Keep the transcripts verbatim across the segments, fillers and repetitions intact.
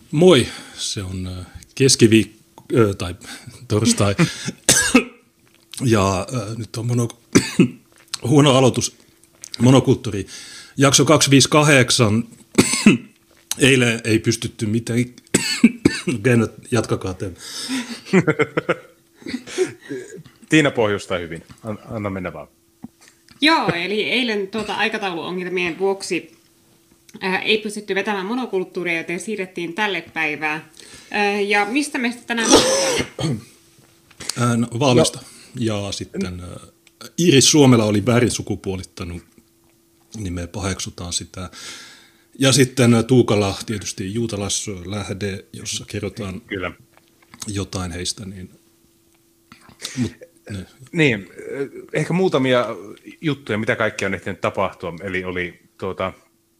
Moi, se on keskiviikko tai torstai ja äh, nyt on mono, huono aloitus, monokulttuuri. Jakso kaksisataaviisikymmentäkahdeksan, eilen ei pystytty mitään, Gennat, jatkakaa te. Tiina pohjustaa hyvin, anna mennä vaan. Joo, eli eilen tuota aikatauluongelmien vuoksi ää, ei pystytty vetämään monokulttuuria, joten siirrettiin tälle päivää. Ää, ja mistä me tänään puhutaan? No, Valmista. No. Ja sitten ä, Iris Suomela oli väärin sukupuolittanut, niin me paheksutaan sitä. Ja sitten Tuukalla tietysti juutalaislähde, jossa kerrotaan Kyllä. jotain heistä. Niin, mut, ne. niin, ehkä muutamia juttuja, mitä kaikkea on ehtinyt tapahtua. Eli oli tuota,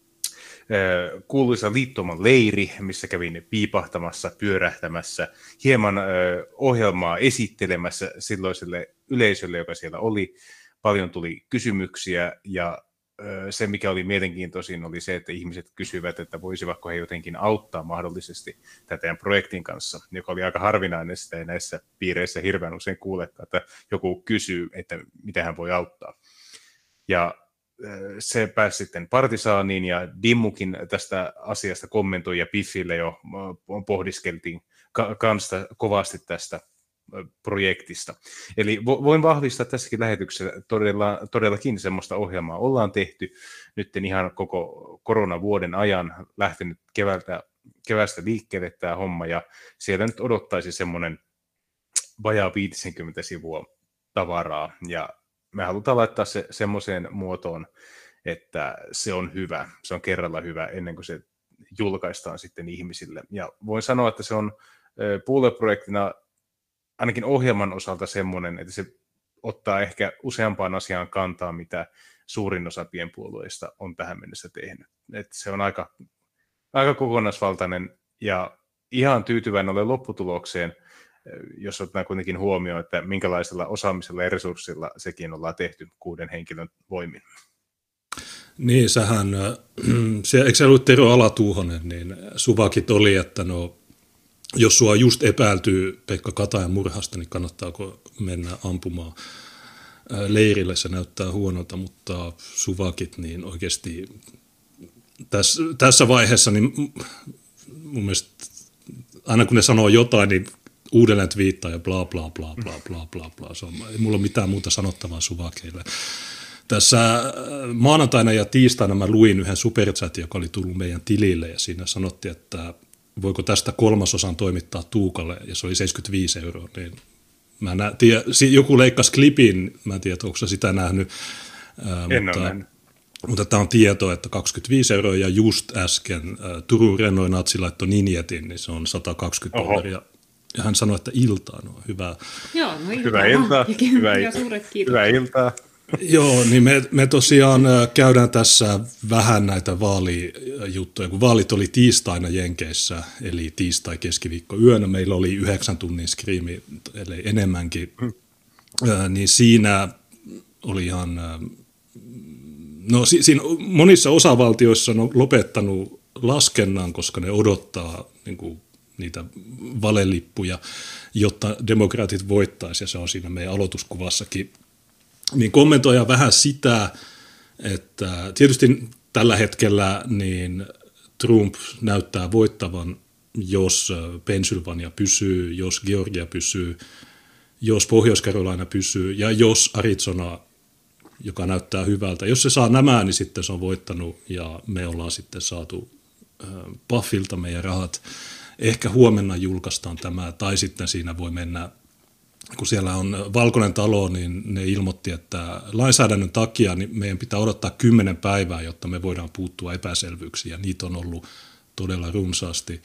kuuluisa liittoman leiri, missä kävin piipahtamassa, pyörähtämässä, hieman ohjelmaa esittelemässä silloiselle yleisölle, joka siellä oli. Paljon tuli kysymyksiä ja se, mikä oli mielenkiintoisin, oli se, että ihmiset kysyivät, että voisivatko he jotenkin auttaa mahdollisesti tätä projektin kanssa, joka oli aika harvinainen, sitä ei näissä piireissä hirveän usein kuuletta, että joku kysyy, että miten hän voi auttaa. Ja se pääsi sitten Partisaaniin ja Dimmukin tästä asiasta kommentoi ja Piffille jo pohdiskeltiin kanssa kovasti tästä projektista. Eli voin vahvistaa tässäkin lähetyksessä todella, todellakin semmoista ohjelmaa ollaan tehty nyt ihan koko koronavuoden ajan lähtenyt keväältä, keväästä liikkeelle tämä homma ja siellä nyt odottaisi semmoinen vajaa viisikymmentä sivua tavaraa ja me halutaan laittaa se semmoiseen muotoon, että se on hyvä, se on kerralla hyvä ennen kuin se julkaistaan sitten ihmisille ja voin sanoa, että se on puolueprojektina ainakin ohjelman osalta semmoinen, että se ottaa ehkä useampaan asiaan kantaa, mitä suurin osa pienpuolueista on tähän mennessä tehnyt. Että se on aika, aika kokonaisvaltainen ja ihan tyytyväinen olen lopputulokseen, jos otetaan kuitenkin huomioon, että minkälaisella osaamisella ja resurssilla sekin ollaan tehty kuuden henkilön voimin. Niin, sähän, se, eikö se ollut Tero Alatuuhonen, niin suvakit oli, että no jos sua just epäiltyy Pekka Katajan murhasta, niin kannattaako mennä ampumaan leirille, se näyttää huonolta, mutta suvakit, niin oikeasti tässä, tässä vaiheessa, niin mun mielestä aina kun ne sanoo jotain, niin uudelleen twiittaa ja bla bla bla bla bla bla bla. Se on, ei mulla ole mitään muuta sanottavaa suvakeille. Tässä maanantaina ja tiistaina mä luin yhden superchatin, joka oli tullut meidän tilille ja siinä sanottiin, että voiko tästä kolmasosan toimittaa Tuukalle, ja se oli seitsemänkymmentäviisi euroa, niin mä nä- tie- joku leikkasi klipin, mä en tiedä, onko sitä nähnyt, ää, mutta, mutta tämä on tieto, että kaksikymmentäviisi euroa, ja just äsken ää, Turun Rennoin Natsi laittoi Ninjetin, niin se on sata kaksikymmentä dollaria, ja hän sanoi, että iltaa, no hyvää. Joo, no iltaa. Hyvää iltaa. Hyvää, ja suuret kiitos. Hyvää iltaa. Joo, niin me, me tosiaan käydään tässä vähän näitä vaalijuttuja, kun vaalit oli tiistaina Jenkeissä, eli tiistai keskiviikko yönä, meillä oli yhdeksän tunnin skriimi, eli enemmänkin, hmm. niin siinä oli ihan, no si, siinä monissa osavaltioissa on lopettanut laskennan, koska ne odottaa niin kuin niitä valelippuja, jotta demokraatit voittaisi, ja se on siinä meidän aloituskuvassakin. Niin kommentoidaan vähän sitä, että tietysti tällä hetkellä niin Trump näyttää voittavan, jos Pennsylvania pysyy, jos Georgia pysyy, jos Pohjois-Carolina pysyy ja jos Arizona, joka näyttää hyvältä. Jos se saa nämä, niin sitten se on voittanut ja me ollaan sitten saatu Puffilta meidän rahat. Ehkä huomenna julkaistaan tämä tai sitten siinä voi mennä. Kun siellä on Valkoinen talo, niin ne ilmoitti, että lainsäädännön takia niin meidän pitää odottaa kymmenen päivää, jotta me voidaan puuttua epäselvyyksiin, ja niitä on ollut todella runsaasti.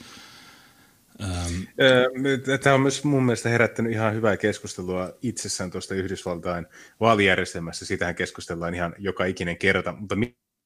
Tämä on myös mun mielestä herättänyt ihan hyvää keskustelua itsessään tuosta Yhdysvaltain vaalijärjestelmässä. Sitähän keskustellaan ihan joka ikinen kerta, mutta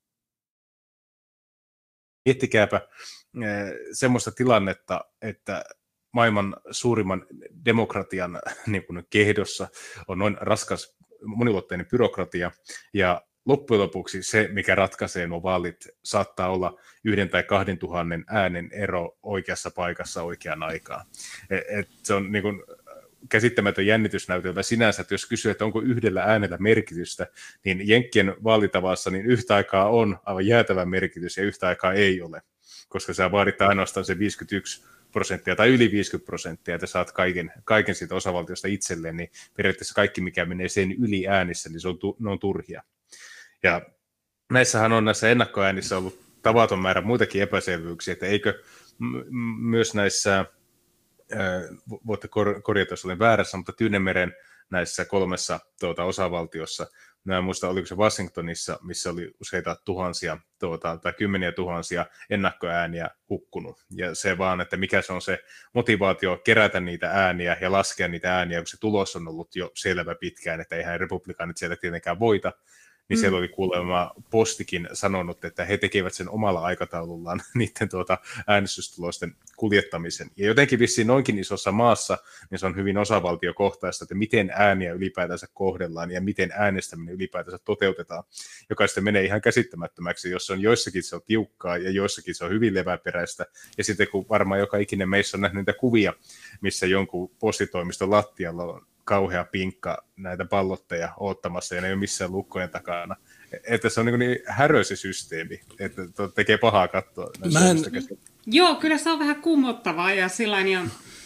miettikääpä semmoista tilannetta, että maailman suurimman demokratian niin kuin kehdossa on noin raskas moniulotteinen byrokratia, ja loppujen lopuksi se, mikä ratkaisee nuo vaalit, saattaa olla yhden tai kahden tuhannen äänen ero oikeassa paikassa oikeaan aikaan. Et, et se on niin kuin käsittämätön jännitysnäytelmä sinänsä, että jos kysyy, että onko yhdellä äänellä merkitystä, niin Jenkkien vaalitavassa niin yhtä aikaa on aivan jäätävä merkitys ja yhtä aikaa ei ole, koska sä vaadit ainoastaan se viisikymmentäyksi prosenttia tai yli viisikymmentä prosenttia, että saat kaiken, kaiken siitä osavaltiosta itselleen, niin periaatteessa kaikki, mikä menee sen yli äänissä, niin se on, ne on turhia. Ja näissähän on näissä ennakkoäänissä ollut tavaton määrä muitakin epäselvyyksiä, että eikö m- myös näissä, ää, voitte kor- korjata, jos olen väärässä, mutta Tyynemeren näissä kolmessa tuota, osavaltiossa, mä en muista, oliko se Washingtonissa, missä oli useita tuhansia tuota, tai kymmeniä tuhansia ennakkoääniä hukkunut. Ja se vaan, että mikä se on se motivaatio kerätä niitä ääniä ja laskea niitä ääniä, kun se tulos on ollut jo selvä pitkään, että eihän republikaanit sieltä tietenkään voita, niin mm. siellä oli kuulemma Postikin sanonut, että he tekevät sen omalla aikataulullaan niiden tuota äänestystulosten kuljettamisen. Ja jotenkin vissiin noinkin isossa maassa, niin se on hyvin osavaltiokohtaista, että miten ääniä ylipäätänsä kohdellaan ja miten äänestäminen ylipäätänsä toteutetaan, joka sitten menee ihan käsittämättömäksi, jos on joissakin se on tiukkaa ja joissakin se on hyvin leväperäistä. Ja sitten kun varmaan joka ikinen meissä on nähnyt niitä kuvia, missä jonkun postitoimiston lattialla on kauhea pinkka näitä pallotteja oottamassa, ja ne ei ole missään lukkojen takana. Että se on niin, niin härö se systeemi, että tekee pahaa katsoa. En... Joo, kyllä se on vähän kuumottavaa, ja, sillain, ja,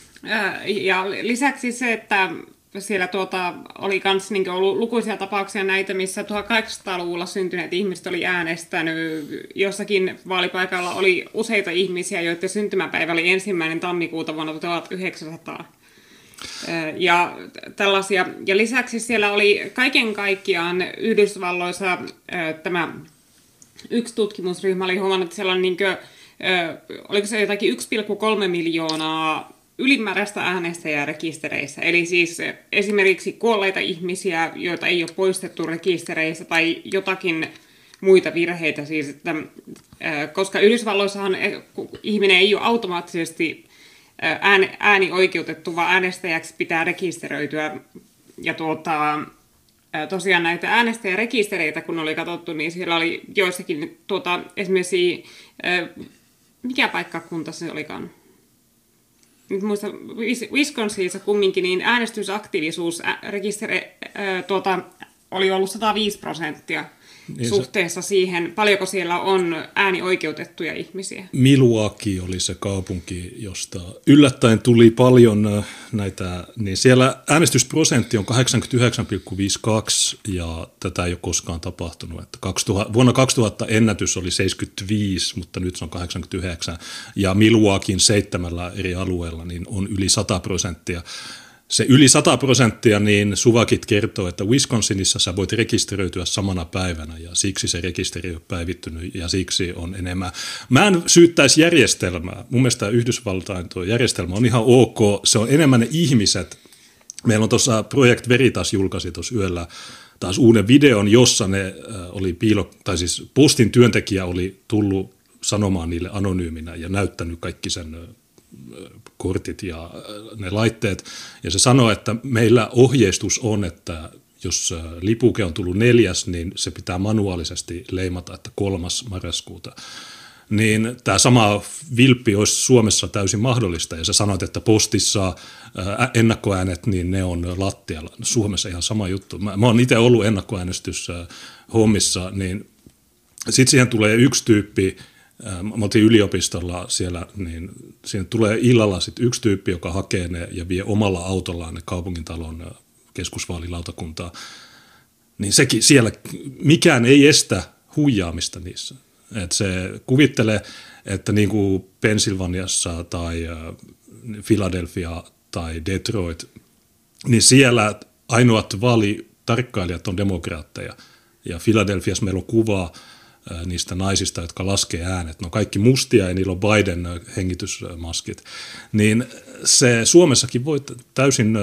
ja lisäksi se, että siellä tuota, oli myös niin ollut lukuisia tapauksia näitä, missä tuhatkahdeksansataaluvulla syntyneet ihmiset oli äänestänyt. Jossakin vaalipaikalla oli useita ihmisiä, joiden syntymäpäivä oli ensimmäinen tammikuuta vuonna tuhatyhdeksänsataa. Ja, tällaisia. Ja lisäksi siellä oli kaiken kaikkiaan Yhdysvalloissa tämä yksi tutkimusryhmä oli huomannut, että siellä on niin kuin, oliko se jotakin yksi pilkku kolme miljoonaa ylimääräistä äänestäjää rekistereissä. Eli siis esimerkiksi kuolleita ihmisiä, joita ei ole poistettu rekistereissä tai jotakin muita virheitä. Siis, että, koska Yhdysvalloissahan ihminen ei ole automaattisesti ääni, äänioikeutettu, vaan äänestäjäksi pitää rekisteröityä. Ja tuota, tosiaan näitä äänestäjärekistereitä, kun oli katsottu, niin siellä oli joissakin tuota, esimerkiksi, mikä paikkakunta se olikaan? Nyt muista, Wisconsinissa kumminkin, niin äänestysaktiivisuus rekisteri, tuota, oli ollut sata viisi prosenttia. Niin suhteessa se, siihen, paljonko siellä on äänioikeutettuja ihmisiä. Milwaukee oli se kaupunki, josta yllättäen tuli paljon näitä, niin siellä äänestysprosentti on kahdeksankymmentäyhdeksän pilkku viisikymmentäkaksi ja tätä ei ole koskaan tapahtunut. Että kaksituhatta, vuonna kaksituhatta ennätys oli seitsemänkymmentäviisi, mutta nyt se on kahdeksankymmentäyhdeksän ja Milwaukeein seitsemällä eri alueella niin on yli sata prosenttia. Se yli sata prosenttia, niin Suvakit kertoo, että Wisconsinissa sä voit rekisteröityä samana päivänä ja siksi se rekisteri on päivittynyt ja siksi on enemmän. Mä en syyttäisi järjestelmää. Mun mielestä Yhdysvaltain tuo järjestelmä on ihan ok. Se on enemmän ne ihmiset. Meillä on tuossa Project Veritas julkaisi tuossa yöllä taas uuden videon, jossa ne oli piilo, tai siis Postin työntekijä oli tullut sanomaan niille anonyyminä ja näyttänyt kaikki sen kortit ja ne laitteet, ja se sanoo, että meillä ohjeistus on, että jos lipuke on tullut neljäs, niin se pitää manuaalisesti leimata, että kolmas marraskuuta. Niin tämä sama vilppi olisi Suomessa täysin mahdollista, ja sä sanoit, että postissa ennakkoäänet, niin ne on lattialla. Suomessa ihan sama juttu. Mä, mä oon itse ollut ennakkoäänestyssä hommissa, niin sitten siihen tulee yksi tyyppi. Mä oltiin yliopistolla siellä, niin siinä tulee illalla sit yksi tyyppi, joka hakee ne ja vie omalla autollaan ne kaupungintalon keskusvaalilautakuntaa. Niin sekin siellä, mikään ei estä huijaamista niissä. Et se kuvittelee, että niin kuin Pennsylvaniassa tai Philadelphia tai Detroit, niin siellä ainoat vaalitarkkailijat on demokraatteja. Ja Philadelphiassa meillä on kuvaa niistä naisista, jotka laskee äänet. Ne on kaikki mustia ja niillä on Biden hengitysmaskit. Niin se Suomessakin voi täysin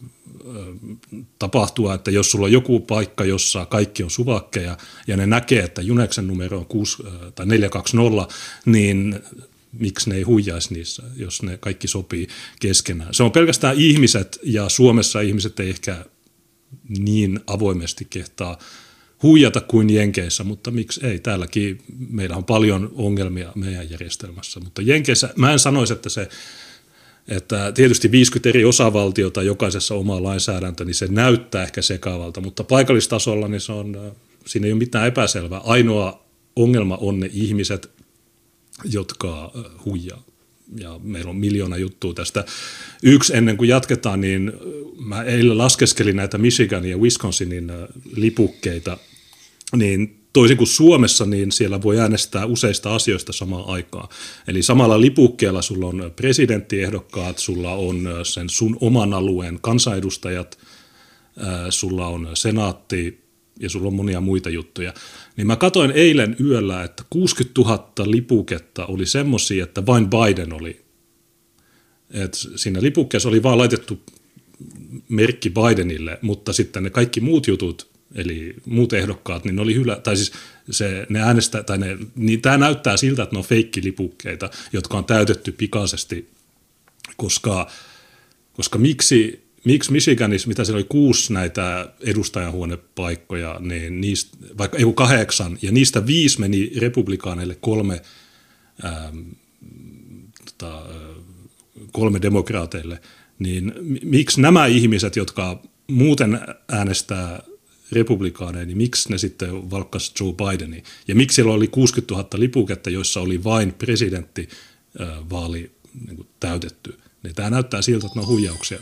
tapahtua, että jos sulla on joku paikka, jossa kaikki on suvakkeja ja ne näkee, että Juneksen numero on kuusi tai neljä kaksi nolla, niin miksi ne ei huijaisi niissä, jos ne kaikki sopii keskenään. Se on pelkästään ihmiset ja Suomessa ihmiset ei ehkä niin avoimesti kehtaa huijata kuin Jenkeissä, mutta miksi ei? Täälläkin meillä on paljon ongelmia meidän järjestelmässä, mutta Jenkeissä mä en sanoisi, että se, että tietysti viisikymmentä eri osavaltiota, jokaisessa oma lainsäädäntö, niin se näyttää ehkä sekaavalta, mutta paikallistasolla niin se on, siinä ei ole mitään epäselvää. Ainoa ongelma on ne ihmiset, jotka huijaa. Ja meillä on miljoona juttua tästä. Yksi ennen kuin jatketaan, niin mä eilen laskeskelin näitä Michiganin ja Wisconsinin lipukkeita, niin toisin kuin Suomessa, niin siellä voi äänestää useista asioista samaan aikaan. Eli samalla lipukkeella sulla on presidenttiehdokkaat, sulla on sen sun oman alueen kansanedustajat, sulla on senaatti ja sulla on monia muita juttuja. Niin mä katsoin eilen yöllä, että kuusikymmentätuhatta lipuketta oli semmosia, että vain Biden oli. Et siinä lipukkeessa oli vaan laitettu merkki Bidenille, mutta sitten ne kaikki muut jutut, eli muut ehdokkaat, niin ne oli hylä, tai siis se, ne äänestä, tai ne, niin tämä näyttää siltä, että ne on feikkilipukkeita, jotka on täytetty pikaisesti, koska, koska miksi, miksi Michiganissa, mitä siellä oli kuusi näitä edustajanhuonepaikkoja, niin niistä, vaikka ei kahdeksan, ja niistä viisi meni republikaaneille, kolme, ähm, tota, kolme demokraateille, niin miksi nämä ihmiset, jotka muuten äänestää republikaaneja, niin miksi ne sitten valkkasi Joe Bideni? Ja miksi siellä oli kuusikymmentätuhatta lipuketta, joissa oli vain presidenttivaali niin kuin täytetty? Niin tämä näyttää siltä, että ne on huijauksia.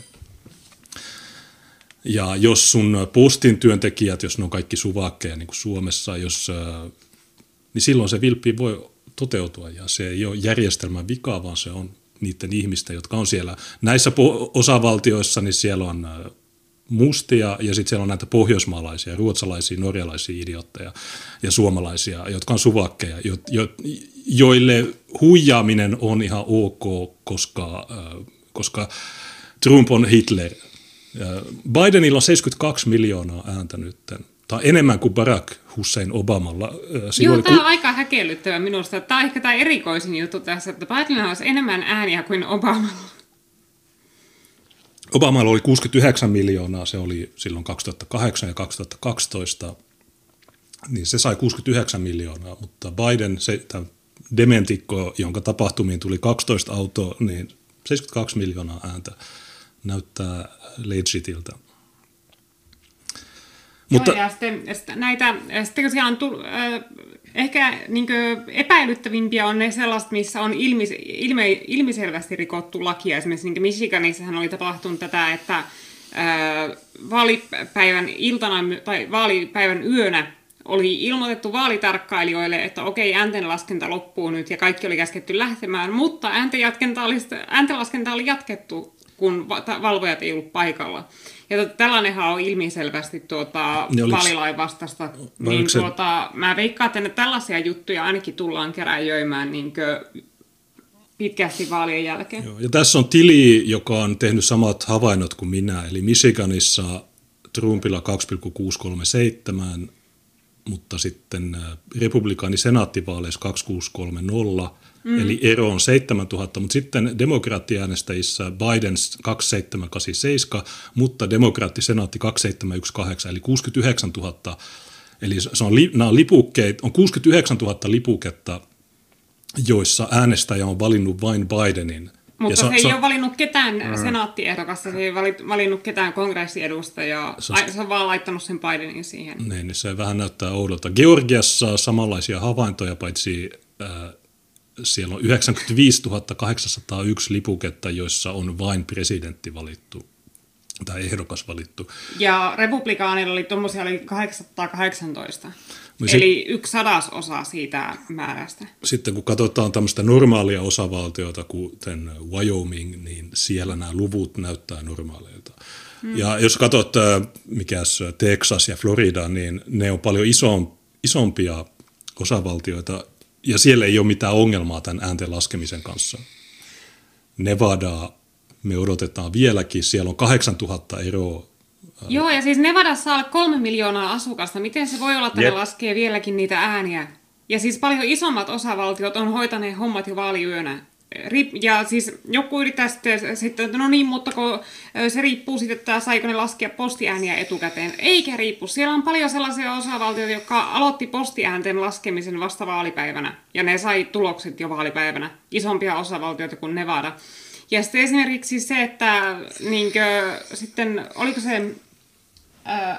Ja jos sun postin työntekijät, jos ne on kaikki suvakkeja niin kuin Suomessa, jos, niin silloin se vilppi voi toteutua ja se ei ole järjestelmän vika, vaan se on niiden ihmisten, jotka on siellä. Näissä osavaltioissa niin siellä on mustia ja sitten siellä on näitä pohjoismaalaisia, ruotsalaisia, norjalaisia idiootteja ja suomalaisia, jotka on suvakkeja, jo, jo, joille huijaaminen on ihan ok, koska, äh, koska Trump on Hitler. Bidenilla on seitsemänkymmentäkaksi miljoonaa ääntä nyt. Tämä on enemmän kuin Barack Hussein Obamalla. Joo, tämä on aika häkellyttävä minusta. Tämä on ehkä tämä erikoisin juttu tässä, että Bidenilla olisi enemmän ääniä kuin Obamalla. Obamalla oli kuusikymmentäyhdeksän miljoonaa, se oli silloin kaksituhattakahdeksan ja kaksituhattakaksitoista, niin se sai kuusikymmentäyhdeksän miljoonaa, mutta Biden, se dementikko, jonka tapahtumiin tuli kaksitoista autoa, niin seitsemänkymmentäkaksi miljoonaa ääntä näyttää legitiltä. Mutta joo, ja sitten, sitten näitä, sitten kun siellä on tullut, äh, ehkä niin epäilyttävimpiä on ne sellaiset, missä on ilmis, ilme, ilmiselvästi rikottu lakia. Esimerkiksi niin Michiganissahan oli tapahtunut tätä, että äh, vaalipäivän iltana tai vaalipäivän yönä oli ilmoitettu vaalitarkkailijoille, että okei, ääntenlaskenta loppuu nyt ja kaikki oli käsketty lähtemään, mutta ääntenlaskenta oli jatkettu, kun valvojat ei ollut paikalla. Ja tällainenhan on ilmiselvästi tuota, vaalilain vastaista. Niin se... tuota, mä veikkaan, että tällaisia juttuja ainakin tullaan keräjöimään niin pitkästi vaalien jälkeen. Joo, ja tässä on tili, joka on tehnyt samat havainnot kuin minä. Eli Michiganissa Trumpilla kaksi pilkku kuusisataakolmekymmentäseitsemän, mutta sitten republikaani senaattivaaleissa kaksi pilkku kuusisataakolmekymmentä. Mm. Eli ero on seitsemäntuhatta, mutta sitten demokraattiäänestäjissä Biden kaksituhattaseitsemän kahdeksankymmentäseitsemän, mutta demokraattisenaatti kaksituhattaseitsemän yksitoista, eli kuusikymmentäyhdeksäntuhatta. Eli se on, nämä on, lipukkeet, on kuusikymmentäyhdeksäntuhatta lipuketta, joissa äänestäjä on valinnut vain Bidenin. Mutta se, se ei se, ole valinnut ketään mm. senaattiehdokasta, se ei valinnut ketään kongressiedustajaa, se, se on vaan laittanut sen Bidenin siihen. Niin, niin se vähän näyttää oudolta. Georgiassa samanlaisia havaintoja, paitsi Äh, siellä on yhdeksänkymmentäviisituhatta kahdeksansataayksi lipuketta, joissa on vain presidentti valittu tai ehdokas valittu. Ja republikaanilla oli tuommoisia oli kahdeksansataakahdeksantoista, no eli sit, yksi sadasosa siitä määrästä. Sitten kun katsotaan tämmöistä normaalia osavaltiota, kuten Wyoming, niin siellä nämä luvut näyttää normaaleilta. Hmm. Ja jos katsot mikäs Texas ja Florida, niin ne on paljon isompia osavaltioita, ja siellä ei ole mitään ongelmaa tämän äänten laskemisen kanssa. Nevada, me odotetaan vieläkin, siellä on kahdeksantuhatta eroa. Joo, ja siis Nevadassa on kolme miljoonaa asukasta. Miten se voi olla, että yep. ne laskee vieläkin niitä ääniä? Ja siis paljon isommat osavaltiot on hoitaneet hommat jo vaaliyönä. ja siis joku yrittää sitten, sitten, no niin, mutta kun se riippuu sitten, että saiko ne laskea postiääniä etukäteen. Eikä riippu. Siellä on paljon sellaisia osavaltioita, jotka aloitti postiäänten laskemisen vasta vaalipäivänä. Ja ne sai tulokset jo vaalipäivänä. Isompia osavaltioita kuin Nevada. Ja sitten esimerkiksi se, että niinkö, sitten, oliko se ää,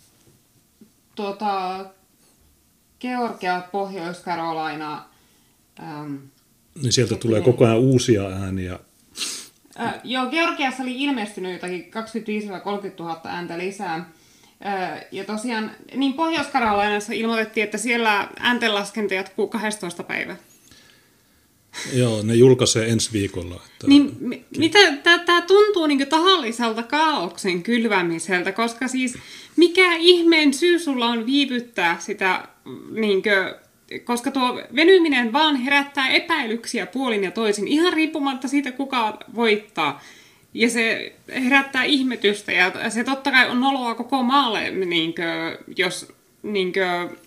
tuota, Georgia, Pohjois-Carolina. Ähm, niin sieltä tulee koko ajan uusia ääniä. Äh, joo, Georgiassa oli ilmestynyt jotakin kaksikymmentäviisi kolmekymmentätuhatta ääntä lisää. Äh, ja tosiaan, niin Pohjois-Carolinassa ilmoitettiin, että siellä ääntenlaskenta jatkuu kahdestoista päivä. Joo, ne julkaisee ensi viikolla. Että... Niin, mitä, tämä tuntuu niin kuin tahalliselta kaaoksen kylvämiseltä, koska siis mikä ihmeen syy sulla on viivyttää sitä, niin kuin, koska tuo venyminen vaan herättää epäilyksiä puolin ja toisin, ihan riippumatta siitä, kuka voittaa. Ja se herättää ihmetystä, ja se totta kai on noloa koko maalle, niin kuin, jos... Niin kuin,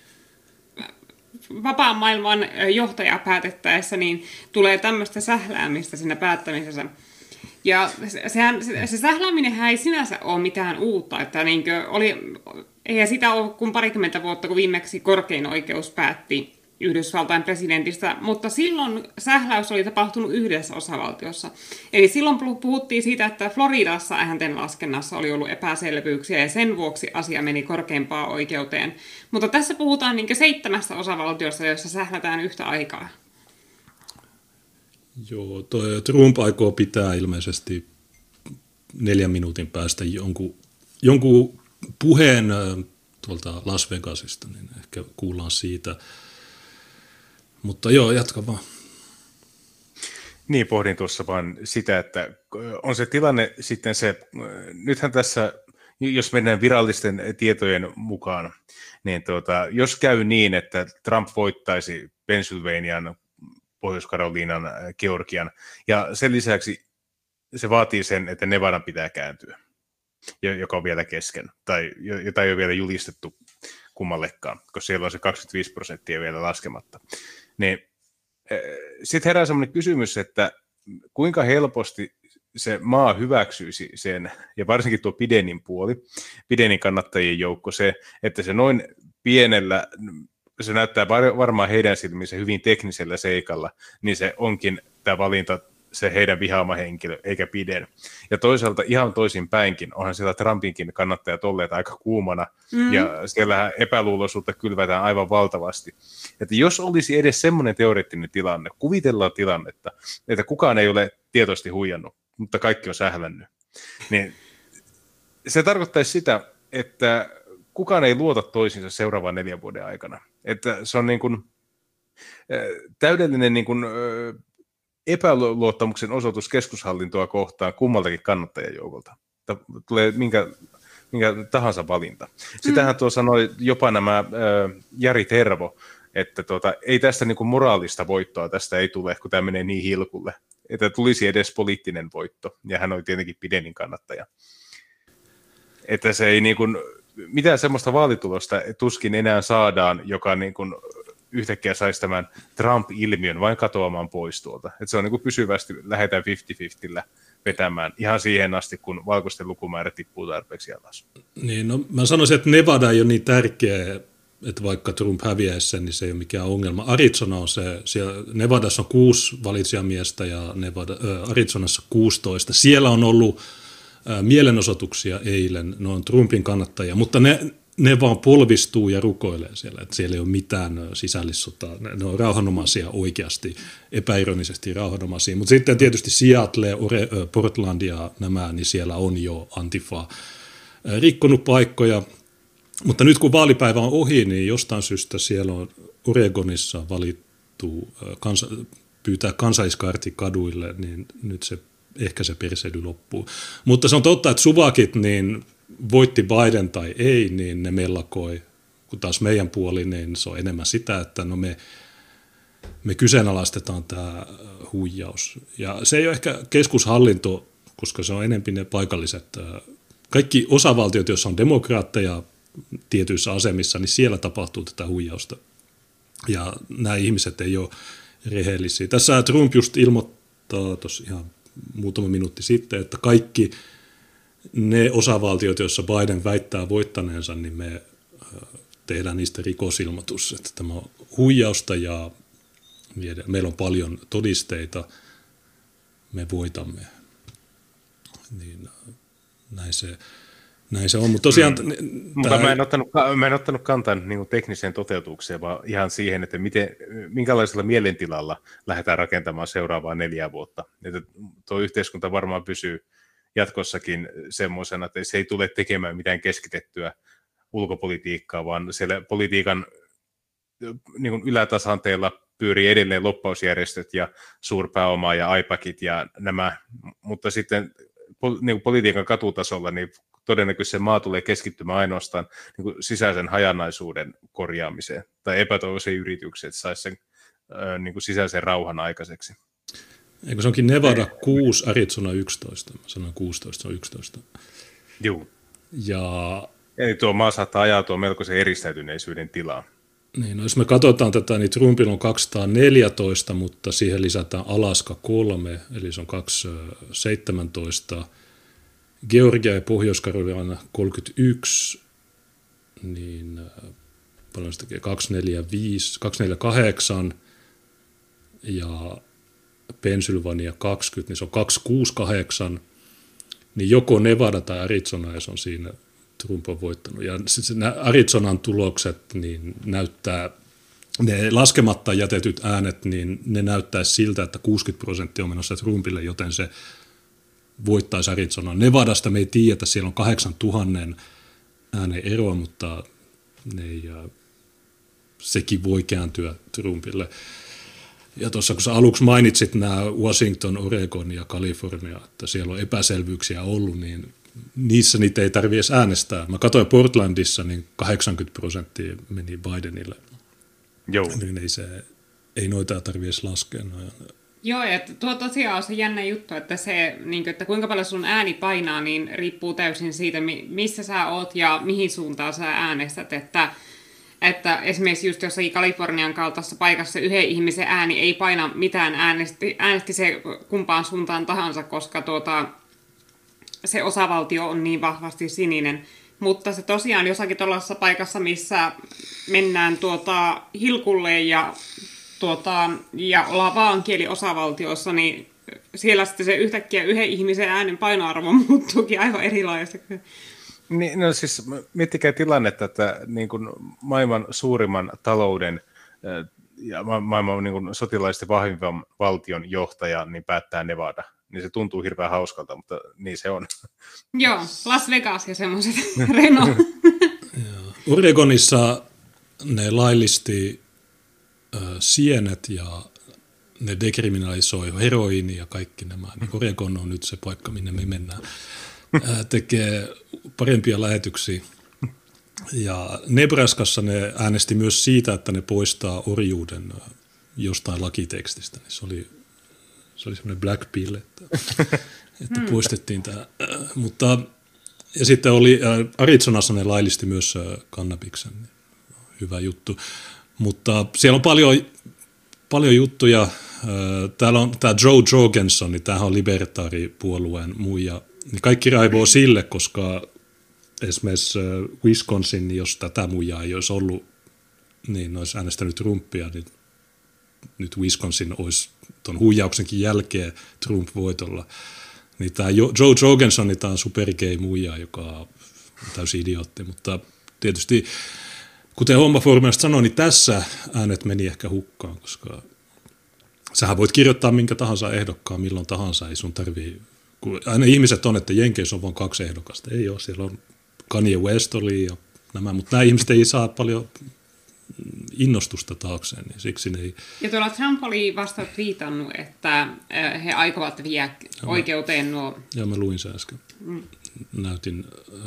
vapaan maailman johtaja päätettäessä, niin tulee tämmöistä sähläämistä siinä päättämisessä. Ja sehän, se, se sählääminenhän ei sinänsä ole mitään uutta, että niin oli, eihän sitä ole kuin parikymmentä vuotta, kun viimeksi korkein oikeus päätti Yhdysvaltain presidentistä, mutta silloin sähläys oli tapahtunut yhdessä osavaltiossa. Eli silloin puhuttiin siitä, että Floridassa äänten laskennassa oli ollut epäselvyyksiä ja sen vuoksi asia meni korkeimpaan oikeuteen. Mutta tässä puhutaan niin seitsemästä osavaltiosta, joissa sählätään yhtä aikaa. Joo, toi Trump aikoo pitää ilmeisesti neljän minuutin päästä jonkun, jonkun puheen tuolta Las Vegasista, niin ehkä kuullaan siitä. Mutta joo, jatka vaan. Niin, pohdin tuossa vaan sitä, että on se tilanne sitten se, nythän tässä, jos mennään virallisten tietojen mukaan, niin tuota, jos käy niin, että Trump voittaisi Pennsylvanian, Pohjois-Carolinan, Georgian, ja sen lisäksi se vaatii sen, että Nevadan pitää kääntyä, joka on vielä kesken, tai jota ei ole vielä julistettu kummallekaan, koska siellä on se kaksikymmentäviisi prosenttia vielä laskematta. Niin, sitten herää sellainen kysymys, että kuinka helposti se maa hyväksyisi sen, ja varsinkin tuo Bidenin puoli, Bidenin kannattajien joukko, se, että se noin pienellä, se näyttää varmaan heidän silmissä hyvin teknisellä seikalla, niin se onkin tämä valinta se heidän vihaama henkilö, eikä Biden. Ja toisaalta ihan toisin päinkin, onhan siellä Trumpinkin kannattajat olleet aika kuumana, mm. ja siellä epäluuloisuutta kylvätään aivan valtavasti. Että jos olisi edes semmoinen teoreettinen tilanne, kuvitellaan tilannetta, että kukaan ei ole tietoisesti huijannut, mutta kaikki on sählännyt, niin se tarkoittaisi sitä, että kukaan ei luota toisiinsa seuraavan neljän vuoden aikana. Että se on niin kuin täydellinen niin kuin epäluottamuksen osoitus keskushallintoa kohtaan kummaltakin kannattajajoukolta. Tulee minkä, minkä tahansa valinta. Sitähän tuo sanoi jopa nämä äh, Jari Tervo, että tuota, ei tästä niin kuin moraalista voittoa tästä ei tule, kun tämä menee niin hilkulle. Että tulisi edes poliittinen voitto, ja hän oli tietenkin Bidenin kannattaja. Että se ei niin kuin, mitään semmoista vaalitulosta tuskin enää saadaan, joka niin kuin yhtäkkiä saisi tämän Trump-ilmiön vain katoamaan pois tuolta. Että se on niin kuin pysyvästi, lähdetään viisikymmentä viisikymmentä vetämään ihan siihen asti, kun valkoisten lukumäärä tippuu tarpeeksi alas. Niin, no mä sanoisin, että Nevada ei ole niin tärkeä, että vaikka Trump häviäisi sen, niin se ei ole mikään ongelma. Arizona on se, siellä Nevadassa on kuusi valitsijamiestä ja Nevada, äh, Arizonassa kuusitoista. Siellä on ollut äh, mielenosoituksia eilen, ne on Trumpin kannattajia, mutta ne, ne vaan polvistuu ja rukoilee siellä, että siellä ei ole mitään sisällissotaa. Ne, ne on rauhanomaisia oikeasti, epäironisesti rauhanomaisia. Mutta sitten tietysti Seattle, Ore, Portland ja nämä, niin siellä on jo Antifa äh, rikkonut paikkoja. Mutta nyt kun vaalipäivä on ohi, niin jostain syystä siellä on Oregonissa valittu kansa, pyytää kansalliskartti kaduille, niin nyt se, ehkä se perseily loppuu. Mutta se on totta, että suvakit, niin voitti Biden tai ei, niin ne mellakoi. Kun taas meidän puoli, niin se on enemmän sitä, että no me, me kyseenalaistetaan tämä huijaus. Ja se ei ole ehkä keskushallinto, koska se on enemmän ne paikalliset. Kaikki osavaltiot, joissa on demokraatteja, tietyissä asemissa, niin siellä tapahtuu tätä huijausta. Ja nämä ihmiset ei ole rehellisiä. Tässä Trump just ilmoittaa tuossa ihan muutama minuutti sitten, että kaikki ne osavaltiot, joissa Biden väittää voittaneensa, niin me tehdään niistä rikosilmoitus, että tämä on huijausta ja meillä on paljon todisteita, me voitamme. Niin, näin, se, näin se on, mutta tosiaan... Mm. Mutta tämä... mä, en ottanut, mä en ottanut kantaa niin tekniseen toteutukseen, vaan ihan siihen, että miten, minkälaisella mielentilalla lähdetään rakentamaan seuraavaa neljää vuotta. Että tuo yhteiskunta varmaan pysyy jatkossakin semmoisena, että se ei tule tekemään mitään keskitettyä ulkopolitiikkaa, vaan siellä politiikan niin kuin ylätasanteella pyörii edelleen lobbausjärjestöt ja suurpääoma ja AIPACit ja nämä, mutta sitten niin kuin politiikan katutasolla niin todennäköisesti se maa tulee keskittymään ainoastaan niin kuin sisäisen hajanaisuuden korjaamiseen tai epätoivoisiin yrityksiin, että saisi sen niin kuin sisäisen rauhan aikaiseksi. Eikö se onkin Nevada kuusi, Arizona yksitoista, mä sanoin kuusitoista, se on yksitoista. Joo. Ja... Eli tuo maa saattaa ajautua melkoisen eristäytyneisyyden tilaan. Niin, no jos me katsotaan tätä, niin Trumpilla on kaksisataaneljätoista, mutta siihen lisätään Alaska kolme, eli se on kaksisataaseitsemäntoista. Georgia ja Pohjois-Carolina kolmekymmentäyksi, niin paljon se tekee, kaksisataaneljäkymmentäviisi, kaksisataaneljäkymmentäkahdeksan ja Pennsylvania kaksikymmentä, niin se on kaksisataakuusikymmentäkahdeksan, niin joko Nevada tai Arizona, ja se on siinä Trump on voittanut. Ja sitten nämä Arizonan tulokset niin näyttää, ne laskematta jätetyt äänet, niin ne näyttäisi siltä, että kuusikymmentä prosenttia on menossa Trumpille, joten se voittaisi Arizonan. Nevadasta me ei tiedä, että siellä on kahdeksantuhatta äänen eroa, mutta ne ei, sekin voi kääntyä Trumpille. Ja tuossa kun sä aluksi mainitsit nämä Washington, Oregon ja Kalifornia, että siellä on epäselvyyksiä ollut, niin niissä niitä ei tarvitse edes äänestää. Mä katsoin Portlandissa, niin kahdeksankymmentä prosenttia meni Bidenille. Joo. Niin ei, se, ei noita tarvitse edes laskea. No, joo, että tuo tosiaan on se jännä juttu, että, se, niin kuin, että kuinka paljon sun ääni painaa, niin riippuu täysin siitä, missä sä oot ja mihin suuntaan sä äänestät. Että, että esimerkiksi just jossakin Kalifornian kaltaisessa paikassa yhden ihmisen ääni ei paina mitään, äänesti, äänesti se kumpaan suuntaan tahansa, koska tuota, se osavaltio on niin vahvasti sininen. Mutta se tosiaan jossakin tuollaisessa paikassa, missä mennään tuota hilkulle ja, tuota, ja ollaan vaankieliosavaltiossa, niin siellä sitten se yhtäkkiä yhden ihmisen äänen painoarvo muuttuukin aivan erilaiseksi. Niin, no siis miettikää tilannetta, että niin kuin maailman suurimman talouden ja maailman niin kuin sotilaisten vahvimman valtion johtaja niin päättää Nevada. Niin se tuntuu hirveän hauskalta, mutta niin se on. Joo, Las Vegas ja semmoiset Renault. Oregonissa ne laillisti äh, sienet ja ne dekriminalisoi heroiini ja kaikki nämä. Niin Oregon on nyt se paikka, minne me mennään. Äh, tekee parempia lähetyksiä. Ja Nebraskassa ne äänesti myös siitä, että ne poistaa orjuuden äh, jostain lakitekstistä. Niin se oli... Se oli semmoinen black pill, että, että hmm. poistettiin tämä. Mutta, ja sitten oli, Arizonassa ne laillisti myös kannabiksen. Hyvä juttu. Mutta siellä on paljon, paljon juttuja. Täällä on tämä Joe Jorgensen, niin tämähän on libertaaripuolueen muija. Niin kaikki raivoo sille, koska esimerkiksi Wisconsin, jos tätä muijaa ei olisi ollut, niin ne olisi äänestänyt Trumpia, niin nyt Wisconsin olisi tuon huijauksenkin jälkeen Trump-voitolla. Niin tämä Joe Jorgensen, niin tämä on supergay muija, joka on täysin idiootti, mutta tietysti, kuten hommafoorumista sanoi, niin tässä äänet meni ehkä hukkaan, koska sähän voit kirjoittaa minkä tahansa ehdokkaan milloin tahansa, ei sun tarvii, kun aina ihmiset on, että Jenkeissä on vain kaksi ehdokasta, ei ole, siellä on Kanye West oli ja nämä, mutta nämä ihmiset ei saa paljon innostusta taakseen, niin siksi ne ei... Ja tuolla Trump oli vasta viitannut, että he aikovat viedä oikeuteen nuo... Joo, mä luin sen äsken. Mm. Näytin.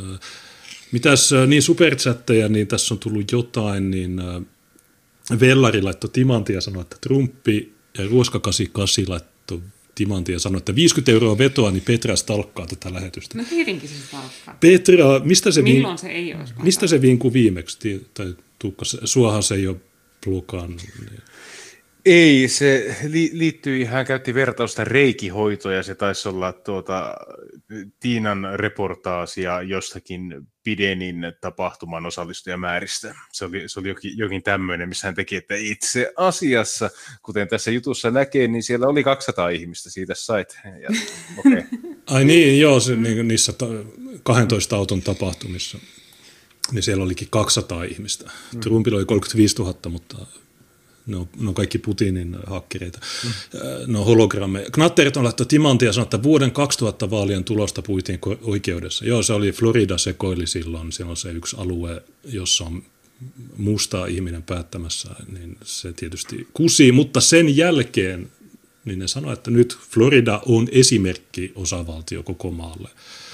Mitäs niin superchatteja, niin tässä on tullut jotain, niin Vellari laittoi timantia ja sanoi, että Trumpi ja Ruoska kahdeksankymmentäkahdeksan laittoi timantia ja sanoi, että viisikymmentä euroa vetoa, niin Petra stalkkaa tätä lähetystä. No tietenkin se stalkkaa. Petra, mistä se... Milloin viin... se ei olisi? Mistä se vinkui viimeksi? Tai Tuukka, suohan se ei ole blokannut. Ei, se li- liittyy, hän käytti vertausta reikihoitoa ja se taisi olla tuota, Tiinan reportaasia jostakin Bidenin tapahtuman osallistujamääristä. Se oli, se oli jokin, jokin tämmöinen, missä hän teki, että itse asiassa, kuten tässä jutussa näkee, niin siellä oli kaksisataa ihmistä, siitä sait. Ja, okay. Ai niin, joo, se, niin, niissä kahdentoista auton tapahtumissa, niin siellä olikin kaksisataa ihmistä. Mm. Trumpilla oli kolmekymmentäviisituhatta, mutta ne on, ne on kaikki Putinin hakkereita. Mm. Ne on hologrammeja. Knatterit on laittanut timanttia ja sanonut, että vuoden kaksituhatta vaalien tulosta puhuttiin oikeudessa. Joo, se oli Florida sekoili silloin. Siellä on se yksi alue, jossa on musta ihminen päättämässä, niin se tietysti kusii. Mutta sen jälkeen niin ne sanoi, että nyt Florida on esimerkki osavaltio koko maalle.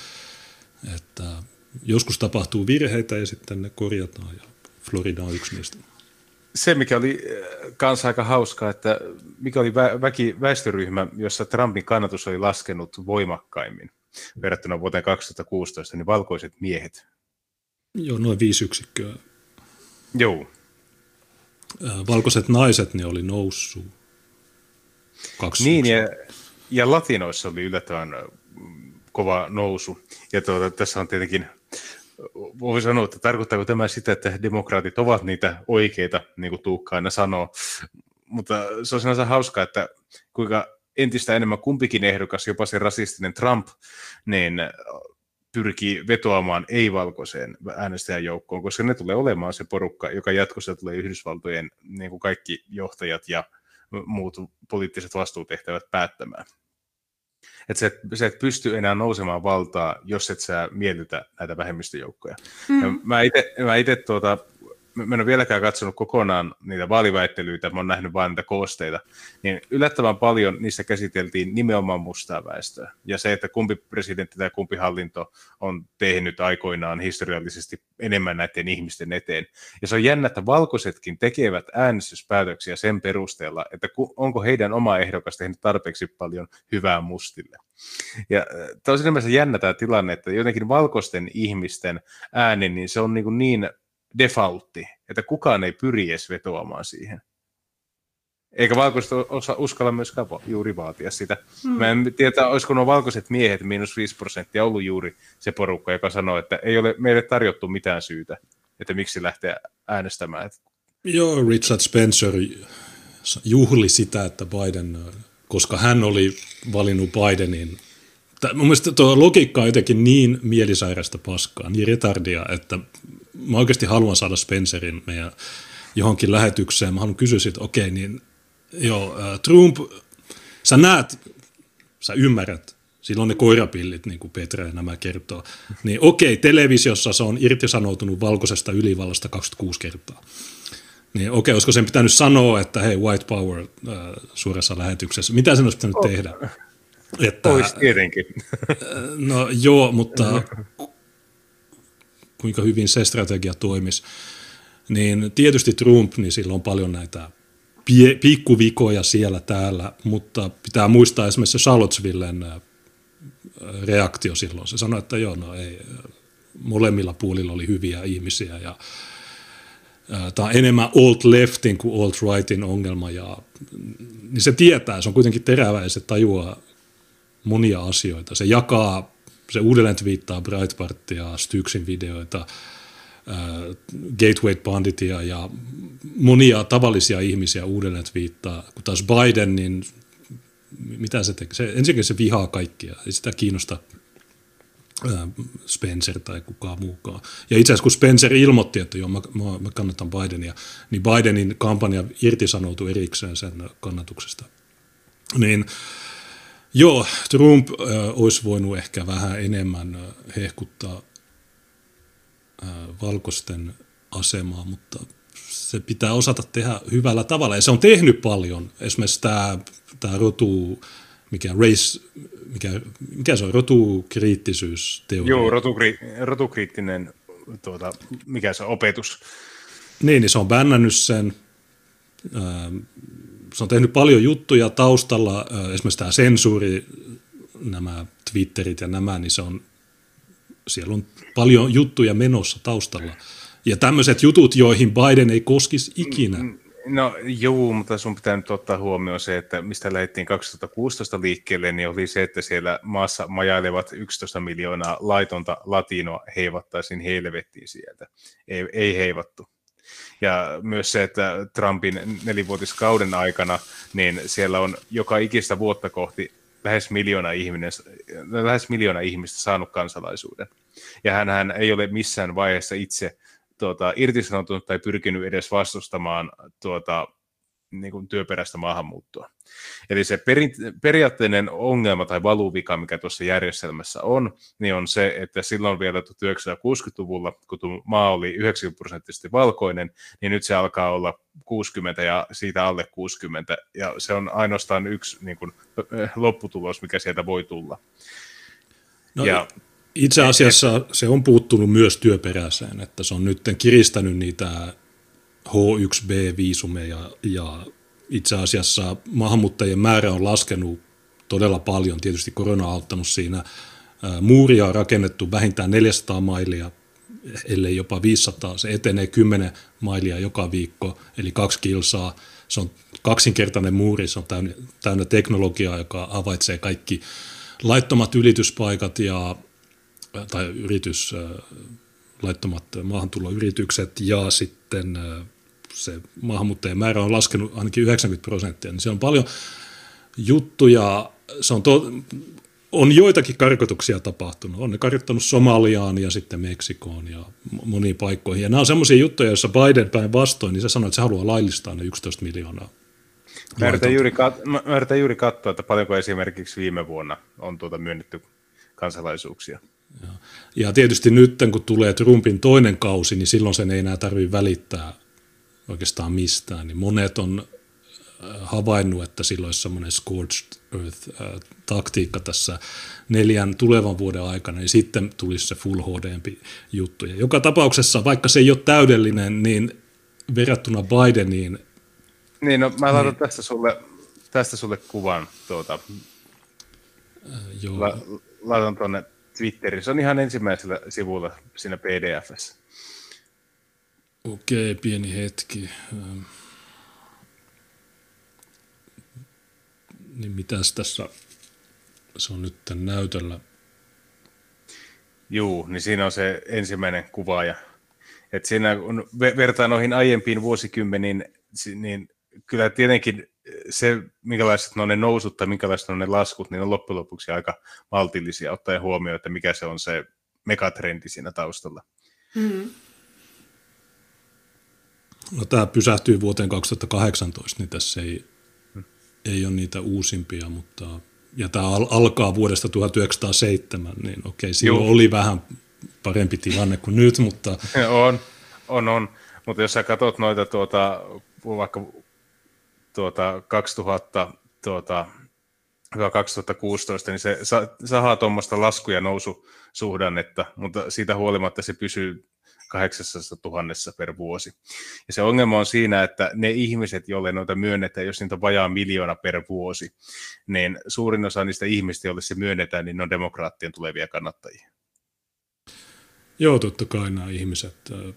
Että joskus tapahtuu virheitä ja sitten ne korjataan ja Florida on yksi niistä. Se, mikä oli kanssa aika hauskaa, että mikä oli vä- väki, väestöryhmä, jossa Trumpin kannatus oli laskenut voimakkaimmin verrattuna vuoteen kaksituhattakuusitoista, niin valkoiset miehet. Joo, noin viisi yksikköä. Joo. Valkoiset naiset, ne oli noussut. Kaksi niin, ja, ja latinoissa oli yllättävän kova nousu. Ja tuota, tässä on tietenkin, voi sanoa, että tarkoittaako tämä sitä, että demokraatit ovat niitä oikeita, niin kuin Tuukka aina sanoo. Mutta se on sinänsä hauskaa, että kuinka entistä enemmän kumpikin ehdokas, jopa se rasistinen Trump, niin pyrkii vetoamaan ei-valkoiseen äänestäjäjoukkoon, koska ne tulee olemaan se porukka, joka jatkossa tulee Yhdysvaltojen niin kuin kaikki johtajat ja muut poliittiset vastuutehtävät päättämään. Että sä, sä et pysty enää nousemaan valtaa, jos et sä miellytä näitä vähemmistöjoukkoja. Mm. Mä itse tuota, mä en ole vieläkään katsonut kokonaan niitä vaaliväittelyitä, mä oon nähnyt vain niitä koosteita, niin yllättävän paljon niissä käsiteltiin nimenomaan mustaa väestöä. Ja se, että kumpi presidentti tai kumpi hallinto on tehnyt aikoinaan historiallisesti enemmän näiden ihmisten eteen. Ja se on jännä, että valkoisetkin tekevät äänestyspäätöksiä sen perusteella, että onko heidän oma ehdokas tehnyt tarpeeksi paljon hyvää mustille. Ja tämä on siinä mielessä jännä tämä tilanne, että jotenkin valkoisten ihmisten ääni, niin se on niin, kuin niin defaultti, että kukaan ei pyri edes vetoamaan siihen. Eikä valkoiset osa uskalla myöskään juuri vaatia sitä. Hmm. Mä en tiedä, olisiko nuo valkoiset miehet miinus viisi prosenttia ollut juuri se porukka, joka sanoo, että ei ole meille tarjottu mitään syytä, että miksi lähteä äänestämään. Joo, Richard Spencer juhli sitä, että Biden, koska hän oli valinnut Bidenin. Mun mielestä tuo logiikka on jotenkin niin mielisairaista paskaa, niin retardia, että mä oikeasti haluan saada Spencerin meidän johonkin lähetykseen. Mä haluan kysyä siitä, okei, okay, niin joo, Trump, sä näet, sä ymmärrät, silloin ne koirapillit, niin kuin Petra ja nämä kertoo, niin okei, okay, televisiossa se on irtisanoutunut valkoisesta ylivallasta kaksikymmentäkuusi kertaa. Niin okei, okay, olisiko sen pitänyt sanoa, että hei, white power äh, suuressa lähetyksessä, mitä sen olisi pitänyt oh. tehdä? Että, Ois tietenkin. No joo, mutta kuinka hyvin se strategia toimisi. Niin tietysti Trump, niin sillä on paljon näitä pie- pikkuvikoja siellä täällä, mutta pitää muistaa esimerkiksi Charlottesvillen reaktio silloin. Se sanoi, että joo, no ei, molemmilla puolilla oli hyviä ihmisiä ja tämä on enemmän old-leftin kuin old-rightin ongelma, ja, niin se tietää, se on kuitenkin terävä ja se tajuaa monia asioita. Se jakaa, se uudelleen twiittaa Breitbartia, Styksin videoita, äh, Gateway Banditia ja monia tavallisia ihmisiä uudelleen twiittaa. Kun taas Biden, niin mitä se tekee? Se, ensinnäkin se vihaa kaikkia, ei sitä kiinnosta äh, Spencer tai kukaan muukaan. Ja itse asiassa kun Spencer ilmoitti, että joo, mä, mä, mä kannatan Bidenia, niin Bidenin kampanja irtisanoutui erikseen sen kannatuksesta. Niin joo, Trump äh, olisi voinut ehkä vähän enemmän äh, hehkuttaa äh, valkoisten asemaa, mutta se pitää osata tehdä hyvällä tavalla. Ja se on tehnyt paljon. Esimerkiksi tämä, tämä rotu, mikä, race, mikä, mikä se on, rotukriittisyysteoria. Joo, rotukri, rotukriittinen, tuota, mikä se on, opetus. Niin, niin se on bännännyt sen. Äh, Se on tehnyt paljon juttuja taustalla, esimerkiksi tämä sensuuri, nämä Twitterit ja nämä, niin se on, siellä on paljon juttuja menossa taustalla. Ja tämmöiset jutut, joihin Biden ei koskisi ikinä. No joo, mutta sun pitää nyt ottaa huomioon se, että mistä lähdettiin kaksituhattakuusitoista liikkeelle, niin oli se, että siellä maassa majailevat yksitoista miljoonaa laitonta latinoa heivattaisiin helvettiin sieltä. Ei, ei heivattu. Ja myös se, että Trumpin nelivuotiskauden aikana, niin siellä on joka ikistä vuotta kohti lähes miljoona, ihminen, lähes miljoona ihmistä saanut kansalaisuuden. Ja hänhän ei ole missään vaiheessa itse tuota, irtisanoutunut tai pyrkinyt edes vastustamaan tuota, niin kuin työperäistä maahanmuuttoa. Eli se peri, periaatteinen ongelma tai valuvika, mikä tuossa järjestelmässä on, niin on se, että silloin vielä tuhatyhdeksänsataakuusikymmentäluvulla, kun tuo maa oli yhdeksänkymmentä prosenttisesti valkoinen, niin nyt se alkaa olla kuusikymmentä ja siitä alle kuusikymmentä, ja se on ainoastaan yksi niin kuin, lopputulos, mikä sieltä voi tulla. No, ja, itse asiassa et, se on puuttunut myös työperäiseen, että se on nyt kiristänyt niitä H yksi B-viisumeja ja itse asiassa maahanmuuttajien määrä on laskenut todella paljon. Tietysti korona on auttanut siinä. Muuria on rakennettu vähintään neljäsataa mailia, ellei jopa viisisataa. Se etenee kymmenen mailia joka viikko, eli kaksi kilsaa. Se on kaksinkertainen muuri, se on täynnä, täynnä teknologiaa, joka havaitsee kaikki laittomat ylityspaikat ja, tai yritys, laittomat maahantuloyritykset ja sitten se maahanmuuttajien määrä on laskenut ainakin yhdeksänkymmentä prosenttia, niin se on paljon juttuja, se on, to, on joitakin karkotuksia tapahtunut, on ne karkottanut Somaliaan ja sitten Meksikoon ja moniin paikkoihin, ja nämä on semmoisia juttuja, joissa Biden päin vastoin, niin se sanoo, että se haluaa laillistaa ne yksitoista miljoonaa. Mä yritän juuri, kat- mä yritän juuri katsoa, että paljonko esimerkiksi viime vuonna on tuota myönnetty kansalaisuuksia. Ja, ja tietysti nyt, kun tulee Trumpin toinen kausi, niin silloin sen ei enää tarvitse välittää oikeastaan mistään. Niin monet on havainnut, että silloin olisi semmoinen scorched earth-taktiikka tässä neljän tulevan vuoden aikana, niin sitten tulisi se full H D-juttu. Ja joka tapauksessa, vaikka se ei ole täydellinen, niin verrattuna Bideniin. Niin, no mä laitan niin, tästä, sulle, tästä sulle kuvan. Tuota, äh, joo. La, laitan tuonne Twitteriin. Se on ihan ensimmäisellä sivulla siinä P D F:ssä. Okei, pieni hetki. Niin mitäs tässä, se on nyt tämän näytöllä. Juu, niin siinä on se ensimmäinen kuvaaja. Et siinä kun vertaa noihin aiempiin vuosikymmeniin, niin kyllä tietenkin se, minkälaiset on ne nousut tai minkälaiset on ne laskut, niin on loppujen lopuksi aika maltillisia, ottaen huomioon, että mikä se on se megatrendi siinä taustalla. Mm-hmm. No tämä pysähtyy vuoteen kaksituhattakahdeksantoista, niin tässä ei, hmm. ei ole niitä uusimpia, mutta ja tämä al- alkaa vuodesta tuhatyhdeksänsataaseitsemän, niin okei, silloin Juh. oli vähän parempi tilanne kuin nyt, mutta... On, on, on. Mutta jos sä katsot noita tuota, vaikka tuota, kaksituhatta, tuota, kaksituhattakuusitoista, niin se sahaa tuommoista lasku- ja noususuhdannetta, mutta siitä huolimatta se pysyy kahdeksansataa tuhatta per vuosi. Ja se ongelma on siinä, että ne ihmiset, joille noita myönnetään, jos niitä on vajaa miljoona per vuosi, niin suurin osa niistä ihmistä, joille se myönnetään, niin ne on demokraattien tulevia kannattajia. Joo, totta kai nämä ihmiset.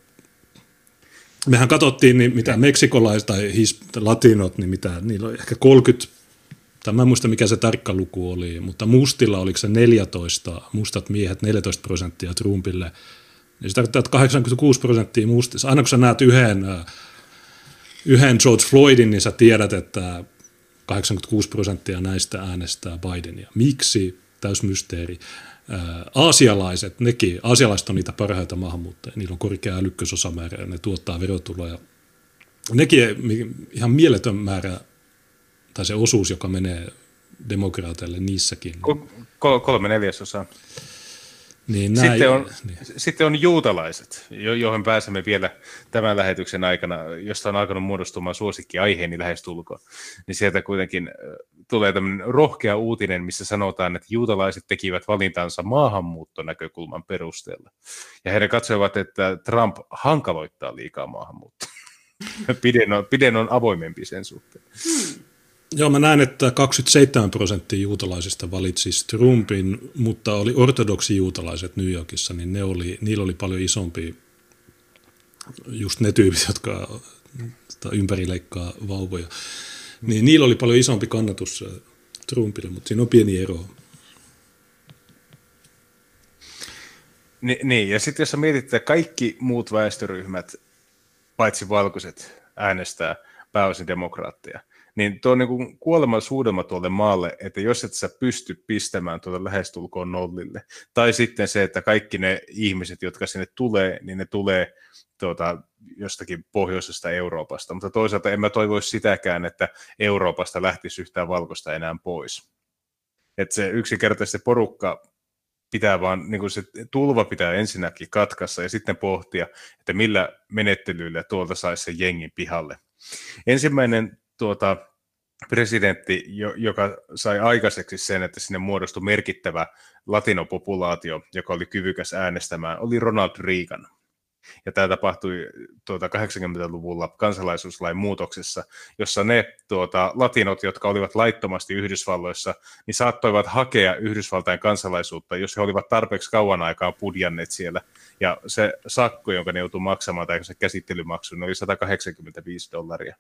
Mehän katsottiin, niin mitä meksikolaiset tai latinot, niin mitä, niillä oli ehkä kolmekymmentä, tai mä en muista mikä se tarkka luku oli, mutta mustilla oliko se neljätoista, mustat miehet neljätoista prosenttia Trumpille. Ja se tarkoittaa, että kahdeksankymmentäkuusi prosenttia mustissa. Aina kun sä näet yhden, yhden George Floydin, niin sä tiedät, että kahdeksankymmentäkuusi prosenttia näistä äänestää Bidenia. Miksi? Täys mysteeri. Aasialaiset, nekin, aasialaiset on niitä parhaita maahanmuuttajia. Niillä on korkea älykkösosamäärä ja ne tuottaa verotuloja. Nekin ihan mieletön määrä, tai se osuus, joka menee demokraateille niissäkin. Kol- kolme neljäsosaa. Niin näin, sitten, on, niin. sitten on juutalaiset, johon pääsemme vielä tämän lähetyksen aikana, josta on alkanut muodostumaan suosikkiaiheeni lähestulkoon. Niin sieltä kuitenkin tulee tämmöinen rohkea uutinen, missä sanotaan, että juutalaiset tekivät valintansa maahanmuuttonäkökulman perusteella. Ja he katsoivat, että Trump hankaloittaa liikaa maahanmuuttoa. Piden on, piden on avoimempi sen suhteen. Hmm. Joo, mä näen, että kaksikymmentäseitsemän prosenttia juutalaisista valitsi Trumpin, mutta oli ortodoksi juutalaiset New Yorkissa, niin ne oli, niillä oli paljon isompi, just ne tyypit, jotka ympärileikkaa vauvoja. Niin niillä oli paljon isompi kannatus Trumpille, mutta siinä on pieni ero. Ni, niin, ja sitten jos sä mietit, että kaikki muut väestöryhmät, paitsi valkoiset, äänestää pääosin demokraatteja, niin tuo on niin kuin kuoleman suudelma tuolle maalle, että jos et sä pysty pistämään tuota lähestulkoon nollille, tai sitten se, että kaikki ne ihmiset, jotka sinne tulee, niin ne tulee tuota, jostakin pohjoisesta Euroopasta, mutta toisaalta en mä toivoisi sitäkään, että Euroopasta lähtisi yhtään valkoista enää pois. Että se yksinkertaisesti porukka pitää vaan, niin kuin se tulva pitää ensinnäkin katkassa ja sitten pohtia, että millä menettelyillä tuolta saisi sen jengin pihalle. Ensimmäinen tuota, presidentti, joka sai aikaiseksi sen, että sinne muodostui merkittävä latinopopulaatio, joka oli kyvykäs äänestämään, oli Ronald Reagan. Ja tämä tapahtui tuota, kahdeksankymmentäluvulla kansalaisuuslain muutoksessa, jossa ne tuota, latinot, jotka olivat laittomasti Yhdysvalloissa, niin saattoivat hakea Yhdysvaltain kansalaisuutta, jos he olivat tarpeeksi kauan aikaa pudjanneet siellä. Ja se sakko, jonka ne joutui maksamaan, tai se käsittelymaksu, oli sata kahdeksankymmentäviisi dollaria.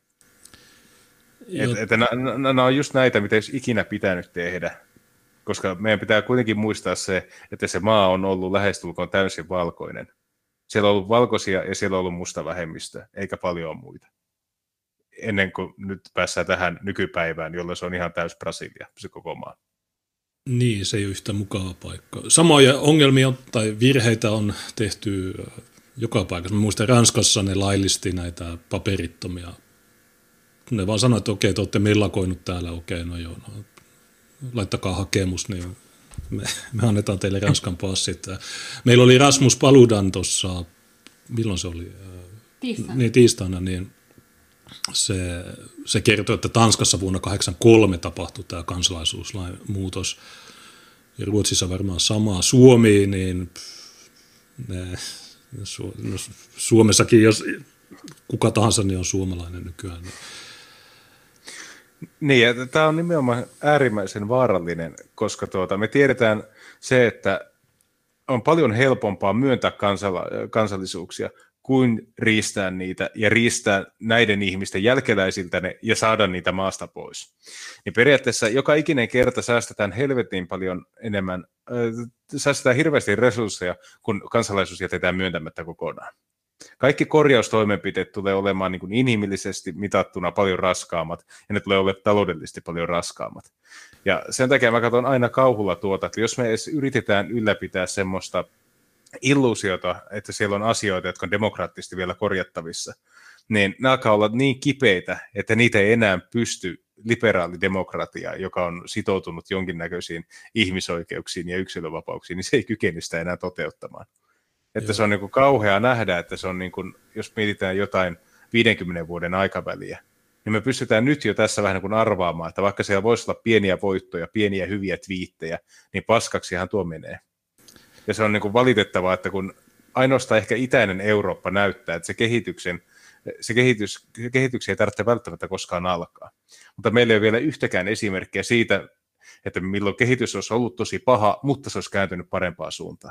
Että et, nämä on just näitä, mitä olisi ikinä pitänyt tehdä. Koska meidän pitää kuitenkin muistaa se, että se maa on ollut lähestulkoon täysin valkoinen. Siellä on ollut valkoisia ja siellä on ollut musta vähemmistö, eikä paljon muita. Ennen kuin nyt päästään tähän nykypäivään, jolloin se on ihan täys Brasilia, se koko maa. Niin, se ei ole yhtä mukava paikka. Samoja ongelmia tai virheitä on tehty joka paikassa. Mä muistan, Ranskassa ne laillisti näitä paperittomia. Ne vaan sanoivat, että okei, te olette mellakoinut täällä, okei, no joo, no, laittakaa hakemus, niin me, me annetaan teille Ranskan passit. Meillä oli Rasmus Paludan tuossa, milloin se oli? Tiistaina. Niin, tiistaina, niin se, se kertoi, että Tanskassa vuonna kahdeksankymmentäkolme tapahtui tämä kansalaisuuslain muutos. Ja Ruotsissa varmaan sama. Suomi, niin ne, Su, no, Suomessakin, jos kuka tahansa, niin on suomalainen nykyään. Niin. Niin, ja tämä on nimenomaan äärimmäisen vaarallinen, koska tuota, me tiedetään se, että on paljon helpompaa myöntää kansala- kansallisuuksia kuin riistää niitä ja riistää näiden ihmisten jälkeläisiltä ne ja saada niitä maasta pois. Niin periaatteessa joka ikinen kerta säästetään helvetin paljon enemmän, äh, säästetään hirveästi resursseja, kun kansalaisuus jätetään myöntämättä kokonaan. Kaikki korjaustoimenpiteet tulee olemaan niin kuin inhimillisesti mitattuna paljon raskaammat, ja ne tulee olemaan taloudellisesti paljon raskaammat. Ja sen takia mä katson aina kauhulla tuota, että jos me edes yritetään ylläpitää semmoista illuusiota, että siellä on asioita, jotka on demokraattisesti vielä korjattavissa, niin ne alkaa olla niin kipeitä, että niitä ei enää pysty liberaalidemokratia, joka on sitoutunut jonkinnäköisiin ihmisoikeuksiin ja yksilövapauksiin, niin se ei kykene sitä enää toteuttamaan. Että Joo. Se on niin kuin kauhea nähdä, että se on niin kuin, jos mietitään jotain viidenkymmenen vuoden aikaväliä, niin me pystytään nyt jo tässä vähän niin kuin arvaamaan, että vaikka siellä voisi olla pieniä voittoja, pieniä hyviä twiittejä, niin paskaksihan tuo menee. Ja se on niin kuin valitettavaa, että kun ainoastaan ehkä itäinen Eurooppa näyttää, että se, kehityksen, se kehitys, kehityksen ei tarvitse välttämättä koskaan alkaa. Mutta meillä ei ole vielä yhtäkään esimerkkiä siitä, että milloin kehitys olisi ollut tosi paha, mutta se olisi kääntynyt parempaan suuntaan.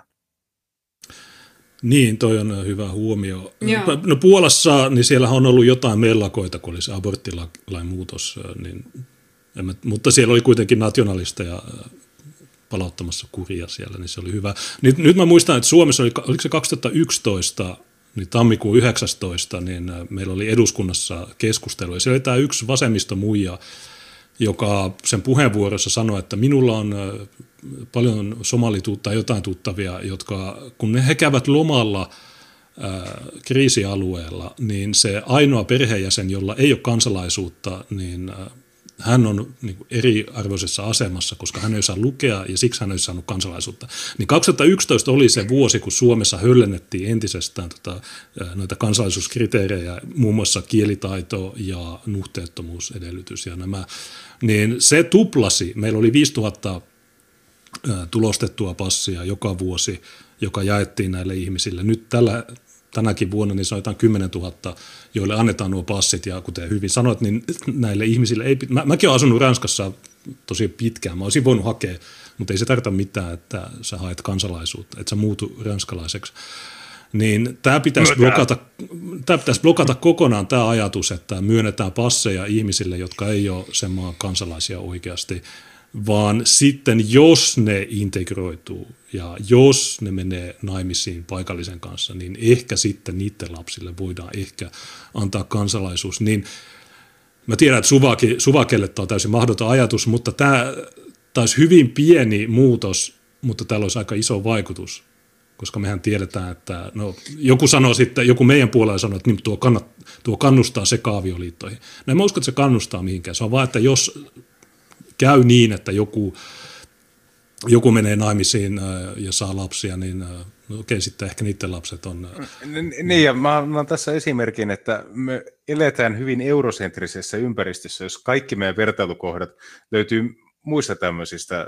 Niin, toi on hyvä huomio. Joo. No Puolassa, niin siellä on ollut jotain mellakoita, kun oli se aborttilain muutos, niin, mä, mutta siellä oli kuitenkin nationalisteja palauttamassa kuria siellä, niin se oli hyvä. Nyt, nyt mä muistan, että Suomessa oli, oliko se kaksituhattayksitoista, niin tammikuun yhdeksästoista, niin meillä oli eduskunnassa keskustelu, ja siellä oli tämä yksi vasemmistomuija, joka sen puheenvuorossa sanoi, että minulla on paljon somalituutta ja jotain tuttavia, jotka kun ne he käyvät lomalla ää, kriisialueella, niin se ainoa perheenjäsen, jolla ei ole kansalaisuutta, niin ää, hän on niin kuin eriarvoisessa asemassa, koska hän ei saa lukea ja siksi hän ei saanut kansalaisuutta. Niin kaksituhattayksitoista oli se vuosi, kun Suomessa höllennettiin entisestään tota, noita kansalaisuuskriteerejä, muun muassa kielitaito ja nuhteettomuusedellytys ja nämä. Niin se tuplasi. Meillä oli viisituhatta tulostettua passia joka vuosi, joka jaettiin näille ihmisille. Nyt tällä tänäkin vuonna niin se on jotain kymmenen tuhatta, joille annetaan nuo passit, ja kuten hyvin sanoit, niin näille ihmisille ei... Mä, mäkin olen asunut Ranskassa tosi pitkään, mä olisin voinut hakea, mutta ei se tarkoita mitään, että sä haet kansalaisuutta, että sä muutu ranskalaiseksi. Niin tämä pitäisi, blokata, tämä pitäisi blokata kokonaan tämä ajatus, että myönnetään passeja ihmisille, jotka ei ole sen maan kansalaisia oikeasti, vaan sitten jos ne integroituu ja jos ne menee naimisiin paikallisen kanssa, niin ehkä sitten niiden lapsille voidaan ehkä antaa kansalaisuus. Niin mä tiedän, että Suvake, Suvakelle tämä on täysin mahdoton ajatus, mutta tämä taisi hyvin pieni muutos, mutta tällä olisi aika iso vaikutus. Koska mehän tiedetään, että no, joku sanoo sitten, joku meidän puolella sanoo, että niin, tuo, kannat, tuo kannustaa sekaavioliittoihin. No en mä usko, että se kannustaa mihinkään. Se on vaan, että jos käy niin, että joku, joku menee naimisiin ja saa lapsia, niin no, okei, sitten ehkä niiden lapset on... Niin, ja mä, mä oon tässä esimerkin, että me eletään hyvin eurosentrisessä ympäristössä, jos kaikki meidän vertailukohdat löytyy muista tämmöisistä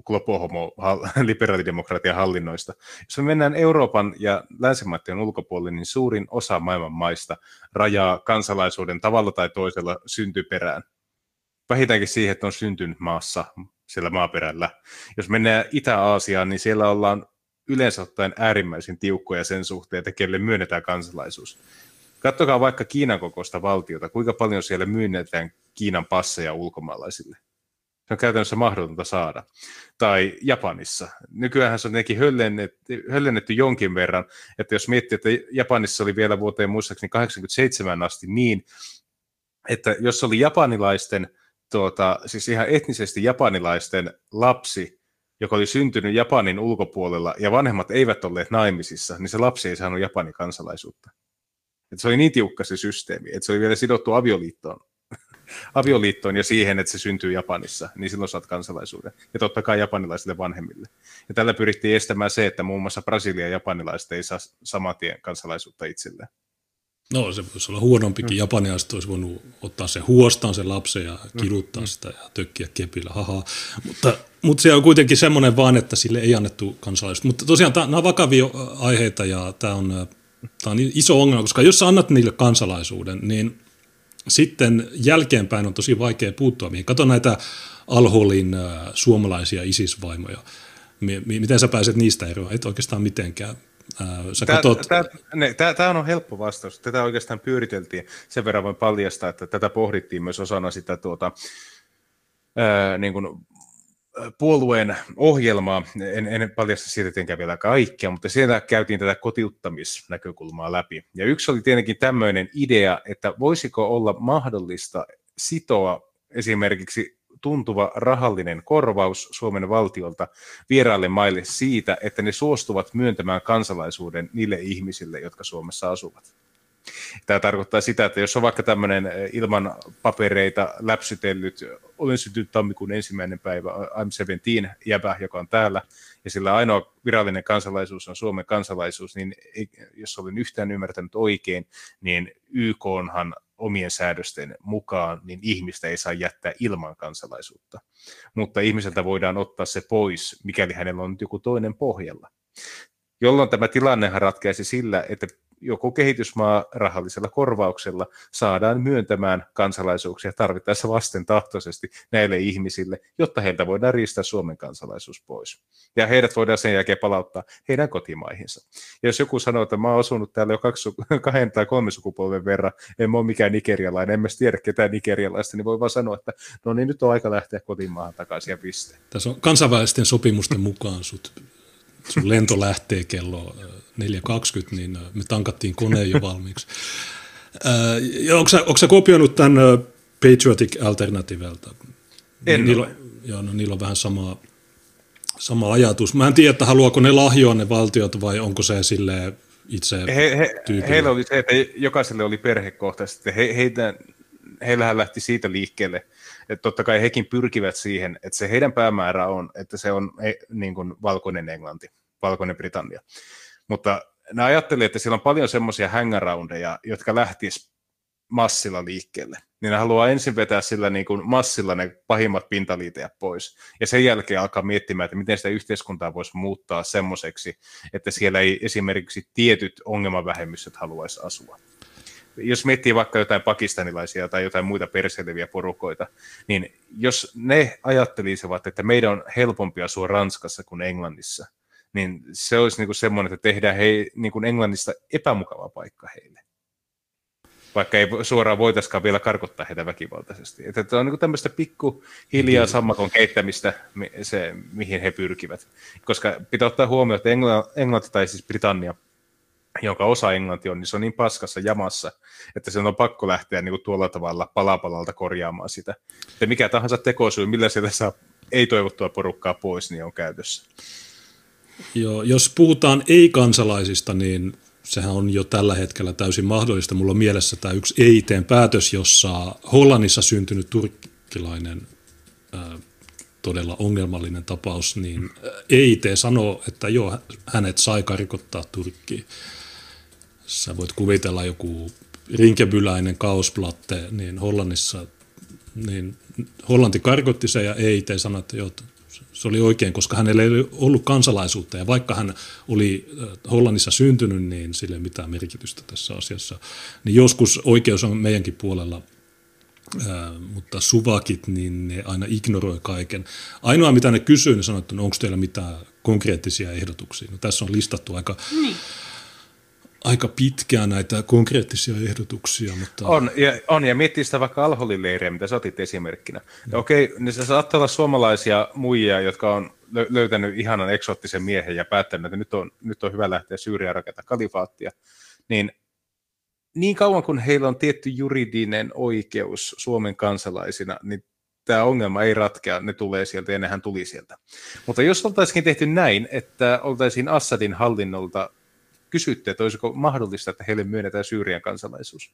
globo-homo-liberaalidemokratian hallinnoista. Jos me mennään Euroopan ja länsimaiden ulkopuolelle, niin suurin osa maailman maista rajaa kansalaisuuden tavalla tai toisella syntyperään. Vähintäänkin siihen, että on syntynyt maassa, siellä maaperällä. Jos mennään Itä-Aasiaan, niin siellä ollaan yleensä ottaen äärimmäisen tiukkoja sen suhteen, että kelle myönnetään kansalaisuus. Katsokaa vaikka Kiinan kokoista valtiota, kuinka paljon siellä myönnetään Kiinan passeja ulkomaalaisille. Se on käytännössä mahdotonta saada. Tai Japanissa. Nykyäänhän se on nekin höllennetty, höllennetty jonkin verran, että jos miettii, että Japanissa oli vielä vuoteen muistaakseni kahdeksankymmentäseitsemän asti niin, että jos oli japanilaisten, tuota, siis ihan etnisesti japanilaisten lapsi, joka oli syntynyt Japanin ulkopuolella ja vanhemmat eivät olleet naimisissa, niin se lapsi ei saanut Japanin kansalaisuutta. Että se oli niin tiukka se systeemi, että se oli vielä sidottu avioliittoon. avioliittoon ja siihen, että se syntyy Japanissa, niin silloin saat kansalaisuuden. Ja totta kai japanilaisille vanhemmille. Ja tällä pyrittiin estämään se, että muun muassa Brasilia ja japanilaiset ei saa saman tien kansalaisuutta itselleen. No se voisi olla huonompikin. Japanilaiset olisi voinut ottaa sen huostaan sen lapsen ja kiduttaa mm. sitä ja tökkiä kepillä. Haha. Mutta, mutta se on kuitenkin semmoinen vaan, että sille ei annettu kansalaisuutta. Mutta tosiaan nämä on vakavia aiheita ja tämä on, tämä on iso ongelma, koska jos sä annat niille kansalaisuuden, niin sitten jälkeenpäin on tosi vaikea puuttua mihin. Kato näitä Al-Holin äh, suomalaisia ISIS-vaimoja. M- miten sä pääset niistä eroon? Et oikeastaan mitenkään. Äh, sä Tää, katot... tää, ne, tää, tää on helppo vastaus. Tätä oikeastaan pyöriteltiin. Sen verran voin paljastaa, että tätä pohdittiin myös osana sitä tuota, ää, niin kuin puolueen ohjelmaa. En, en paljasta siitä tietenkään vielä kaikkea, mutta siellä käytiin tätä kotiuttamisnäkökulmaa läpi. Ja yksi oli tietenkin tämmöinen idea, että voisiko olla mahdollista sitoa esimerkiksi tuntuva rahallinen korvaus Suomen valtiolta vieraille maille siitä, että ne suostuvat myöntämään kansalaisuuden niille ihmisille, jotka Suomessa asuvat. Tämä tarkoittaa sitä, että jos on vaikka tämmöinen ilman papereita läpsytellyt, olen syntynyt tammikuun ensimmäinen päivä, I'm seventeen jäbä, joka on täällä, ja sillä ainoa virallinen kansalaisuus on Suomen kansalaisuus, niin jos olen yhtään ymmärtänyt oikein, niin Y K:nhan omien säädösten mukaan, niin ihmistä ei saa jättää ilman kansalaisuutta. Mutta ihmiseltä voidaan ottaa se pois, mikäli hänellä on joku toinen pohjalla. Jolloin tämä tilannehan ratkaisi sillä, että joku kehitysmaa rahallisella korvauksella saadaan myöntämään kansalaisuuksia tarvittaessa vastentahtoisesti näille ihmisille, jotta heiltä voidaan riistää Suomen kansalaisuus pois. Ja heidät voidaan sen jälkeen palauttaa heidän kotimaihinsa. Ja jos joku sanoo, että mä oon asunut täällä jo kaksi, kahden tai kolmen sukupolven verran, en mä ole mikään nigerialainen, en mä tiedä ketään nigerialaista, niin voi vaan sanoa, että no niin, nyt on aika lähteä kotimaahan takaisin ja piste. Tässä on kansainvälisten sopimusten mukaan sut. Sun lento lähtee kello neljä kaksikymmentä, niin me tankattiin koneen jo valmiiksi. Äh, onko, sä, onko sä kopioinut tämän Patriotic Alternativelta? En niillä, joo, no, niillä on vähän sama, sama ajatus. Mä en tiedä, että haluaako ne lahjoa ne valtiot vai onko se silleen itse he, he, Heillä oli se, että jokaiselle oli perhekohtaisesti. He, heitä, heillähän lähti siitä liikkeelle, että totta kai hekin pyrkivät siihen, että se heidän päämäärä on, että se on niin kuin valkoinen Englanti, valkoinen Britannia. Mutta ne ajattelee, että siellä on paljon semmoisia hangaroundeja, jotka lähtis massilla liikkeelle. Niin ne haluaa ensin vetää sillä niin kuin massilla ne pahimmat pintaliitejät pois. Ja sen jälkeen alkaa miettimään, että miten sitä yhteiskuntaa voisi muuttaa semmoiseksi, että siellä ei esimerkiksi tietyt ongelmavähemmistöt haluaisi asua. Jos miettii vaikka jotain pakistanilaisia tai jotain muita perseileviä porukoita, niin jos ne ajattelisivat, että meidän on helpompi asua Ranskassa kuin Englannissa, niin se olisi niin kuin semmoinen, että tehdään he, niin kuin Englannista epämukava paikka heille. Vaikka ei suoraan voitaisikaan vielä karkottaa heitä väkivaltaisesti. Että tämä on niin kuin tämmöistä pikku hiljaa sammakon keittämistä, se, mihin he pyrkivät. Koska pitää ottaa huomioon, että Englanti tai siis Britannia, jonka osa Englanti on, niin se on niin paskassa jamassa, että sen on pakko lähteä niin kuin tuolla tavalla palapalalta korjaamaan sitä. Että mikä tahansa tekosyy, millä sieltä saa ei-toivottua porukkaa pois, niin on käytössä. Joo, jos puhutaan ei-kansalaisista, niin sehän on jo tällä hetkellä täysin mahdollista. Mulla on mielessä tämä yksi E I T:n päätös, jossa Hollannissa syntynyt turkkilainen ää, todella ongelmallinen tapaus, niin E I T sanoo, että joo, hänet sai karkottaa Turkkiin. Sä voit kuvitella joku rinkebyläinen kaosplatte, niin Hollannissa, niin Hollanti karkotti sen ja E I T sanoi, että joo, se oli oikein, koska hänellä ei ollut kansalaisuutta ja vaikka hän oli Hollannissa syntynyt, niin sillä ei ole mitään merkitystä tässä asiassa. Niin joskus oikeus on meidänkin puolella, ää, mutta suvakit, niin ne aina ignoroi kaiken. Ainoa mitä ne kysyy, ne sanoo, että no, onko teillä mitään konkreettisia ehdotuksia. No, tässä on listattu aika... Niin. Aika pitkään näitä konkreettisia ehdotuksia. Mutta... On, ja, on, ja miettii sitä vaikka Al-Holin-leiriä, mitä sä otit esimerkkinä. Ja okei, niin se saattaa olla suomalaisia muijia, jotka on löytänyt ihanan eksoottisen miehen ja päättänyt, että nyt on, nyt on hyvä lähteä Syyriaan rakentaa kalifaattia. Niin, niin kauan kun heillä on tietty juridinen oikeus Suomen kansalaisina, niin tämä ongelma ei ratkea, ne tulee sieltä ja nehän tuli sieltä. Mutta jos oltaisiin tehty näin, että oltaisiin Assadin hallinnolta kysytte, että olisiko mahdollista, että heille myönnetään Syyrian kansalaisuus.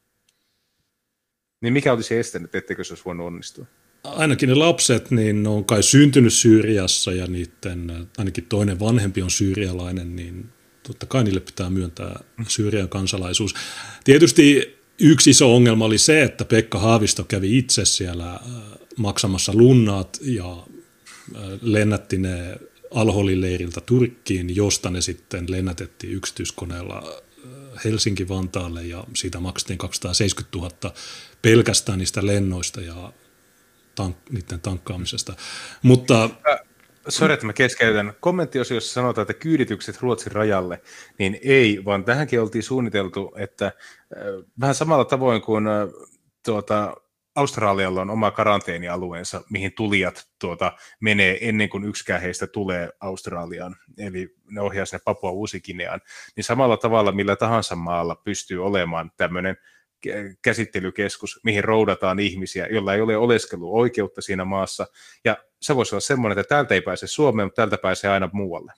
Niin mikä olisi estänyt, etteikö se olisi voinut onnistua? Ainakin ne lapset, niin ne on kai syntynyt Syyriassa ja niiden, ainakin toinen vanhempi on syyrialainen, niin totta kai niille pitää myöntää Syyrian kansalaisuus. Tietysti yksi iso ongelma oli se, että Pekka Haavisto kävi itse siellä maksamassa lunnaat ja lennätti ne Al-Holin leiriltä Turkkiin, josta ne sitten lennätettiin yksityiskoneella Helsinki-Vantaalle ja siitä maksettiin kaksisataaseitsemänkymmentätuhatta pelkästään niistä lennoista ja tank- niiden tankkaamisesta. Mutta... Äh, Sori, että mä keskeytän. Kommenttiosiossa sanotaan, että kyyditykset Ruotsin rajalle, niin ei, vaan tähänkin oltiin suunniteltu, että äh, vähän samalla tavoin kuin äh, tuota, Australialla on oma karanteenialueensa, mihin tulijat tuota, menee ennen kuin yksikään heistä tulee Australiaan, eli ne ohjaa sinne Papua Uusi-Gineaan, niin samalla tavalla millä tahansa maalla pystyy olemaan tämmöinen käsittelykeskus, mihin roudataan ihmisiä, joilla ei ole oleskeluoikeutta siinä maassa, ja se voisi olla semmoinen, että täältä ei pääse Suomeen, mutta täältä pääsee aina muualle.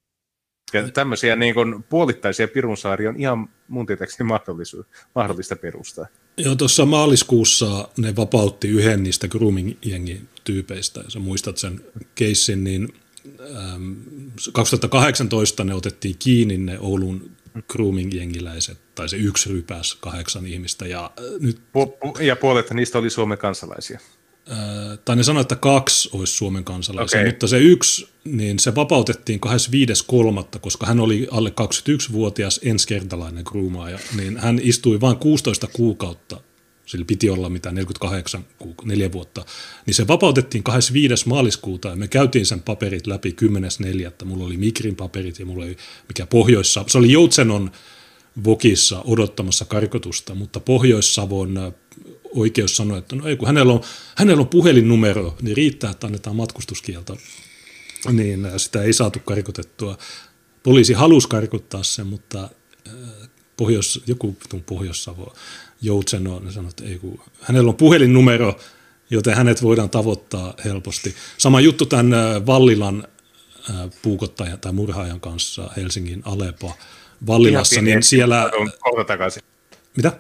Ja tämmöisiä niin kuin puolittaisia pirunsaaria on ihan mun tietääkseni mahdollista perustaa. Joo, tuossa maaliskuussa ne vapautti yhden niistä grooming-jengin tyypeistä, ja sä muistat sen keissin, niin ähm, kaksituhattakahdeksantoista ne otettiin kiinni ne Oulun grooming-jengiläiset, tai se yksi rypäs kahdeksan ihmistä. Ja, äh, nyt, pu- ja puolet niistä oli Suomen kansalaisia. Äh, tai ne sanoi, että kaksi olisi Suomen kansalaisia, okay. Mutta se yksi, niin se vapautettiin kahdeskymmenesviides kolmatta koska hän oli alle kaksikymmentäyksivuotias ensikertalainen groomaaja, niin hän istui vain kuusitoista kuukautta, sillä piti olla mitä neljäkymmentäkahdeksan, neljä vuotta, niin se vapautettiin kahdeskymmenesviides maaliskuuta ja me käytiin sen paperit läpi kymmenes neljättä Mulla oli Migrin paperit ja mulla oli mikä Pohjois-Savon, se oli Joutsenon Vokissa odottamassa karkotusta, mutta Pohjois-Savon oikeus sanoi, että no ei, kun hänellä on, hänellä on puhelinnumero, niin riittää, että annetaan matkustuskielto. Niin sitä ei saatu karkotettua. Poliisi halusi karkottaa sen, mutta Pohjois, joku Pohjois-Savo Joutseno ne sanoi, että ei, kun hänellä on puhelinnumero, joten hänet voidaan tavoittaa helposti. Sama juttu tämän Vallilan puukottajan tai murhaajan kanssa Helsingin Alepo Vallilassa, niin siellä... Kohta takaisin. Mitä?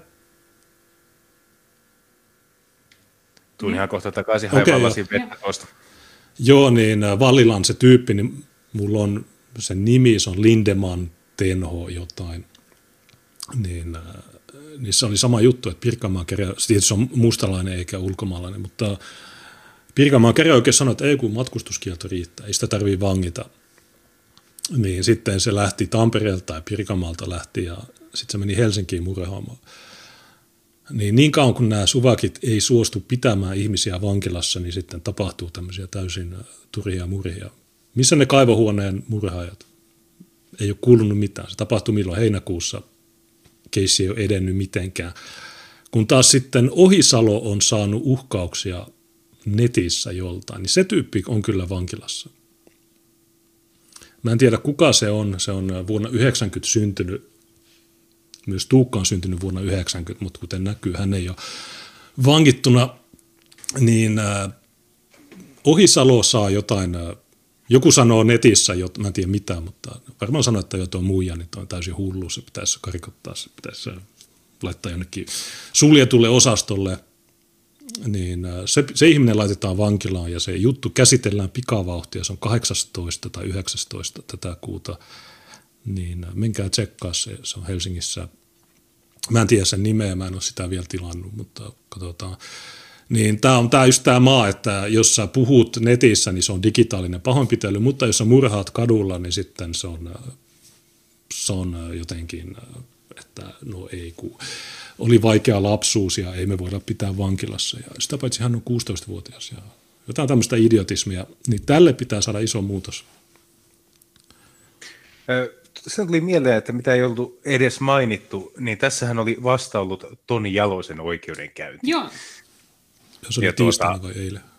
Tuun ihan kohta takaisin haivaan lasin vettä tuosta. Joo, niin Vallilan se tyyppi, niin mulla on sen nimi, se on Lindeman Tenho jotain. Niin, niin se oli sama juttu, että Pirkanmaan käräjäoikeus, tietysti se on mustalainen eikä ulkomaalainen, mutta Pirkanmaan käräjäoikeus sanoi, että ei kun matkustuskielto riittää, ei sitä tarvitse vangita. Niin sitten se lähti Tampereelta tai Pirkanmaalta lähti ja sitten se meni Helsinkiin murhaamaan. Niin, niin kauan kun nämä suvakit ei suostu pitämään ihmisiä vankilassa, niin sitten tapahtuu tämmöisiä täysin turhia murhia. Missä ne kaivohuoneen murhaajat? ei ole kuulunut mitään. Se tapahtui milloin heinäkuussa, keissi ei ole edennyt mitenkään. Kun taas sitten Ohisalo on saanut uhkauksia netissä joltain, niin se tyyppi on kyllä vankilassa. Mä en tiedä kuka se on, se on vuonna yhdeksänkymmentä syntynyt, myös Tuukka on syntynyt vuonna yhdeksänkymmentä, mutta kuten näkyy, hän ei ole vangittuna, niin äh, Ohisalo saa jotain, äh, joku sanoo netissä, jot, mä en tiedä mitä, mutta varmaan sanoo, että jotain muija, niin on täysin hullu, se pitäisi karikottaa, se pitäisi laittaa jonnekin suljetulle osastolle, niin äh, se, se ihminen laitetaan vankilaan ja se juttu käsitellään pikavauhtia, se on kahdeksastoista tai yhdeksästoista tätä kuuta, niin äh, menkää tsekkaa se, se on Helsingissä. Mä en tiedä sen nimeä, mä en ole sitä vielä tilannut, mutta katsotaan. Niin tämä on tää just tämä maa, että jos sä puhut netissä, niin se on digitaalinen pahoinpitely, mutta jos sä murhaat kadulla, niin sitten se on, se on jotenkin, että no ei, kun oli vaikea lapsuus ja ei me voida pitää vankilassa. Ja sitä paitsi hän on kuusitoistavuotias ja jotain tämmöistä idiotismia, niin tälle pitää saada iso muutos. Se tuli mieleen, että mitä ei ollut edes mainittu, niin tässähän oli vasta ollut Toni Jalosen oikeudenkäynti. Joo. Se oli tiistaina tuota, vai eilen?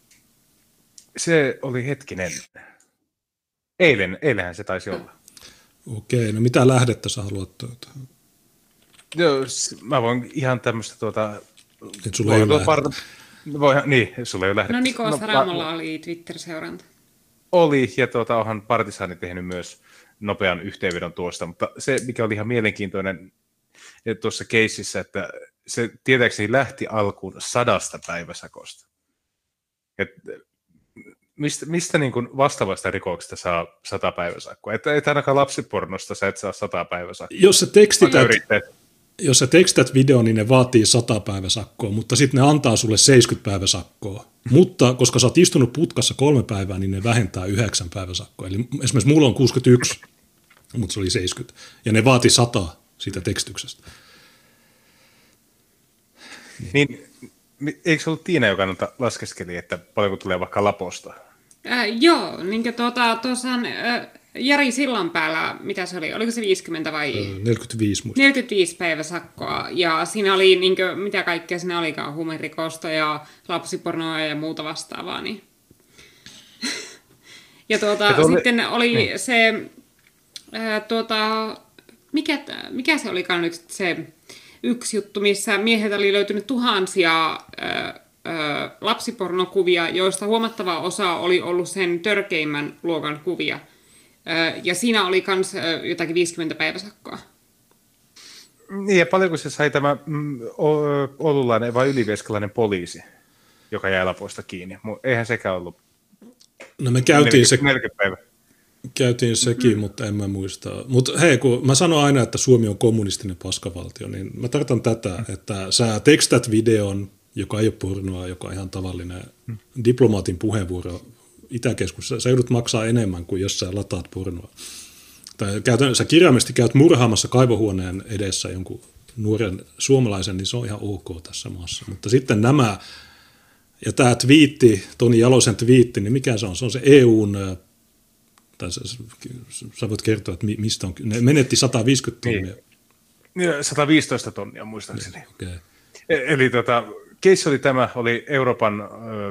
Se oli hetkinen. Eilen, eilenhän se taisi olla. Okei, no mitä lähdettä sä haluat tuota? Joo, mä voin ihan tämmöistä tuota... Et sulla ei ole part... Voihan, niin, sulla ei ole lähdettä. No Niko Saramolla no, oli Twitter-seuranta. Oli, ja tuota, onhan Partisaani tehnyt myös nopean yhteenvedon tuosta, mutta se, mikä oli ihan mielenkiintoinen tuossa keississä, että se tietääkseni lähti alkuun sadasta päiväsakosta. Et mistä mistä niin kuin vastaavasta rikoksesta saa sata päiväsakkoa? Et, et ainakaan lapsipornosta sä et saa sata päiväsakkoa. Jos sä tekstität, jos sä tekstität videon, niin ne vaatii sata päiväsakkoa, mutta sitten ne antaa sulle seitsemänkymmentä päiväsakkoa. Mutta koska sä oot istunut putkassa kolme päivää, niin ne vähentää yhdeksän päiväsakkoa. Eli esimerkiksi mulla on kuusikymmentäyksi, mutta se oli seitsemänkymmentä. Ja ne vaati sata siitä tekstityksestä. Niin, eikö se ollut Tiina, joka laskeskeli, että paljonko tulee vaikka Laposta? Äh, joo, niin tuota, tuossahan äh, Jari Sillanpäällä, mitä se oli, oliko se viisikymmentä vai? neljäkymmentäviisi muista. neljäkymmentäviisi päiväsakkoa, ja siinä oli, niin kuin, mitä kaikkea siinä olikaan, huumerikosta ja lapsipornoa ja muuta vastaavaa. Niin. ja tuota, ja tuolle... sitten oli niin. se, äh, tuota, mikä, mikä se olikaan nyt se yksi juttu, missä miehet oli löytynyt tuhansia äh, lapsipornokuvia, joista huomattava osa oli ollut sen törkeimmän luokan kuvia. Ja siinä oli myös jotakin viisikymmentä päiväsakkoa. Niin, ja paljonko se sai tämä mm, oululainen vai ylivieskalainen poliisi, joka jäi Laposta kiinni? Eihän sekään ollut. No me käytiin, se, päivä. käytiin sekin, mm-hmm. mutta en mä muista. Mutta hei, kun mä sanon aina, että Suomi on kommunistinen paskavaltio, niin mä tarkoitan tätä, mm-hmm. että sä tekstät videon, joka ei ole pornoa, joka on ihan tavallinen hmm. diplomaatin puheenvuoro Itäkeskuksessa. Sä joudut maksaa enemmän kuin jos sä lataat pornoa. Tai käytän, sä kirjaimesti käyt murhaamassa kaivohuoneen edessä jonkun nuoren suomalaisen, niin se on ihan ok tässä maassa. Mutta sitten nämä, ja tämä twiitti, Toni Jalosen twiitti, niin mikä se on? Se on se E U:n, tai sä, sä voit kertoa, että mistä on, ne menetti sata viisikymmentä tonnia. Niin. sata viisitoista tonnia muistaakseni. Okay. Eli tota, keissi oli tämä, oli Euroopan ö,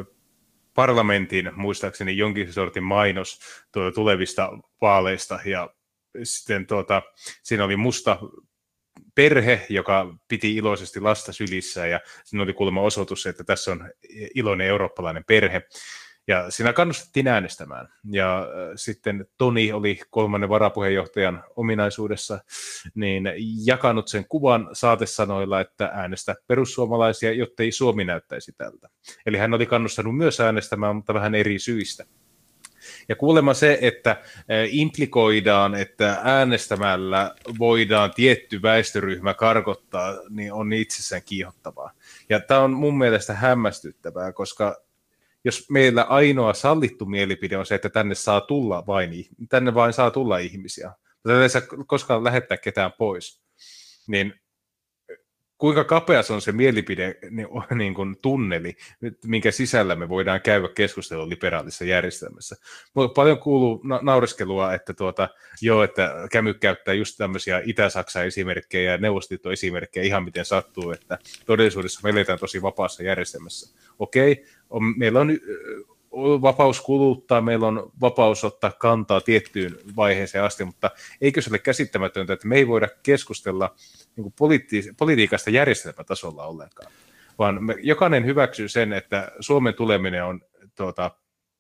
parlamentin, muistaakseni jonkin sortin mainos tuota, tulevista vaaleista, ja sitten tuota, siinä oli musta perhe, joka piti iloisesti lasta sylissä, ja siinä oli kuulemma osoitus, että tässä on iloinen eurooppalainen perhe, ja siinä kannustettiin äänestämään. Ja äh, sitten Toni oli kolmannen varapuheenjohtajan ominaisuudessa niin jakanut sen kuvan saatesanoilla, että äänestä perussuomalaisia, jottei Suomi näyttäisi tältä. Eli hän oli kannustanut myös äänestämään, mutta vähän eri syistä. Ja kuulemma se, että äh, implikoidaan, että äänestämällä voidaan tietty väestöryhmä karkottaa, niin on itsessään kiihottavaa. Ja tämä on mun mielestä hämmästyttävää, koska jos meillä ainoa sallittu mielipide on se, että tänne saa tulla vain, tänne vain saa tulla ihmisiä, mutta ei saa koskaan lähettää ketään pois, niin kuinka kapea se on se mielipide niin kuin tunneli, minkä sisällä me voidaan käydä keskustelua liberaalissa järjestelmässä. Mulla paljon kuuluu na- naureskelua, että, tuota, joo, että Kämy käyttää just tämmöisiä Itä-Saksan esimerkkejä ja Neuvostoliiton esimerkkejä ihan miten sattuu, että todellisuudessa me eletään tosi vapaassa järjestelmässä. Okei, on, meillä on vapaus kuluttaa, meillä on vapaus ottaa kantaa tiettyyn vaiheeseen asti, mutta eikö se ole käsittämätöntä, että me ei voida keskustella niin kuin politi- politiikasta järjestelmätasolla ollenkaan, vaan me, jokainen hyväksyy sen, että Suomen tuleminen on tuota,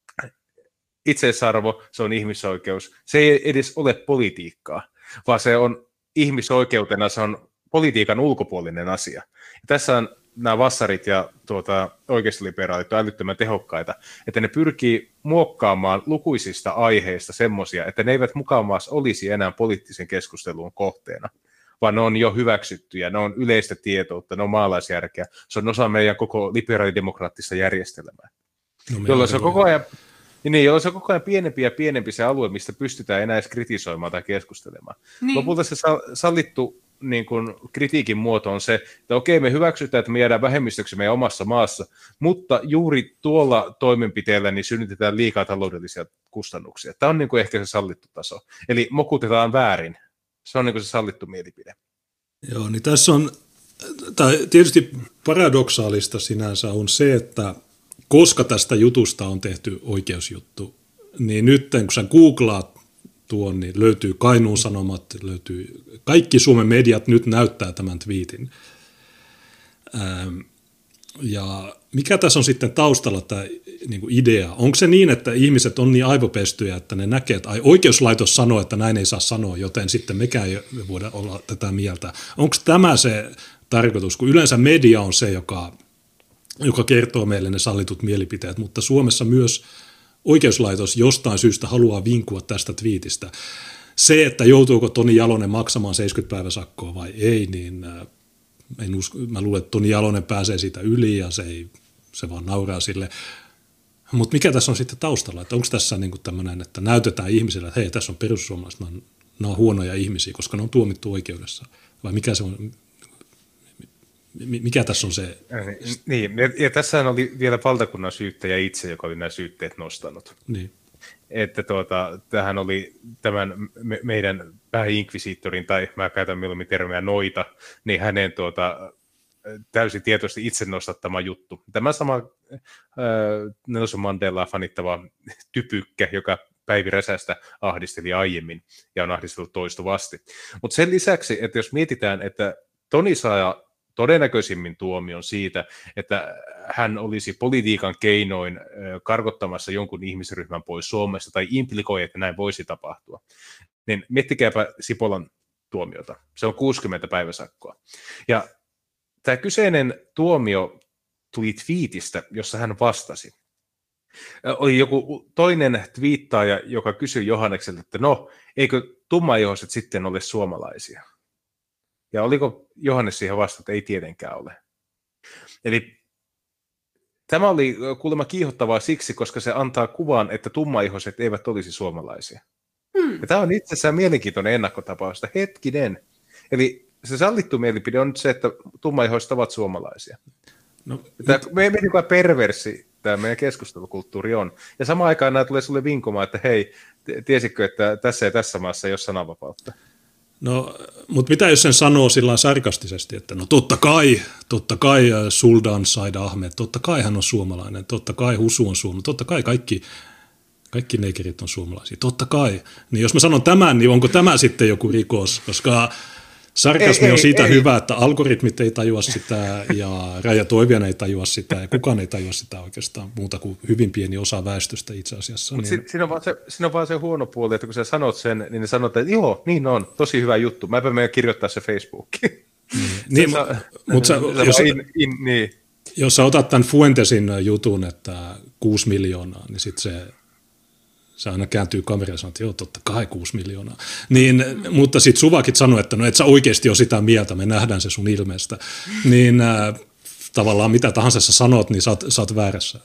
itseisarvo, se on ihmisoikeus, se ei edes ole politiikkaa, vaan se on ihmisoikeutena, se on politiikan ulkopuolinen asia. Ja tässä on nämä vassarit ja tuota, oikeistoliberaalit on älyttömän tehokkaita, että ne pyrkii muokkaamaan lukuisista aiheista semmoisia, että ne eivät mukaan olisi enää poliittisen keskustelun kohteena, vaan ne on jo hyväksyttyjä, ne on yleistä tietoutta, ne on maalaisjärkeä, se on osa meidän koko liberaalidemokraattista järjestelmää, no, jolloin se on koko ajan... Niin, jolloin se on koko ajan pienempi ja pienempi se alue, mistä pystytään enää edes kritisoimaan tai keskustelemaan. Niin. Lopulta se sallittu niin kuin kritiikin muoto on se, että okei, me hyväksytään, että me jäädään vähemmistöksi meidän omassa maassa, mutta juuri tuolla toimenpiteellä niin synnytetään liikaa taloudellisia kustannuksia. Tämä on niin kuin ehkä se sallittu taso. Eli mokutetaan väärin. Se on niin kuin se sallittu mielipide. Joo, niin tässä on, tai tietysti paradoksaalista sinänsä on se, että koska tästä jutusta on tehty oikeusjuttu, niin nyt kun sä googlaat tuon, niin löytyy Kainuun Sanomat, löytyy kaikki Suomen mediat nyt näyttää tämän twiitin. Ähm, ja mikä tässä on sitten taustalla tämä niin kuin idea? Onko se niin, että ihmiset on niin aivopestyjä, että ne näkee, että ai, oikeuslaitos sanoo, että näin ei saa sanoa, joten sitten mekään ei voida olla tätä mieltä. Onko tämä se tarkoitus, kun yleensä media on se, joka... joka kertoo meille ne sallitut mielipiteet, mutta Suomessa myös oikeuslaitos jostain syystä haluaa vinkua tästä twiitistä. Se, että joutuuko Toni Jalonen maksamaan seitsemänkymmentä päiväsakkoa vai ei, niin en usko, mä luulen, että Toni Jalonen pääsee siitä yli ja se, ei, se vaan nauraa sille. Mutta mikä tässä on sitten taustalla? Että onko tässä niinku tämmöinen, että näytetään ihmisille, että hei, tässä on perussuomalaiset, nämä on, nämä on huonoja ihmisiä, koska ne on tuomittu oikeudessa? Vai mikä se on? Mikä tässä on se? Niin, ja tässähän oli vielä valtakunnan syyttäjä itse, joka oli nämä syytteet nostanut. Niin. Että tuota, tämähän oli tämän me, meidän pääinkvisiittorin, tai mä käytän mieluummin termiä noita, niin hänen tuota, täysin tietoisesti itse nostattama juttu. Tämä sama äh, Nelson Mandelaa fanittava typykkä, joka Päivi Räsästä ahdisteli aiemmin ja on ahdistellut toistuvasti. Mutta sen lisäksi, että jos mietitään, että Toni saa todennäköisimmin tuomion siitä, että hän olisi politiikan keinoin karkottamassa jonkun ihmisryhmän pois Suomesta tai implikoi, että näin voisi tapahtua, niin miettikääpä Sipolan tuomiota. Se on kuusikymmentä päiväsakkoa. Ja tämä kyseinen tuomio tuli twiitistä, jossa hän vastasi. Oli joku toinen twiittaaja, joka kysyi Johannekselta, että no, eikö tummaihoiset sitten ole suomalaisia? Ja oliko Johannes siihen vastata, että ei tietenkään ole. Eli tämä oli kuulemma kiihottavaa siksi, koska se antaa kuvan, että tummaihoiset eivät olisi suomalaisia. Hmm. Ja tämä on itse asiassa mielenkiintoinen ennakkotapaus, että hetkinen. Eli se sallittu mielipide on nyt se, että tummaihoiset ovat suomalaisia. No, tämä nyt... meidän perversi tämä meidän keskustelukulttuuri on. Ja samaan aikaan nämä tulee sulle vinkomaan, että hei, tiesitkö, että tässä ja tässä maassa ei ole sananvapautta? No, mutta mitä jos sen sanoo sillä sarkastisesti, että no totta kai, totta kai Suldan Said Ahmed, totta kai hän on suomalainen, totta kai Husu on suomalainen, totta kai kaikki, kaikki negerit on suomalaisia, totta kai. Niin jos mä sanon tämän, niin onko tämä sitten joku rikos, koska sarkasmi ei, on siitä ei, hyvä, ei. Että algoritmit ei tajua sitä ja Raija Toiviainen ei tajua sitä ja kukaan ei tajua sitä oikeastaan muuta kuin hyvin pieni osa väestöstä itse asiassa. Mutta niin... siinä, on se, siinä on vaan se huono puoli, että kun sä sanot sen, niin ne sanot, että joo, niin on, tosi hyvä juttu. Mäpä menen kirjoittaa se Facebookiin. Niin, niin, sa, mutta sä, jos, in, in, niin. jos sä otat tämän Fuentesin jutun, että kuusi miljoonaa, niin sitten se... Se aina kääntyy kameraan ja sanoo, että joo, totta kai kuusi miljoonaa. Niin, mutta sitten Suvakit sanoi, että no et sä oikeasti ole sitä mieltä, me nähdään se sun ilmeestä. Niin äh, tavallaan mitä tahansa sä sanot, niin sä oot, sä oot väärässä.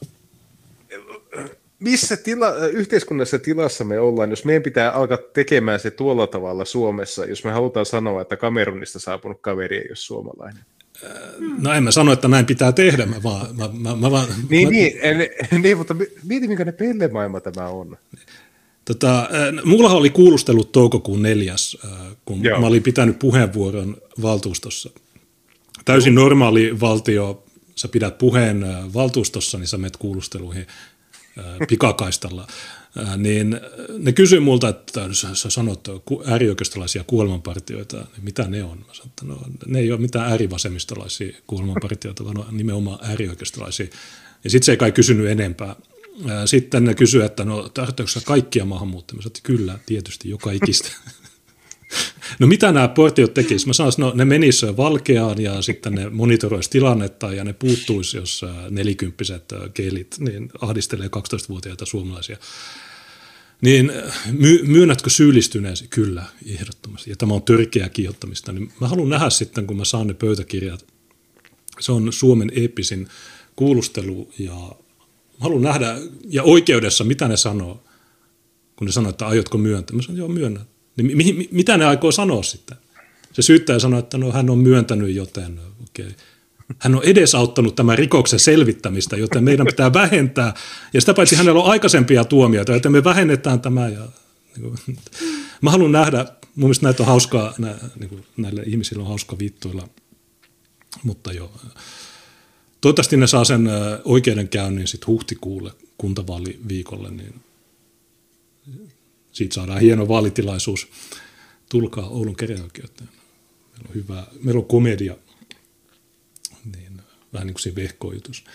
Missä tila, yhteiskunnassa tilassa me ollaan, jos meidän pitää alkaa tekemään se tuolla tavalla Suomessa, jos me halutaan sanoa, että Kamerunista saapunut kaveri ei ole suomalainen? No en mä sano, että näin pitää tehdä, mä vaan... Mä, mä, mä vaan niin, mä... niin, en, niin, mutta mieti, minkälainen pellemaailma tämä on. Tota, mullahan oli kuulustelut toukokuun neljäs, kun Joo. mä olin pitänyt puheenvuoron valtuustossa. Täysin normaali valtio, sä pidät puheen valtuustossa, niin sä menet kuulusteluihin pikakaistalla. Niin ne kysyi multa, että sä sanot äärioikeistolaisia kuolemanpartioita, niin mitä ne on? Mä sanoin, että no, ne ei ole mitään äärivasemmistolaisia kuolemanpartioita, vaan nimenomaan äärioikeistolaisia. Ja sitten se ei kai kysynyt enempää. Sitten ne kysyi, että no tarvitseeko sä kaikkia maahanmuuttajia? Mä sanoin, että kyllä, tietysti, joka ikistä. No mitä nämä portiot tekisivät? Mä sanoin, että no, ne menisivät Valkeaan ja sitten ne monitoroisivat tilannetta ja ne puuttuisi, jos nelikymppiset keilit niin ahdistelee kaksitoistavuotiaita suomalaisia. Niin my, myönnätkö syyllistyneesi? Kyllä, ehdottomasti. Ja tämä on törkeää kiihottamista. Niin mä haluan nähdä sitten, kun mä saan ne pöytäkirjat. Se on Suomen eeppisin kuulustelu ja mä haluan nähdä, ja oikeudessa, mitä ne sanoo, kun ne sanoo, että aiotko myöntää. Mä sanon, joo, myönnän. Niin mi, mi, mitä ne aikoo sanoa sitten? Se syyttäjä sanoo, että no, hän on myöntänyt, joten okei. Okay. Hän on edesauttanut tämän rikoksen selvittämistä, joten meidän pitää vähentää. Ja sitä paitsi hänellä on aikaisempia tuomioita, joten me vähennetään tämä. Ja, niin kuin, mä haluan nähdä, mun mielestä näitä on hauskaa, nä, niin kuin, näille ihmisillä on hauska vittuilla, mutta joo. Toivottavasti ne saa sen oikeudenkäynnin sitten huhtikuulle kuntavaaliviikolle, niin siitä saadaan hieno vaalitilaisuus. Tulkaa Oulun käräjäoikeuteen. Meillä on hyvä, meillä on komedia, niin vähän niin kuin siinä vehkojutus.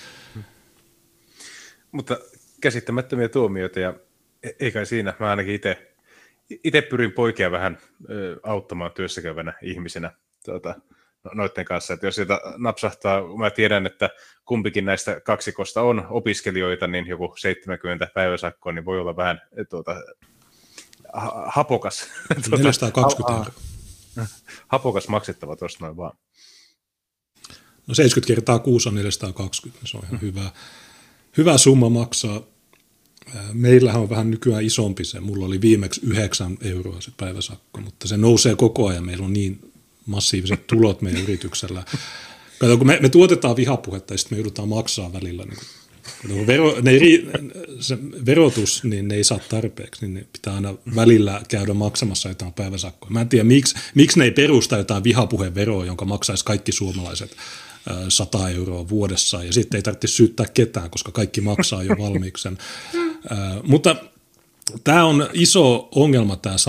Mutta käsittämättömiä tuomioita ja ei kai siinä, mä ainakin itse itse pyrin poikia vähän ö, auttamaan työssäkäyvänä ihmisenä tuota, no, noiden kanssa, että jos sieltä napsahtaa, mä tiedän, että kumpikin näistä kaksikosta on opiskelijoita, niin joku seitsemänkymmentä päiväsakkoa, niin voi olla vähän tuota, hapokas. neljäsataakaksikymmentä euroa. Hapokas maksettava tuosta noin vaan. No seitsemänkymmentä kertaa kuusi on neljäsataakaksikymmentä, se on ihan hyvä, hyvä summa maksaa. Meillähän on vähän nykyään isompi se. Mulla oli viimeksi yhdeksän euroa se päiväsakko, mutta se nousee koko ajan. Meillä on niin massiiviset tulot meidän yrityksellä. Kato, kun me, me tuotetaan vihapuhetta ja sitten me joudutaan maksaa välillä. Niin vero, ne ei, se verotus, niin ne ei saa tarpeeksi, niin ne pitää aina välillä käydä maksamassa jotain päiväsakkoa. Mä en tiedä, miksi, miksi ne ei perusta jotain vihapuheveroa, jonka maksaisi kaikki suomalaiset sata euroa vuodessa, ja sitten ei tarvitse syyttää ketään, koska kaikki maksaa jo valmiiksen. Äh, mutta tämä on iso ongelma, tämä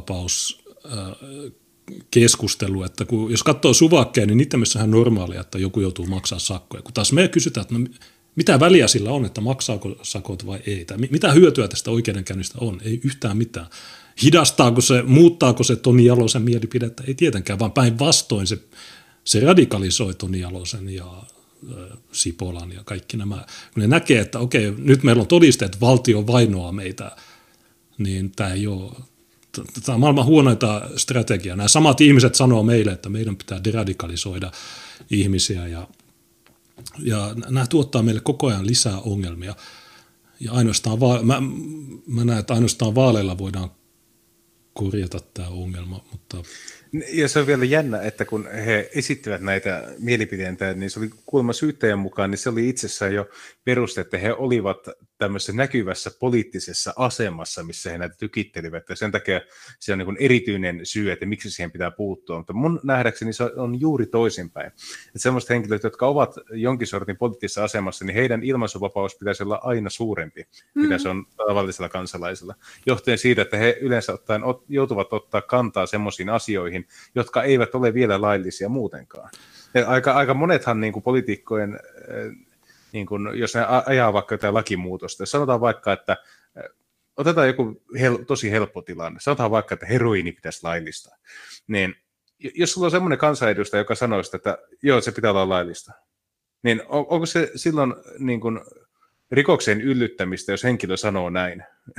sananvapauskeskustelu, äh, että kun, jos katsoo suvakkeja, niin niitä missä on normaalia, että joku joutuu maksaa sakkoja. Kun taas me kysytään, että no, mitä väliä sillä on, että maksaako sakot vai ei, tai mitä hyötyä tästä oikeudenkäynnistä on, ei yhtään mitään. Hidastaako se, muuttaako se Toni Jalosen mielipidettä, ei tietenkään, vaan päinvastoin se Se radikalisoi Toni Jalosen ja Sipolan ja kaikki nämä. Kun ne näkee, että okei, nyt meillä on todisteet, että valtio vainoaa meitä, niin tämä ei ole, tämä on maailman huonoita strategiaa. Nämä samat ihmiset sanoo meille, että meidän pitää deradikalisoida ihmisiä ja, ja nämä tuottaa meille koko ajan lisää ongelmia. Ja ainoastaan, va- mä, mä näen, että ainoastaan vaaleilla voidaan korjata tämä ongelma, mutta... Ja se on vielä jännä, että kun he esittivät näitä mielipiteitä, niin se oli kuulemma syyttäjän mukaan, niin se oli itsessään jo peruste, että he olivat tämmöisessä näkyvässä poliittisessa asemassa, missä he näitä tykittelivät. Ja sen takia se on niin kuin erityinen syy, että miksi siihen pitää puuttua. Mutta mun nähdäkseni se on juuri toisinpäin. Että sellaiset henkilöt, jotka ovat jonkin sortin poliittisessa asemassa, niin heidän ilmaisuvapaus pitäisi olla aina suurempi, mm. mitä se on tavallisella kansalaisella. Johtuen siitä, että he yleensä ottaen joutuvat ottaa kantaa semmoisiin asioihin, jotka eivät ole vielä laillisia muutenkaan. Aika, aika monethan niin kuin poliitikkojen, niin kuin, jos ne ajaa vaikka jotain lakimuutosta, sanotaan vaikka, että otetaan joku hel, tosi helppo tilanne, sanotaan vaikka, että heroiini pitäisi laillistaa, niin jos sulla on semmoinen kansanedustaja, joka sanoisi, että joo, se pitää olla laillista, niin on, onko se silloin niin kuin rikokseen yllyttämistä, jos henkilö sanoo näin?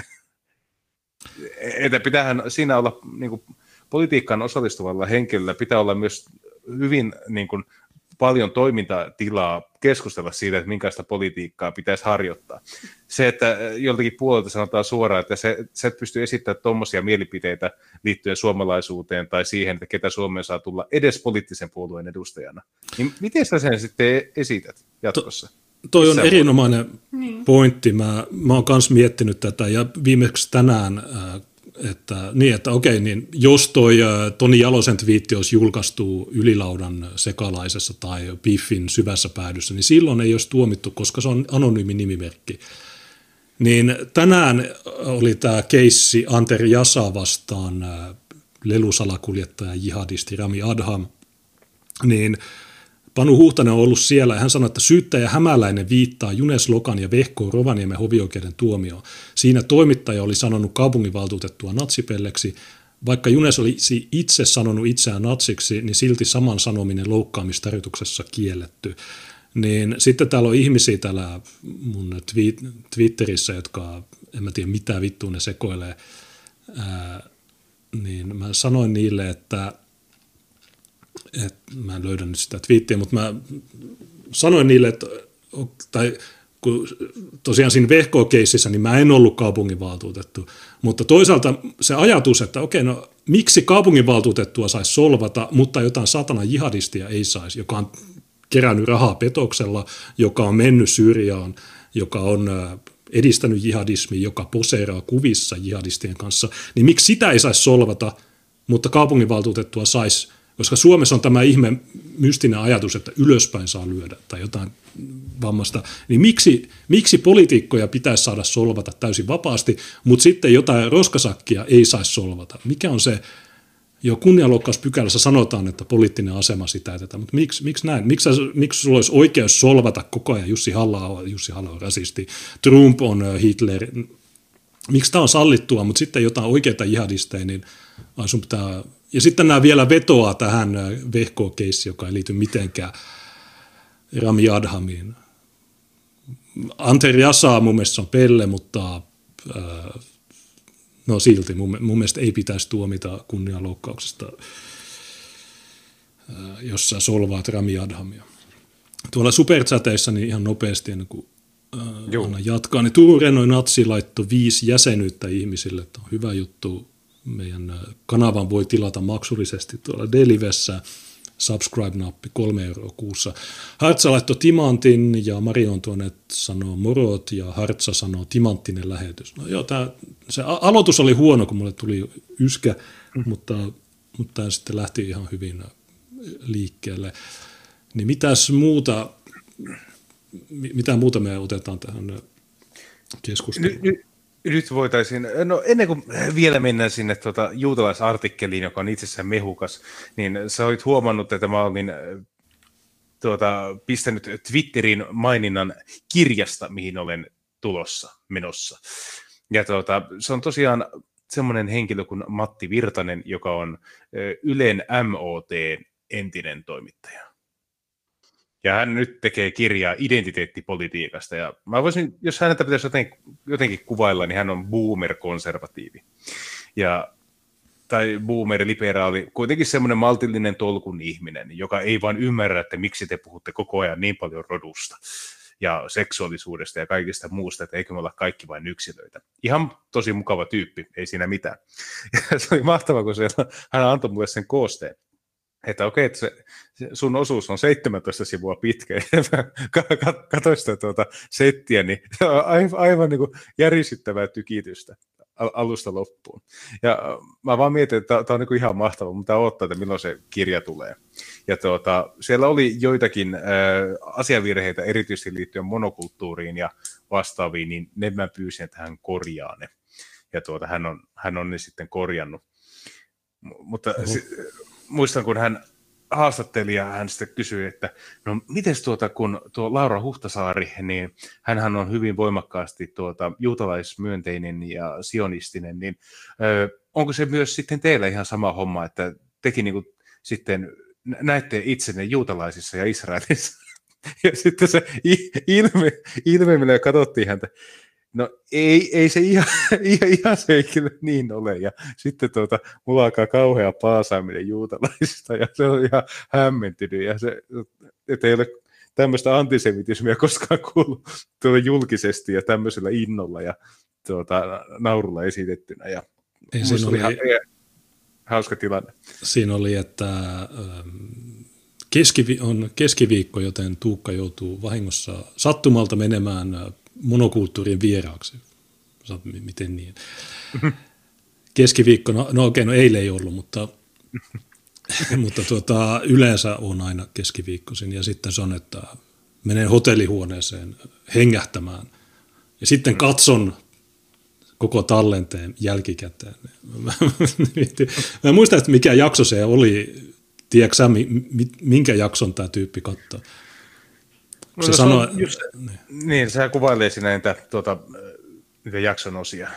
Että pitäähän siinä olla... Niin kuin, politiikkaan osallistuvalla henkilöllä pitää olla myös hyvin niin kuin, paljon toimintatilaa keskustella siitä, että minkälaista politiikkaa pitäisi harjoittaa. Se, että joltakin puolelta sanotaan suoraan, että se, sä et pysty esittämään tuommoisia mielipiteitä liittyen suomalaisuuteen tai siihen, että ketä Suomeen saa tulla edes poliittisen puolueen edustajana. Niin miten sä sen sitten esität jatkossa? To, toi on erinomainen pointti. Mä, mä oon myös miettinyt tätä ja viimeksi tänään äh, Että, niin, että okei, niin jos toi Toni Jalosen twiitti olisi julkaistu Ylilaudan sekalaisessa tai Biffin syvässä päädyssä, niin silloin ei olisi tuomittu, koska se on anonyymi nimimerkki. Niin tänään oli tämä keissi Anter Jasa vastaan lelusalakuljettaja jihadisti Rami Adham, niin Panu Huhtanen on ollut siellä ja hän sanoi, että syyttäjä Hämäläinen viittaa Junes Lokan ja Vehko Rovaniemen hovioikeuden tuomioon. Siinä toimittaja oli sanonut kaupunginvaltuutettua natsipelleksi. Vaikka Junes olisi itse sanonut itseään natsiksi, niin silti saman sanominen loukkaamistarjoituksessa kielletty. Niin sitten täällä on ihmisiä täällä mun Twitterissä, jotka en mä tiedä mitä vittua ne sekoilee. Ää, niin mä sanoin niille, että Et, mä en löydä nyt sitä twiittiä, mutta mä sanoin niille, että tai kun tosiaan siinä Vehko-keississä, niin mä en ollut kaupunginvaltuutettu, mutta toisaalta se ajatus, että okei, no miksi kaupunginvaltuutettua saisi solvata, mutta jotain satana jihadistia ei saisi, joka on kerännyt rahaa petoksella, joka on mennyt Syyriaan, joka on edistänyt jihadismia, joka poseeraa kuvissa jihadistien kanssa, niin miksi sitä ei saisi solvata, mutta kaupunginvaltuutettua saisi, koska Suomessa on tämä ihme mystinen ajatus, että ylöspäin saa lyödä tai jotain vammasta, niin miksi, miksi poliitikkoja pitäisi saada solvata täysin vapaasti, mutta sitten jotain roskasakkia ei saisi solvata? Mikä on se, jo kunnianloukkauspykälässä sanotaan, että poliittinen asema sitä etetään, mutta miksi, miksi näin? Miksi, miksi sulla olisi oikeus solvata koko ajan Jussi Halla-aho, Jussi Halla-aho on rasisti, Trump on Hitler, miksi tämä on sallittua, mutta sitten jotain oikeita jihadisteja, niin sun pitää. Ja sitten nämä vielä vetoaa tähän Vehko-keissiin, joka ei liity mitenkään Rami Adhamiin. Anter Jasa mun mielestä on pelle, mutta äh, no silti mun, mun mielestä ei pitäisi tuomita kunnianloukkauksesta, äh, jos sä solvaat Rami Adhamia. Tuolla superchateissa niin ihan nopeasti ennen kuin äh, annan jatkaa, niin Turun Rennoin Natsi laittoi viisi jäsenyyttä ihmisille, että on hyvä juttu. Meidän kanavan voi tilata maksullisesti tuolla Delivessä, subscribe-nappi, kolme euroa kuussa. Hartsa laittoi timantin ja Marion tuonne sanoo morot ja Hartsa sanoo timanttinen lähetys. No joo, tää, se aloitus oli huono, kun mulle tuli yskä, mm. mutta, mutta tämä sitten lähti ihan hyvin liikkeelle. Niin mitäs muuta, mitä muuta me otetaan tähän keskusteluun? Nyt, nyt voitaisiin, no ennen kuin vielä mennään sinne tuota juutalaisartikkeliin, joka on itsessään mehukas, niin sä olit huomannut, että mä olin tuota, pistänyt Twitterin maininnan kirjasta, mihin olen tulossa, menossa. Ja tuota, se on tosiaan semmoinen henkilö kuin Matti Virtanen, joka on Ylen M O T entinen toimittaja. Ja hän nyt tekee kirjaa identiteettipolitiikasta. Ja mä voisin, jos häntä pitäisi jotenkin, jotenkin kuvailla, niin hän on boomer-konservatiivi. Ja, tai boomer-liberaali, kuitenkin semmoinen maltillinen tolkun ihminen, joka ei vaan ymmärrä, että miksi te puhutte koko ajan niin paljon rodusta ja seksuaalisuudesta ja kaikista muusta, että eikö me olla kaikki vain yksilöitä. Ihan tosi mukava tyyppi, ei siinä mitään. Ja se oli mahtavaa, kun siellä, hän antoi mulle sen koosteen. Että okei, että se, sun osuus on seitsemäntoista sivua pitkä, ja katsoin sitä tuota settiä, niin aivan, aivan niin kuin järisyttävää tykitystä alusta loppuun. Ja mä vaan mietin, että tämä on niin kuin ihan mahtavaa, mutta odottaa, että milloin se kirja tulee. Ja tuota, siellä oli joitakin äh, asiavirheitä, erityisesti liittyen monokulttuuriin ja vastaaviin, niin ne mä pyysin, että hän korjaa ne. Ja tuota, hän, on, hän on ne sitten korjannut. M- mutta... Uh-huh. Si- Muistan, kun hän haastatteli ja hän sitten kysyi, että no mites tuota, kun tuo Laura Huhtasaari, niin hänhän on hyvin voimakkaasti tuota, juutalaismyönteinen ja sionistinen, niin ö, onko se myös sitten teillä ihan sama homma, että tekin niin kuin, sitten näette itsenne juutalaisissa ja Israelissa? Ja sitten se ilme, ilme millä katsottiin häntä, no ei, ei se ihan, ihan, ihan se ei kyllä niin ole. Ja sitten tuota, mulla alkaa kauhea paasaaminen juutalaisista ja se on ihan hämmentynyt. Ja se, että ei ole tämmöistä antisemitismiä koskaan kuullut tuota julkisesti ja tämmöisellä innolla ja tuota, naurulla esitettynä. Ja siinä oli oli, ha- hauska tilanne. Siinä oli, että keskivi- on keskiviikko, joten Tuukka joutuu vahingossa sattumalta menemään monokulttuurin vieraaksi. Miten niin? Keskiviikko, no, no okei, okay, no eilen ei ollut, mutta, mutta tuota, yleensä on aina keskiviikkoisin. Ja sitten se on, että menen hotellihuoneeseen hengähtämään ja sitten katson koko tallenteen jälkikäteen. Mä, mä en muista, että mikä jakso se oli. Tiedätkö sä, minkä jakson tämä tyyppi katsoo? No, se no, sanoo, se just, niin. niin, se kuvailee siinä niitä, tuota, niitä jakson osia.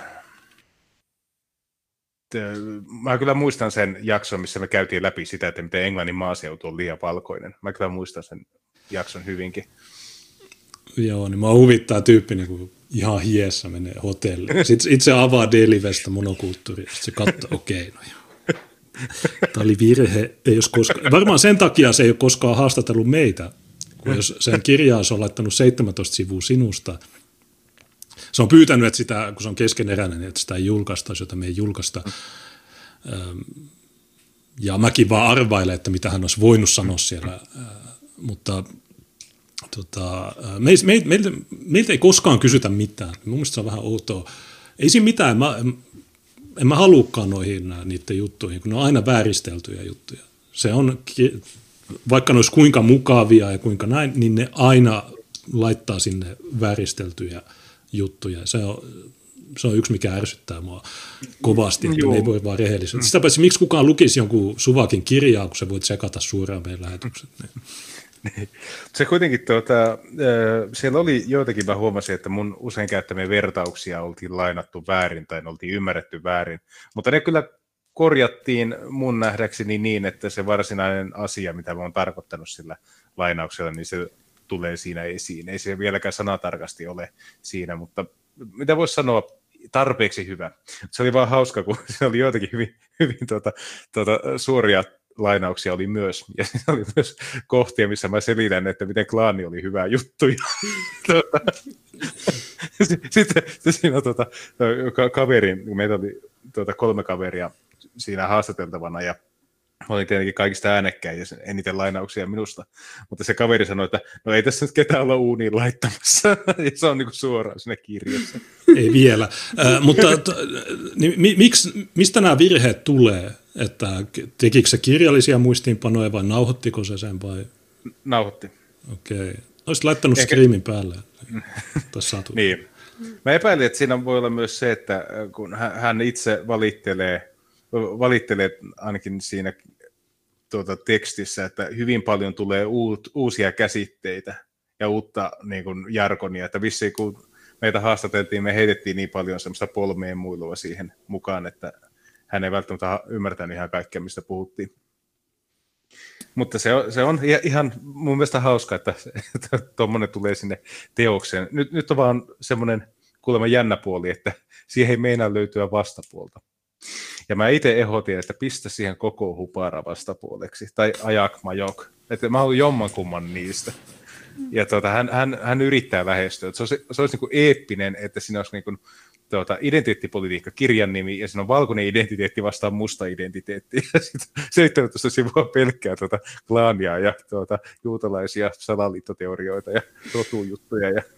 Mä kyllä muistan sen jakson, missä me käytiin läpi sitä, että miten Englannin maaseutu on liian valkoinen. Mä kyllä muistan sen jakson hyvinkin. Joo, niin mä huvittaa tyyppi niin kuin ihan hiessä menee hotelliin. Sitten itse avaa Delivestä monokulttuuria, sitten se katsoo, okei, okay, no joo. Tämä oli virhe, ei jos koskaan. Varmaan sen takia se ei ole koskaan haastatellut meitä, kun jos sen kirjaa se on laittanut seitsemäntoista sivua sinusta. Se on pyytänyt, että sitä, kun se on keskeneräinen, että sitä ei julkaistaisi, jota me ei julkaista. Ja mäkin vaan arvailen, että mitä hän olisi voinut sanoa siellä, mutta tota, meiltä, meiltä, meiltä ei koskaan kysytä mitään. Mun mielestä se on vähän outoa. Ei siinä mitään, mä, en mä haluukaan noihin niiden juttuihin, kun ne on aina vääristeltyjä juttuja. Se on, vaikka ne olisi kuinka mukavia ja kuinka näin, niin ne aina laittaa sinne vääristeltyjä juttuja. Se on, se on yksi, mikä ärsyttää mua kovasti, että me ei voi vaan rehellisesti. Sitä paitsi, miksi kukaan lukisi jonkun Suvakin kirjaa, kun sä voit sekata suoraan meidän lähetykset. Niin. Se kuitenkin, tuota, siellä oli joitakin, mä huomasin, että mun usein käyttämiä vertauksia oltiin lainattu väärin tai ne oltiin ymmärretty väärin, mutta ne kyllä korjattiin mun nähdäkseni niin, että se varsinainen asia, mitä mä oon tarkoittanut sillä lainauksella, niin se tulee siinä esiin. Ei se vieläkään sanatarkasti ole siinä, mutta mitä voisi sanoa, tarpeeksi hyvä. Se oli vaan hauska, kun se oli joitakin hyvin, hyvin tuota, tuota, suoria lainauksia oli myös, ja siinä oli myös kohtia, missä mä selitän, että miten klaani oli hyvä juttu. tuota, sitten, sitten siinä on tuota, kaveri, meitä oli tuota, kolme kaveria siinä haastateltavana, ja mä olin tietenkin kaikista äänekkäin ja eniten lainauksia minusta, mutta se kaveri sanoi, että no ei tässä nyt ketään olla uuniin laittamassa, ja se on niin kuin suoraan siinä kirjassa. Ei vielä, äh, mutta t- niin, mi- miksi, mistä nämä virheet tulee? Että tekikö se kirjallisia muistiinpanoja vai nauhoittiko se sen vai? Nauhoitti. Okei. Olisit laittanut Ehkä... Screamin päälle. Niin. Mä epäilin, että siinä voi olla myös se, että kun hän itse valittelee, valittelee ainakin siinä tuota, tekstissä, että hyvin paljon tulee uut, uusia käsitteitä ja uutta niin kuin, jargonia, että vissiin kun meitä haastateltiin, me heitettiin niin paljon semmoista polmeen muilua siihen mukaan, että hän ei välttämättä ymmärtänyt ihan kaikkea, mistä puhuttiin. Mutta se on, se on ihan mun mielestä hauska, että tuommoinen tulee sinne teokseen. Nyt, nyt on vaan semmoinen kuulemma jännä puoli, että siihen ei meinaa löytyä vastapuolta. Ja mä itse ehdotin, että pistä siihen koko Hupara vastapuoleksi, tai Ajak Majok. Että mä haluan jommankumman niistä. Ja tuota, hän, hän, hän yrittää lähestyä. Se olisi, se olisi niin kuin eeppinen, että siinä olisi niin kuin, tuota, identiteettipolitiikka kirjan nimi, ja siinä on valkoinen identiteetti vastaan musta identiteetti. Ja sitten seitsemäntoista sivua pelkkää tuota klaania ja tuota, juutalaisia salaliittoteorioita ja rotujuttuja. Ja...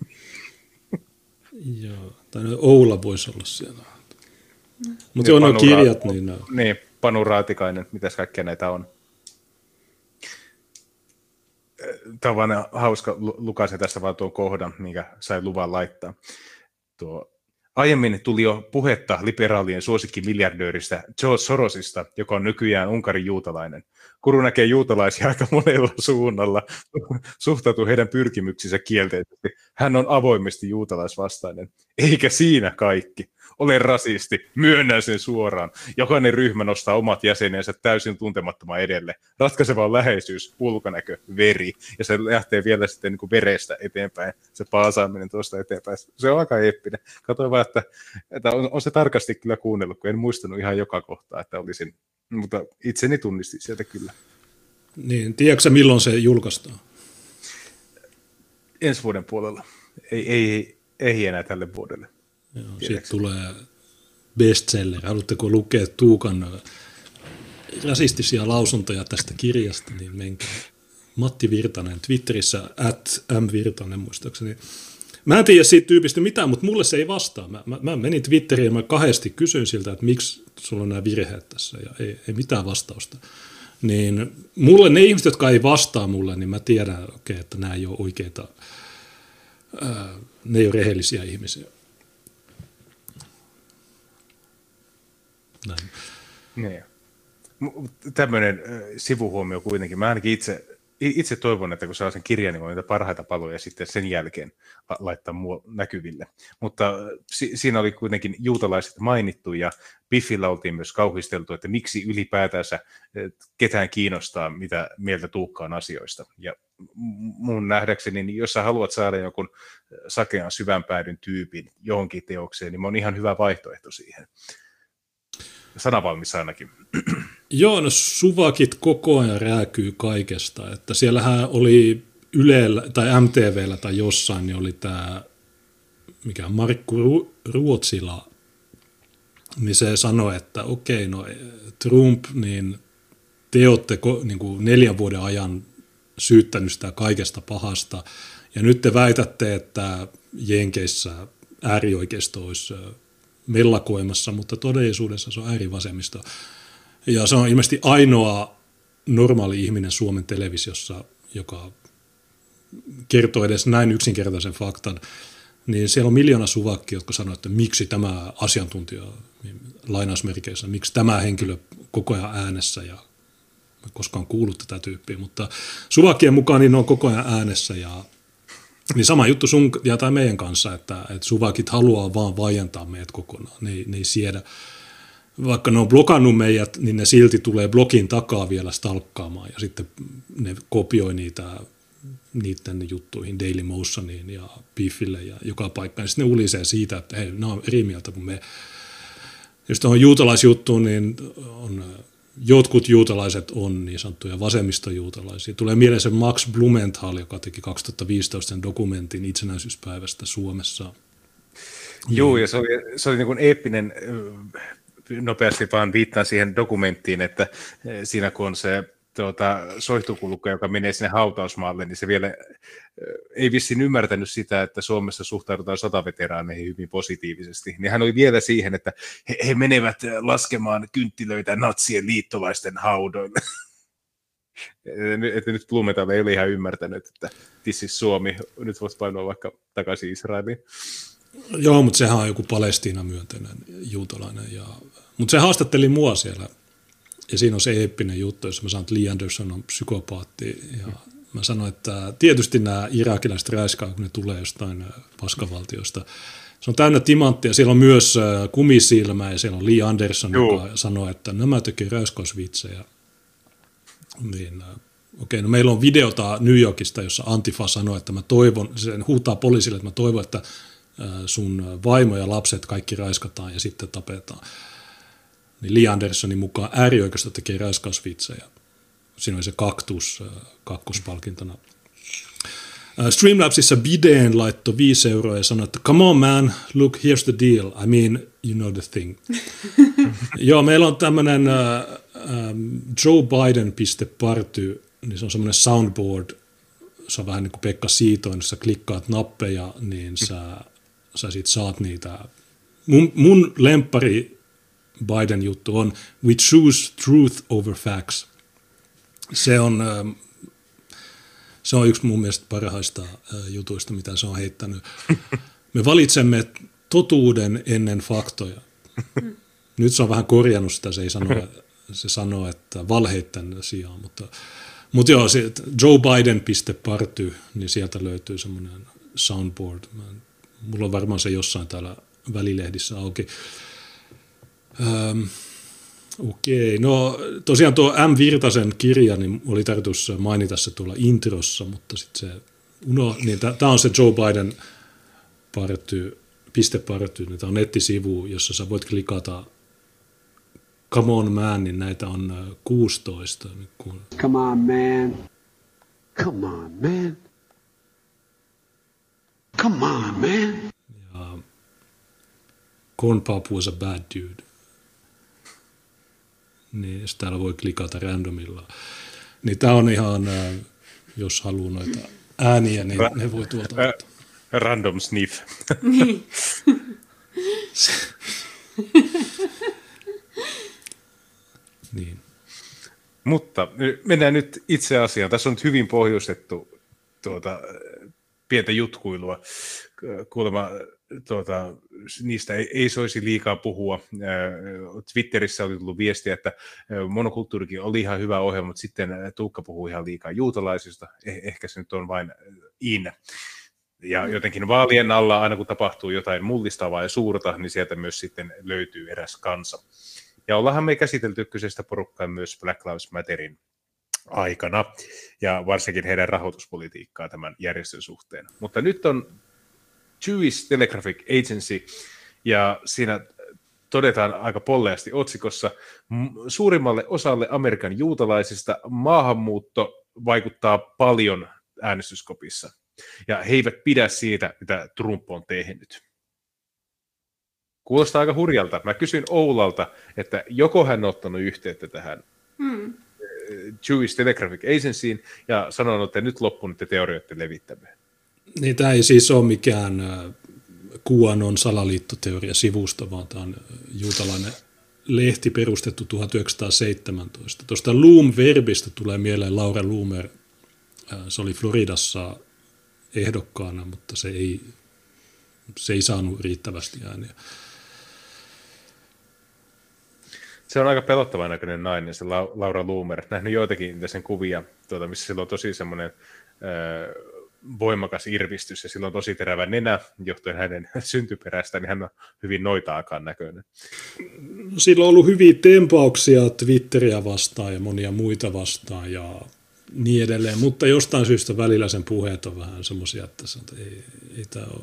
Joo, tai Oula voisi olla siellä. Mutta joo, nuo kirjat, niin... No. Niin, Panu Raatikainen, mitäs kaikkea näitä on. Tämä on vaan hauska, lukaisen tässä vaan tuon kohdan, minkä sai luvan laittaa. Tuo, aiemmin tuli jo puhetta liberaalien suosikkimiljardööristä George Sorosista, joka on nykyään Unkarin juutalainen. Kuru näkee juutalaisia aika monella suunnalla, suhtautuu heidän pyrkimyksinsä kielteisesti. Hän on avoimesti juutalaisvastainen, eikä siinä kaikki. Olen rasisti, myönnän sen suoraan. Jokainen ryhmä nostaa omat jäsenensä täysin tuntemattoman edelle. Ratkaiseva on läheisyys, ulkonäkö, veri. Ja se lähtee vielä sitten niin kuin verestä eteenpäin, se paasaaminen tuosta eteenpäin. Se on aika eeppinen. Katsoin vaan, että, että on, on se tarkasti kyllä kuunnellut, kun en muistanut ihan joka kohtaa, että olisin. Mutta itseni tunnistin sieltä kyllä. Niin, tiedätkö milloin se julkaistaan? ensi vuoden puolella. Ei, ei, ei enää tälle vuodelle. Siitä tulee bestseller. Haluatteko lukea Tuukan rasistisia lausuntoja tästä kirjasta, niin menkää. Matti Virtanen Twitterissä, at mvirtanen muistaakseni. Mä en tiedä siitä tyypistä mitään, mutta mulle se ei vastaa. Mä, mä, mä menin Twitteriin ja mä kahdesti kysyin siltä, että miksi sulla on nämä virheet tässä, ja ei, ei mitään vastausta. Niin mulle ne ihmiset, jotka ei vastaa mulle, niin mä tiedän, okay, että nämä ei ole oikeita, ää, ne ei ole rehellisiä ihmisiä. Näin. Niin. Tämmöinen sivuhuomio kuitenkin. Mä ainakin itse, itse toivon, että kun saa sen kirjan, niin voi niitä parhaita paloja sitten sen jälkeen laittaa mua näkyville. Mutta si- siinä oli kuitenkin juutalaiset mainittu, ja Biffillä oltiin myös kauhisteltu, että miksi ylipäätänsä ketään kiinnostaa, mitä mieltä Tuukka on asioista. Ja mun nähdäkseni, niin jos sä haluat saada jonkun sakean syvänpäädyn tyypin johonkin teokseen, niin mä oon ihan hyvä vaihtoehto siihen. Sanavalmis ainakin. Joo, no suvakit koko ajan rääkyy kaikesta, että siellähän oli Ylellä tai M T V:llä tai jossain, niin oli tämä, mikä Markku Ruotsila, niin se sanoi, että okei, no Trump, niin te olette niin kuin neljän vuoden ajan syyttänyt sitä kaikesta pahasta, ja nyt te väitätte, että Jenkeissä äärioikeisto olisi mellakoimassa, mutta todellisuudessa se on äärivasemmisto. Ja se on ilmeisesti ainoa normaali ihminen Suomen televisiossa, joka kertoo edes näin yksinkertaisen faktan. Niin siellä on miljoona suvakkia, jotka sanoo, että miksi tämä asiantuntija, lainausmerkeissä, miksi tämä henkilö koko ajan äänessä, ja mä koskaan kuullut tätä tyyppiä, mutta suvakkien mukaan niin ne on koko ajan äänessä, ja niin sama juttu sun ja tai meidän kanssa, että, että suvakit haluaa vaan vaientaa meidät kokonaan. Ne ei, ne ei siedä. Vaikka ne on blokannut meidät, niin ne silti tulee blogin takaa vielä stalkkaamaan ja sitten ne kopioi niitä niiden juttuihin, Daily Motioniin ja Biffille ja joka paikkaan. Ja sitten ne ulisee siitä, että hei, nämä on eri mieltä kuin me. Jos on juutalaisjuttuun, niin on... Jotkut juutalaiset on niin sanottuja vasemmistojuutalaisia. Tulee mieleen se Max Blumenthal, joka teki kaksituhattaviisitoista sen dokumentin itsenäisyyspäivästä Suomessa. Joo, ja se oli, se oli niin kuin eeppinen, nopeasti vaan viittaan siihen dokumenttiin, että siinä kun on se tuota, soihtukulukka, joka menee sinne hautausmaalle, niin se vielä ei vissiin ymmärtänyt sitä, että Suomessa suhtaudutaan sotaveteraaneihin hyvin positiivisesti. Niin hän oli vielä siihen, että he, he menevät laskemaan kynttilöitä natsien liittolaisten haudoille. Että nyt Blumenthal ei ole ihan ymmärtänyt, että this is Suomi, nyt voisi painua vaikka takaisin Israeliin. Joo, mutta sehän on joku Palestiina-myönteinen juutalainen. Ja... Mutta se haastatteli mua siellä. Ja siinä on se eeppinen juttu, jossa mä sanon, että Lee Anderson on psykopaatti. Ja mä sanoin, että tietysti nämä irakilaiset räiskää, kun ne tulee jostain paskavaltiosta. Se on täynnä timanttia. Siellä on myös kumisilmä ja siellä on Lee Anderson, Joo. joka sanoo, että nämä tekee räyskausvitsejä. Niin, okei, no meillä on videota New Yorkista, jossa Antifa sanoo, että mä toivon, sen huutaa poliisille, että mä toivon, että sun vaimo ja lapset kaikki raiskataan ja sitten tapetaan. Niin Lee Andersonin mukaan äärioikeisto tekee raiskausvitsejä. Siinä oli se kaktus kakkospalkintona. Streamlabsissa Bideen laittoi viisi euroa ja sanoi, että come on man, look, here's the deal. I mean, you know the thing. Joo, meillä on tämmöinen uh, um, Joe Biden.party, niin se on semmoinen soundboard. Se on vähän niin kuin Pekka Siitoin, jos sä klikkaat nappeja, niin sä, sä sit saat niitä. Mun, mun lemppari Biden-juttu on we choose truth over facts. Se on, se on yksi mun mielestä parhaista jutuista, mitä se on heittänyt. Me valitsemme totuuden ennen faktoja. Nyt se on vähän korjannut sitä, se ei sano, se sanoo, että valheitten sijaan, mutta, mutta joo, se, Joe Biden.party, niin sieltä löytyy semmoinen soundboard. Mulla on varmaan se jossain täällä välilehdissä auki. Ähm, Okei, no tosiaan tuo M. Virtasen kirja, niin oli tarkoitus mainita se tuolla introssa, mutta sitten se uno, niin tämä on se Joe Biden party, pisteparty, niin tämä on nettisivu, jossa sä voit klikata Come on man, niin näitä on kuusitoista. Kun... Come on man, come on man. Come on, man. Ja Corn Pop was a bad dude. Niin, jos täällä voi klikata randomilla. Niin tää on ihan, jos haluaa noita ääniä, niin Ra- ne voi tuolta ottaa. Random sniff. Niin. Niin. Mutta mennään nyt itse asiaan. Tässä on nyt hyvin pohjustettu tuota, pientä jutkuilua. Kuulemma tuota, niistä ei, ei soisi liikaa puhua. Twitterissä oli tullut viestiä, että monokulttuurikin oli ihan hyvä ohjelma, mutta sitten Tuukka puhuu ihan liikaa juutalaisista. Eh- ehkä se nyt on vain in. Ja jotenkin vaalien alla, aina kun tapahtuu jotain mullistavaa ja suurta, niin sieltä myös sitten löytyy eräs kansa. Ja ollaanhan me käsitelty kyseistä porukkaa myös Black Lives Matterin aikana, ja varsinkin heidän rahoituspolitiikkaa tämän järjestön suhteen. Mutta nyt on Jewish Telegraphic Agency, ja siinä todetaan aika polleasti otsikossa, suurimmalle osalle Amerikan juutalaisista maahanmuutto vaikuttaa paljon äänestyskopissa, ja he eivät pidä siitä, mitä Trump on tehnyt. Kuulostaa aika hurjalta. Mä kysyin Oulalta, että joko hän on ottanut yhteyttä tähän hmm. Jewish Telegraphic Agencyin ja sanonut, että nyt loppunut teorioiden levittämään. Niin, tämä ei siis ole mikään QAnon salaliittoteoria sivusto, vaan tämä on juutalainen lehti perustettu tuhatyhdeksänsataaseitsemäntoista. Tuosta Loom-verbistä tulee mieleen Laura Loomer. Se oli Floridassa ehdokkaana, mutta se ei, se ei saanut riittävästi ääniä. Se on aika pelottavan näköinen nainen, se Laura Loomer. Nähnyt joitakin sen kuvia, tuota, missä sillä on tosi semmoinen äh, voimakas irvistys ja sillä on tosi terävä nenä, johtuen hänen syntyperästä, niin hän on hyvin noitaakaan näköinen. Sillä on ollut hyviä tempauksia Twitteriä vastaan ja monia muita vastaan ja niin edelleen, mutta jostain syystä välillä sen puheet on vähän semmoisia, että, että ei, ei tämä ole,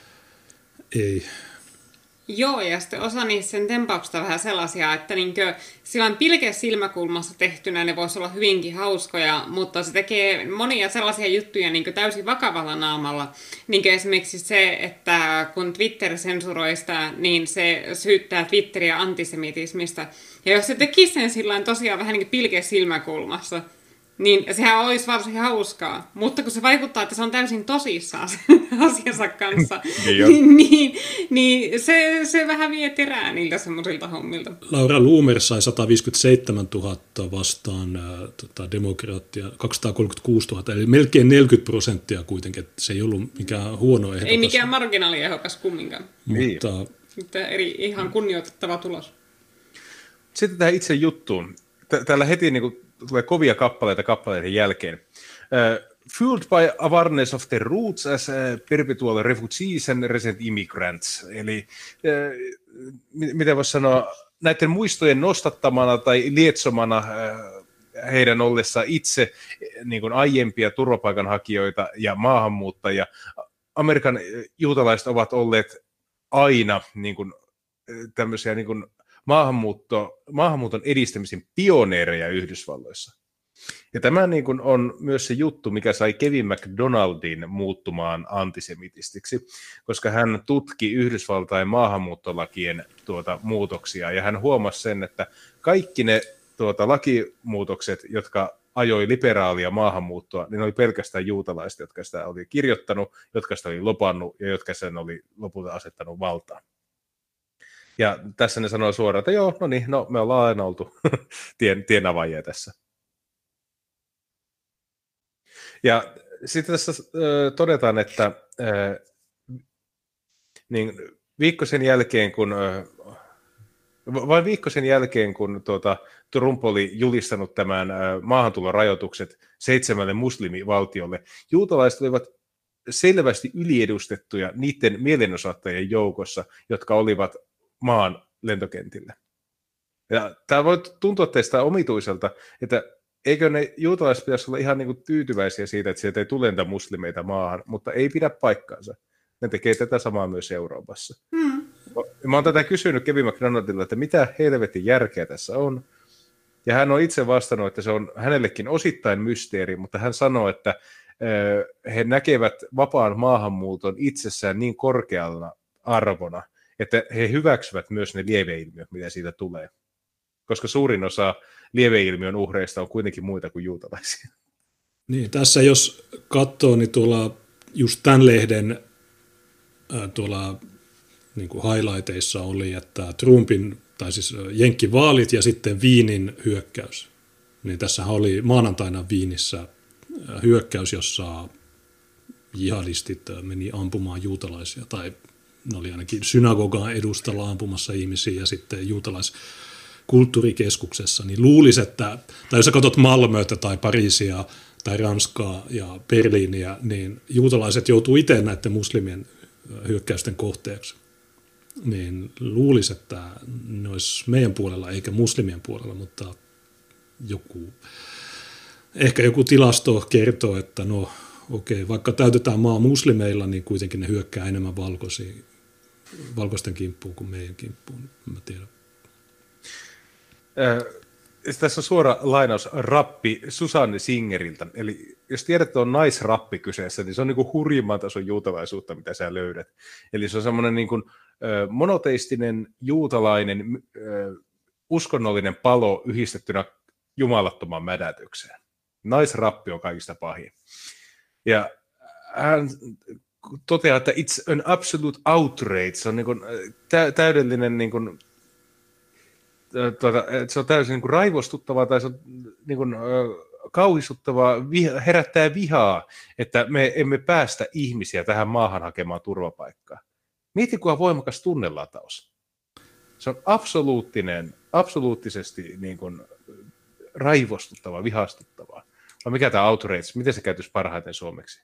ei. Joo, ja sitten osa niistä sen tempauksista vähän sellaisia, että niinkö, sillä on pilke silmäkulmassa tehtynä, ne voisi olla hyvinkin hauskoja, mutta se tekee monia sellaisia juttuja niinkö täysin vakavalla naamalla. Niinkö esimerkiksi se, että kun Twitter sensuroi sitä, niin se syyttää Twitteriä antisemitismistä. Ja jos se tekisi sen sillain tosiaan vähän niin kuin pilke silmäkulmassa, niin sehän olisi varsin hauskaa, mutta kun se vaikuttaa, että se on täysin tosissaan asiansa kanssa, niin, niin, niin se, se vähän vie terää niiltä semmoisilta hommilta. Laura Loomer sai sata viisikymmentäseitsemäntuhatta vastaan äh, tota, demokraattia, kaksisataakolmekymmentäkuusituhatta, eli melkein neljäkymmentä prosenttia kuitenkin, että se ei ollut mikään huono ehdokas. Ei mikään marginaaliehdokas kumminkaan. Mutta Mutta eri, ihan kunnioitettava tulos. Sitten tähän itse juttuun. Täällä heti niin kuin tulee kovia kappaleita kappaleiden jälkeen. Uh, fueled by awareness of the roots as uh, perpetual refugees and recent immigrants. Eli uh, m- miten voisi sanoa, näiden muistojen nostattamana tai lietsomana uh, heidän ollessa itse niin kuin aiempia turvapaikanhakijoita ja maahanmuuttajia. Amerikan juutalaiset ovat olleet aina niin kuin, tämmöisiä niin kuin Maahanmuutto, maahanmuuton edistämisen pioneereja Yhdysvalloissa. Ja tämä niin kuin on myös se juttu, mikä sai Kevin McDonaldin muuttumaan antisemitistiksi, koska hän tutki Yhdysvaltain maahanmuuttolakien tuota, muutoksia, ja hän huomasi sen, että kaikki ne tuota, lakimuutokset, jotka ajoi liberaalia maahanmuuttoa, niin oli pelkästään juutalaiset, jotka sitä oli kirjoittanut, jotka sitä oli lopannut ja jotka sen oli lopulta asettanut valtaan. Ja tässä ne sanoo suoraan, että joo, no niin, no me ollaan aina oltu tien, tien avaajia tässä. Ja sitten tässä äh, todetaan, että äh, niin viikko sen jälkeen, kun äh, vain viikko sen jälkeen, kun tuota, Trump oli julistanut tämän äh, maahantulorajoitukset seitsemälle muslimivaltiolle, juutalaiset olivat selvästi yliedustettuja niiden mielenosoittajien joukossa, jotka olivat maan lentokentillä. Ja tämä voi tuntua teistä omituiselta, että eikö ne juutalaiset pitäisi olla ihan niin kuin tyytyväisiä siitä, että sieltä ei tule niitä muslimeita maahan, mutta ei pidä paikkaansa. Ne tekee tätä samaa myös Euroopassa. Hmm. Mä oon tätä kysynyt Kevin McDonaldilla, että mitä helvetin järkeä tässä on. Ja hän on itse vastannut, että se on hänellekin osittain mysteeri, mutta hän sanoo, että he näkevät vapaan maahanmuuton itsessään niin korkealla arvona, että he hyväksyvät myös ne lieveilmiöt, mitä siitä tulee. Koska suurin osa lieveilmiön uhreista on kuitenkin muita kuin juutalaisia. Niin, tässä jos katsoo, niin tuolla just tämän lehden ää, tuolla niin kuin highlighteissa oli, että Trumpin, tai siis jenkkivaalit ja sitten Wienin hyökkäys. Niin tässähän oli maanantaina Wienissä hyökkäys, jossa jihadistit meni ampumaan juutalaisia, tai ne oli ainakin synagogan edustalla ampumassa ihmisiä ja sitten juutalaiskulttuurikeskuksessa, niin luulisi, että, tai jos sä katsot Malmötä tai Pariisia tai Ranskaa ja Berliiniä, niin juutalaiset joutuu itse näiden muslimien hyökkäysten kohteeksi. Niin luulisi, että ne olisi meidän puolella eikä muslimien puolella, mutta joku, ehkä joku tilasto kertoo, että no okei, vaikka täytetään maa muslimeilla, niin kuitenkin ne hyökkää enemmän valkoisia, valkoisten kimppuun kuin meidän kimppuun, mä tiedän. Äh, tässä on suora lainaus rappi Susanne Singeriltä. Eli jos tiedät, että on naisrappi kyseessä, niin se on niin kuin hurjimman tason juutalaisuutta, mitä sä löydät. Eli se on semmoinen niin kuin äh, monoteistinen, juutalainen, äh, uskonnollinen palo yhdistettynä jumalattomaan mädätykseen. Naisrappi on kaikista pahin. Ja hän toteaa, että it's an absolute outrage. Se on niin kuin täydellinen, niin kuin, tuota, se on täysin niin kuin raivostuttavaa tai se on niin kuin, kauhistuttavaa, viha, herättää vihaa, että me emme päästä ihmisiä tähän maahan hakemaan turvapaikkaa. Mieti, kuinka voimakas tunnelataus. Se on absoluuttinen, absoluuttisesti niin kuin raivostuttavaa, vihastuttavaa. No mikä tämä outrage, miten se käytyisi parhaiten suomeksi?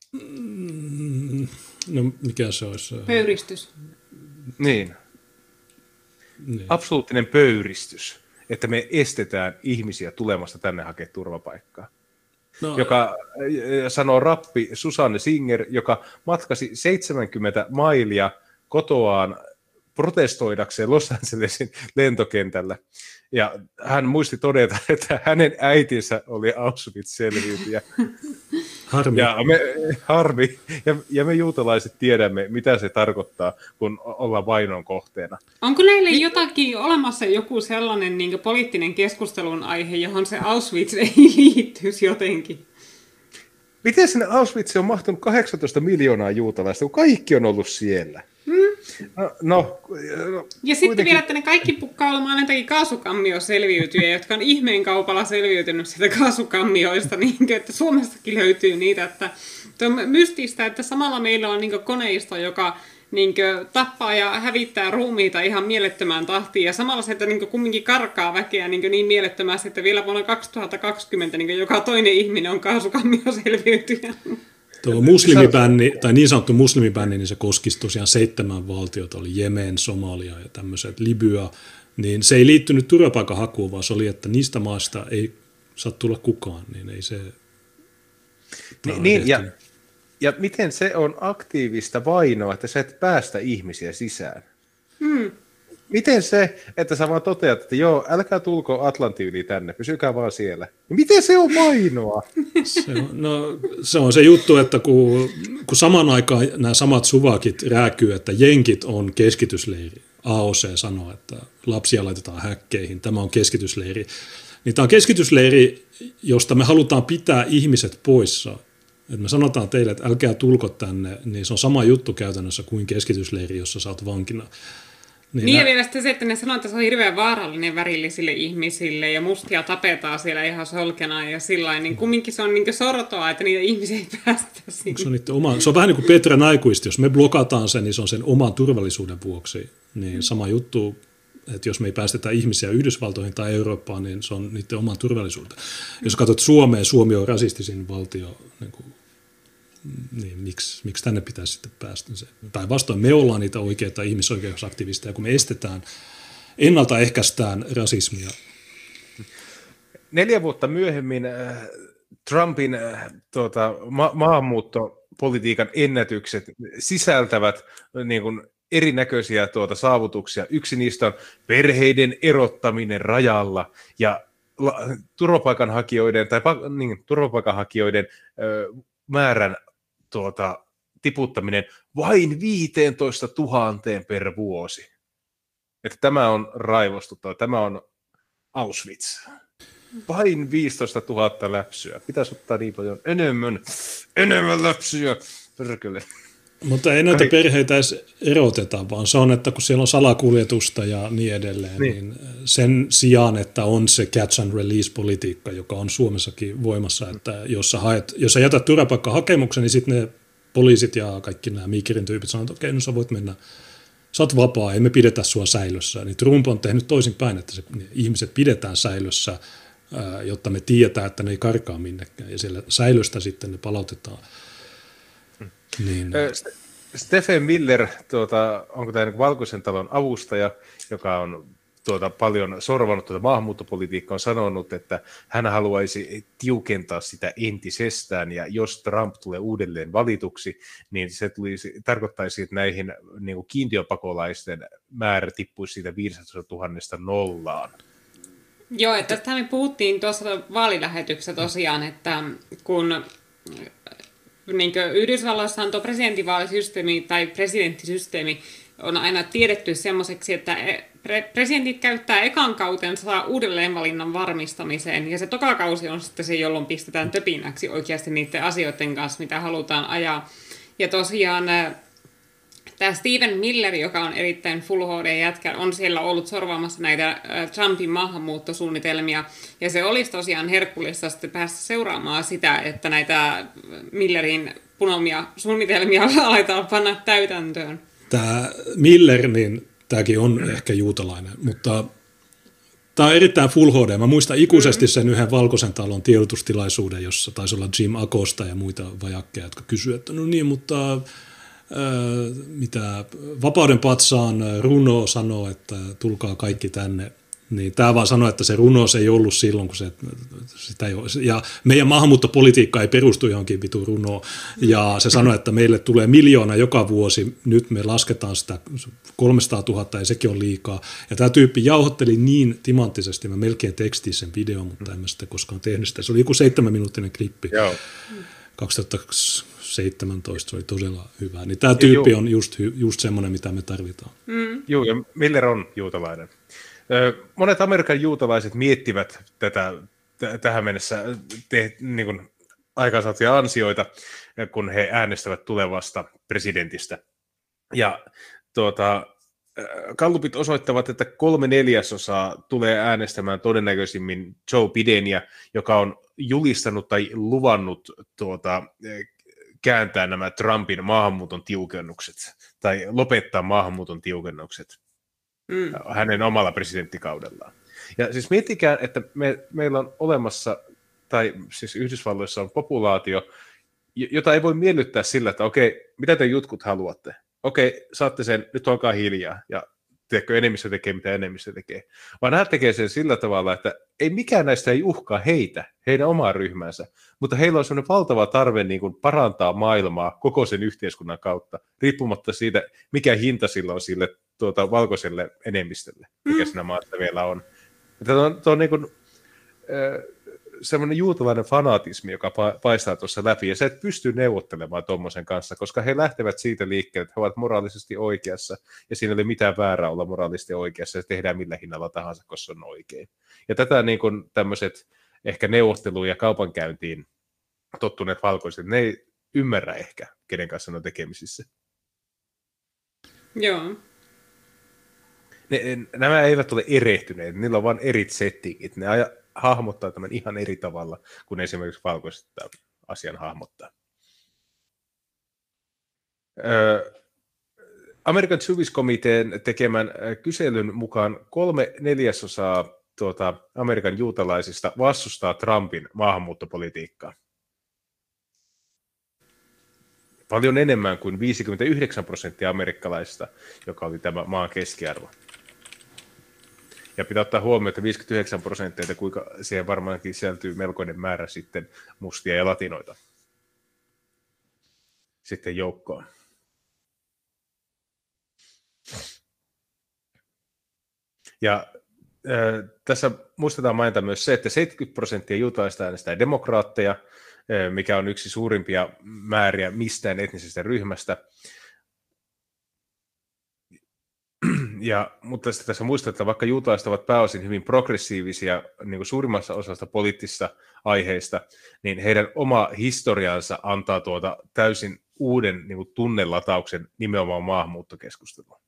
No mikä se olisi? Pöyristys. Niin. Niin. Absoluuttinen pöyristys, että me estetään ihmisiä tulemasta tänne hakemaan turvapaikkaa. No, joka sanoo rappi Susanne Singer, joka matkasi seitsemänkymmentä mailia kotoaan protestoidakseen Los Angelesin lentokentällä. Ja hän muisti todeta, että hänen äitinsä oli Auschwitz-selviytyjä. Harmi. Ja me, harmi. Ja, ja me juutalaiset tiedämme, mitä se tarkoittaa, kun ollaan vainon kohteena. Onko näille jotakin olemassa joku sellainen niin kuin poliittinen keskustelun aihe, johon se Auschwitz ei liittyisi jotenkin? Miten sinne Auschwitz on mahtunut kahdeksantoista miljoonaa juutalaista, kun kaikki on ollut siellä? Hmm. No, no, ja sitten vielä, että ne kaikki pukkaa olemaan jotakin kaasukammioselviytyjä, jotka on ihmeen kaupalla selviytynyt sieltä kaasukammioista, niin että Suomestakin löytyy niitä. Että on mystistä, että samalla meillä on niin koneisto, joka niin tappaa ja hävittää ruumiita ihan mielettömään tahtiin, ja samalla se, että niin kumminkin karkaa väkeä niin, niin mielettömästi, että vielä vuonna kaksituhattakaksikymmentä niin joka toinen ihminen on kaasukammioselviytyjä. Tuo muslimibänni, tai niin sanottu muslimibänni, niin se koskisi tosiaan seitsemän valtiota, oli Jemen, Somalia ja tämmöiset, Libya, niin se ei liittynyt turvapaikanhakuun, vaan se oli, että niistä maista ei saa tulla kukaan, niin ei se... Niin, niin ja, ja miten se on aktiivista vainoa, että sä et päästä ihmisiä sisään? Hmm. Miten se, että sä vaan toteat, että joo, älkää tulko Atlantin yli tänne, pysykää vaan siellä. Miten se on vainoa? Se on, no, se on se juttu, että kun, kun samaan aikaan nämä samat suvakit rääkyy, että jenkit on keskitysleiri. A O C sanoo, että lapsia laitetaan häkkeihin, tämä on keskitysleiri. Niin tämä on keskitysleiri, josta me halutaan pitää ihmiset poissa. Et me sanotaan teille, että älkää tulko tänne, niin se on sama juttu käytännössä kuin keskitysleiri, jossa sä oot vankina. Niin, niin ja vielä sitten se, että ne sanoo, että se on hirveän vaarallinen värillisille ihmisille ja mustia tapetaan siellä ihan solkena ja sillain, niin kumminkin se on niin sortoa, että niitä ihmisiä ei päästä sinne. Se on, oma, se on vähän niin kuin Petra Naikuisti, jos me blokataan sen, niin se on sen oman turvallisuuden vuoksi. Niin mm. sama juttu, että jos me ei päästetä ihmisiä Yhdysvaltoihin tai Eurooppaan, niin se on niiden oman turvallisuuden. Mm. Jos katsot Suomea, Suomi on rasistisin valtio, niin kuin niin miksi, miksi tänne pitäisi sitten päästä? Päinvastoin me ollaan niitä oikeita ihmisoikeusaktivisteja, kun me estetään, ennaltaehkäistään rasismia. Neljä vuotta myöhemmin äh, Trumpin äh, tuota, ma- maahanmuuttopolitiikan ennätykset sisältävät äh, niin kuin erinäköisiä tuota, saavutuksia. Yksi niistä on perheiden erottaminen rajalla ja la- turvapaikanhakijoiden, tai, niin, turvapaikanhakijoiden äh, määrän tuota, tiputtaminen vain viisitoista tuhatta per vuosi. Että tämä on raivostuttava, tämä on Auschwitz. Vain viisitoista tuhatta läpsyä. Pitäisi ottaa niin paljon enemmän, enemmän läpsyä. Perkele. Mutta ei näitä perheitä edes eroteta, vaan se on, että kun siellä on salakuljetusta ja niin edelleen, niin, niin sen sijaan, että on se catch and release-politiikka, joka on Suomessakin voimassa, että jos sä, haet, jos sä jätät turvapaikkahakemuksen, niin sitten ne poliisit ja kaikki nämä Mikirin tyypit sanoo, että okei, no sä voit mennä, sä oot vapaa, ei me pidetä sua säilössä. Niin Trump on tehnyt toisinpäin, että se, ihmiset pidetään säilössä, jotta me tiedetään, että ne ei karkaa minnekään, ja siellä säilöstä sitten ne palautetaan. Niin. Stephen Miller, tuota, onko tämä Valkoisen talon avustaja, joka on tuota, paljon sorvannut tuota maahanmuuttopolitiikkaa, on sanonut, että hän haluaisi tiukentaa sitä entisestään, ja jos Trump tulee uudelleen valituksi, niin se tulisi, tarkoittaisi, että näihin niin kuin kiintiöpakolaisten määrä tippuisi siitä viisitoistatuhatta nollaan. Joo, että tästä me puhuttiin tuossa vaalilähetyksessä tosiaan, että kun niin Yhdysvalloissa on tuo presidentinvaalisysteemi tai presidenttisysteemi on aina tiedetty semmoiseksi, että pre- presidentit käyttää ekan kautensa uudelleenvalinnan varmistamiseen, ja se toka kausi on sitten se, jolloin pistetään töpinäksi oikeasti niiden asioiden kanssa, mitä halutaan ajaa. Ja tosiaan tämä Stephen Miller, joka on erittäin Full H D-jätkä, on siellä ollut sorvaamassa näitä Trumpin maahanmuuttosuunnitelmia, ja se olisi tosiaan herkullista sitten päästä seuraamaan sitä, että näitä Millerin punomia suunnitelmia aletaan panna täytäntöön. Tämä Miller, niin tämäkin on ehkä juutalainen, mutta tämä on erittäin Full H D. Mä muistan ikuisesti sen yhden Valkoisen talon tiedotustilaisuuden, jossa taisi olla Jim Acosta ja muita vajakkeja, jotka kysyivät, että no niin, mutta mitä Vapauden patsaan runo sanoo, että tulkaa kaikki tänne, niin tämä vaan sanoo, että se runous ei ollut silloin, kun se, sitä ei ole. Ja meidän maahanmuuttopolitiikka ei perustu johonkin vitun runoon, ja se sanoi, että meille tulee miljoona joka vuosi, nyt me lasketaan sitä kolmesataatuhatta, ja sekin on liikaa, ja tämä tyyppi jauhotteli niin timanttisesti, mä melkein tekstin sen videon, mutta en mä sitä koskaan tehnyt sitä, se oli joku seitsemän minuuttinen klippi. Joo. kaksituhattaseitsemäntoista se oli todella hyvä. Niin tämä tyyppi on just, just semmoinen, mitä me tarvitaan. Mm. Joo, ja Miller on juutalainen. Monet Amerikan juutalaiset miettivät tätä t- tähän mennessä te- niin kuin aikaansaatuja ansioita, kun he äänestävät tulevasta presidentistä. Ja tuota, gallupit osoittavat, että kolme neljäsosaa tulee äänestämään todennäköisimmin Joe Bidenia, joka on julistanut tai luvannut tuota, kääntää nämä Trumpin maahanmuuton tiukennukset tai lopettaa maahanmuuton tiukennukset mm. hänen omalla presidenttikaudellaan. Ja siis miettikää, että me, meillä on olemassa, tai siis Yhdysvalloissa on populaatio, jota ei voi miellyttää sillä, että okei, mitä te jutkut haluatte? Okei, saatte sen, nyt olkaa hiljaa, ja tiedätkö, enemmistö tekee, mitä enemmistö tekee. Vaan nämä tekee sen sillä tavalla, että ei mikään näistä ei uhkaa heitä, heidän omaa ryhmänsä, mutta heillä on sellainen valtava tarve niin kuin parantaa maailmaa koko sen yhteiskunnan kautta, riippumatta siitä, mikä hinta sillä on sille tuota, valkoiselle enemmistölle, mikä siinä maassa vielä on. Tämä on, tämä on niin kuin, äh, semmoinen juutalainen fanaatismi, joka paistaa tuossa läpi, ja sä et pysty neuvottelemaan tuommoisen kanssa, koska he lähtevät siitä liikkeelle, että he ovat moraalisesti oikeassa, ja siinä ei ole mitään väärää olla moraalisesti oikeassa, ja se tehdään millä hinnalla tahansa, koska se on oikein. Ja tätä niin kuin tämmöiset ehkä neuvotteluun ja kaupankäyntiin tottuneet valkoiset, ne ei ymmärrä ehkä, kenen kanssa ne on tekemisissä. Joo. Ne, nämä eivät ole erehtyneet, niillä on vain eri settingit, ne aja, hahmottaa tämän ihan eri tavalla, kuin esimerkiksi valkoiset asian hahmottaa. Ö, American Jewish Committeen tekemän kyselyn mukaan kolme neljäsosaa tuota, Amerikan juutalaisista vastustaa Trumpin maahanmuuttopolitiikkaa. Paljon enemmän kuin viisikymmentäyhdeksän prosenttia amerikkalaisista, joka oli tämä maan keskiarvo. Ja pitää ottaa huomioon, että viisikymmentäyhdeksän prosenttia, että kuinka siihen varmaankin sisältyy melkoinen määrä sitten mustia ja latinoita sitten joukkoon. Ja äh, tässä muistetaan mainita myös se, että seitsemänkymmentä prosenttia juutalaisista äänestää demokraatteja, mikä on yksi suurimpia määriä mistään etnisestä ryhmästä. Ja, mutta sitten tässä muistaa, että vaikka juutalaiset ovat pääosin hyvin progressiivisia niin kuin suurimmassa osasta poliittisista aiheista, niin heidän oma historiansa antaa tuota täysin uuden niin kuin tunnelatauksen nimenomaan maahanmuuttokeskusteluun.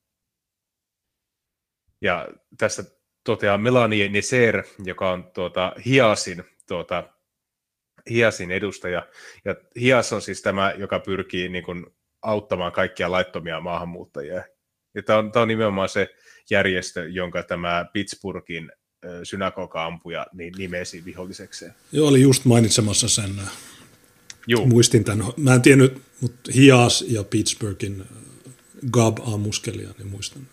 Ja tässä toteaa Melanie Neser, joka on tuota, Hiasin, tuota, Hiasin edustaja. Ja Hias on siis tämä, joka pyrkii niin kuin auttamaan kaikkia laittomia maahanmuuttajia. Ja tämä on, tämä on nimenomaan se järjestö, jonka tämä Pittsburghin synagoga-ampuja niin nimesi vihollisekseen. Joo, oli just mainitsemassa sen. Juu. Muistin tämän. Mä en tiennyt, mutta Hias ja Pittsburghin Gab-ammuskelija, niin muistan.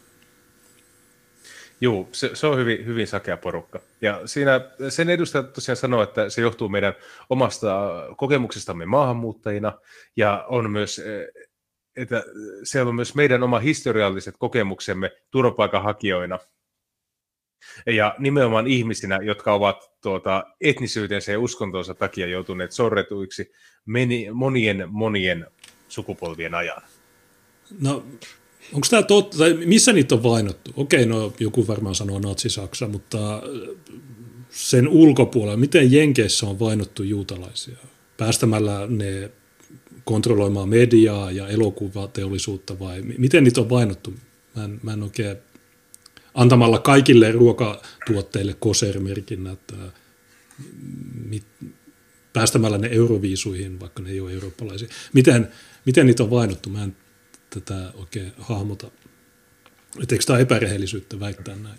Joo, se, se on hyvin, hyvin sakea porukka. Ja siinä sen edustaja tosiaan sanoo, että se johtuu meidän omasta kokemuksestamme maahanmuuttajina, ja on myös, että siellä on myös meidän oma historialliset kokemuksemme turvapaikanhakijoina. Ja nimenomaan ihmisinä, jotka ovat tuota, etnisyytensä ja uskontonsa takia joutuneet sorretuiksi meni, monien monien sukupolvien ajan. No, onko tämä totta, tai missä niitä on vainottu? Okei, no joku varmaan sanoo natsi-Saksa, mutta sen ulkopuolella, miten Jenkeissä on vainottu juutalaisia? Päästämällä ne kontrolloimaan mediaa ja elokuvateollisuutta vai miten niitä on vainottu? Mä en, mä en oikein, antamalla kaikille ruokatuotteille kosermerkinnät, mit, päästämällä ne euroviisuihin, vaikka ne ei ole eurooppalaisia. Miten, miten niitä on vainottu? Mä en tätä oikein hahmota. Et eikö tämä epärehellisyyttä väittää näin?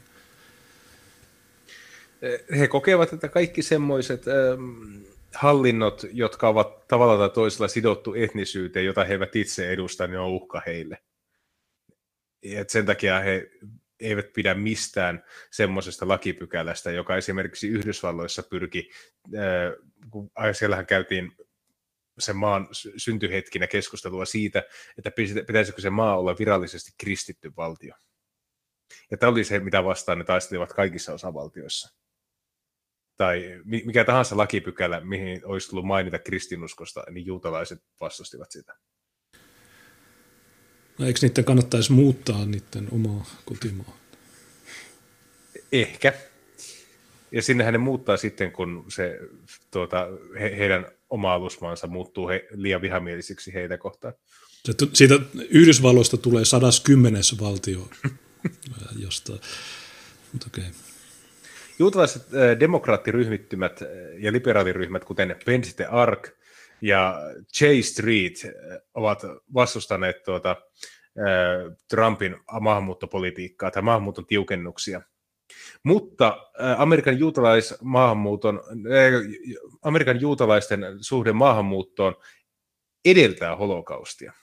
He kokevat, että kaikki semmoiset ähm, hallinnot, jotka ovat tavalla tai toisella sidottu etnisyyteen, jota he eivät itse edusta, niin on uhka heille. Et sen takia he eivät pidä mistään semmoisesta lakipykälästä, joka esimerkiksi Yhdysvalloissa pyrki, äh, kun siellähän käytiin sen maan syntyhetkinä keskustelua siitä, että pitäisikö se maa olla virallisesti kristitty valtio. Ja tämä oli se, mitä vastaan ne taistelivat kaikissa osavaltioissa. Tai mikä tahansa lakipykälä, mihin olisi tullut mainita kristinuskosta, niin juutalaiset vastustivat sitä. No, eikö niiden kannattaisi muuttaa niiden omaa kotimaa? Ehkä. Ja sinnehän ne muuttaa sitten, kun se, tuota, he, heidän oma alusmaansa muuttuu he, liian vihamielisiksi heitä kohtaan. Siitä Yhdysvalloista tulee sadaskymmenes valtio. Josta, mutta okei. Okay. Juutalaiset äh, demokraattiryhmittymät ja liberaaliryhmät, kuten Penn Ark ja J Street, äh, ovat vastustaneet tuota, äh, Trumpin maahanmuuttopolitiikkaa tai maahanmuuton tiukennuksia. Mutta Amerikan, juutalaismaahanmuuton, Amerikan juutalaisten suhde maahanmuuttoon edeltää holokaustia,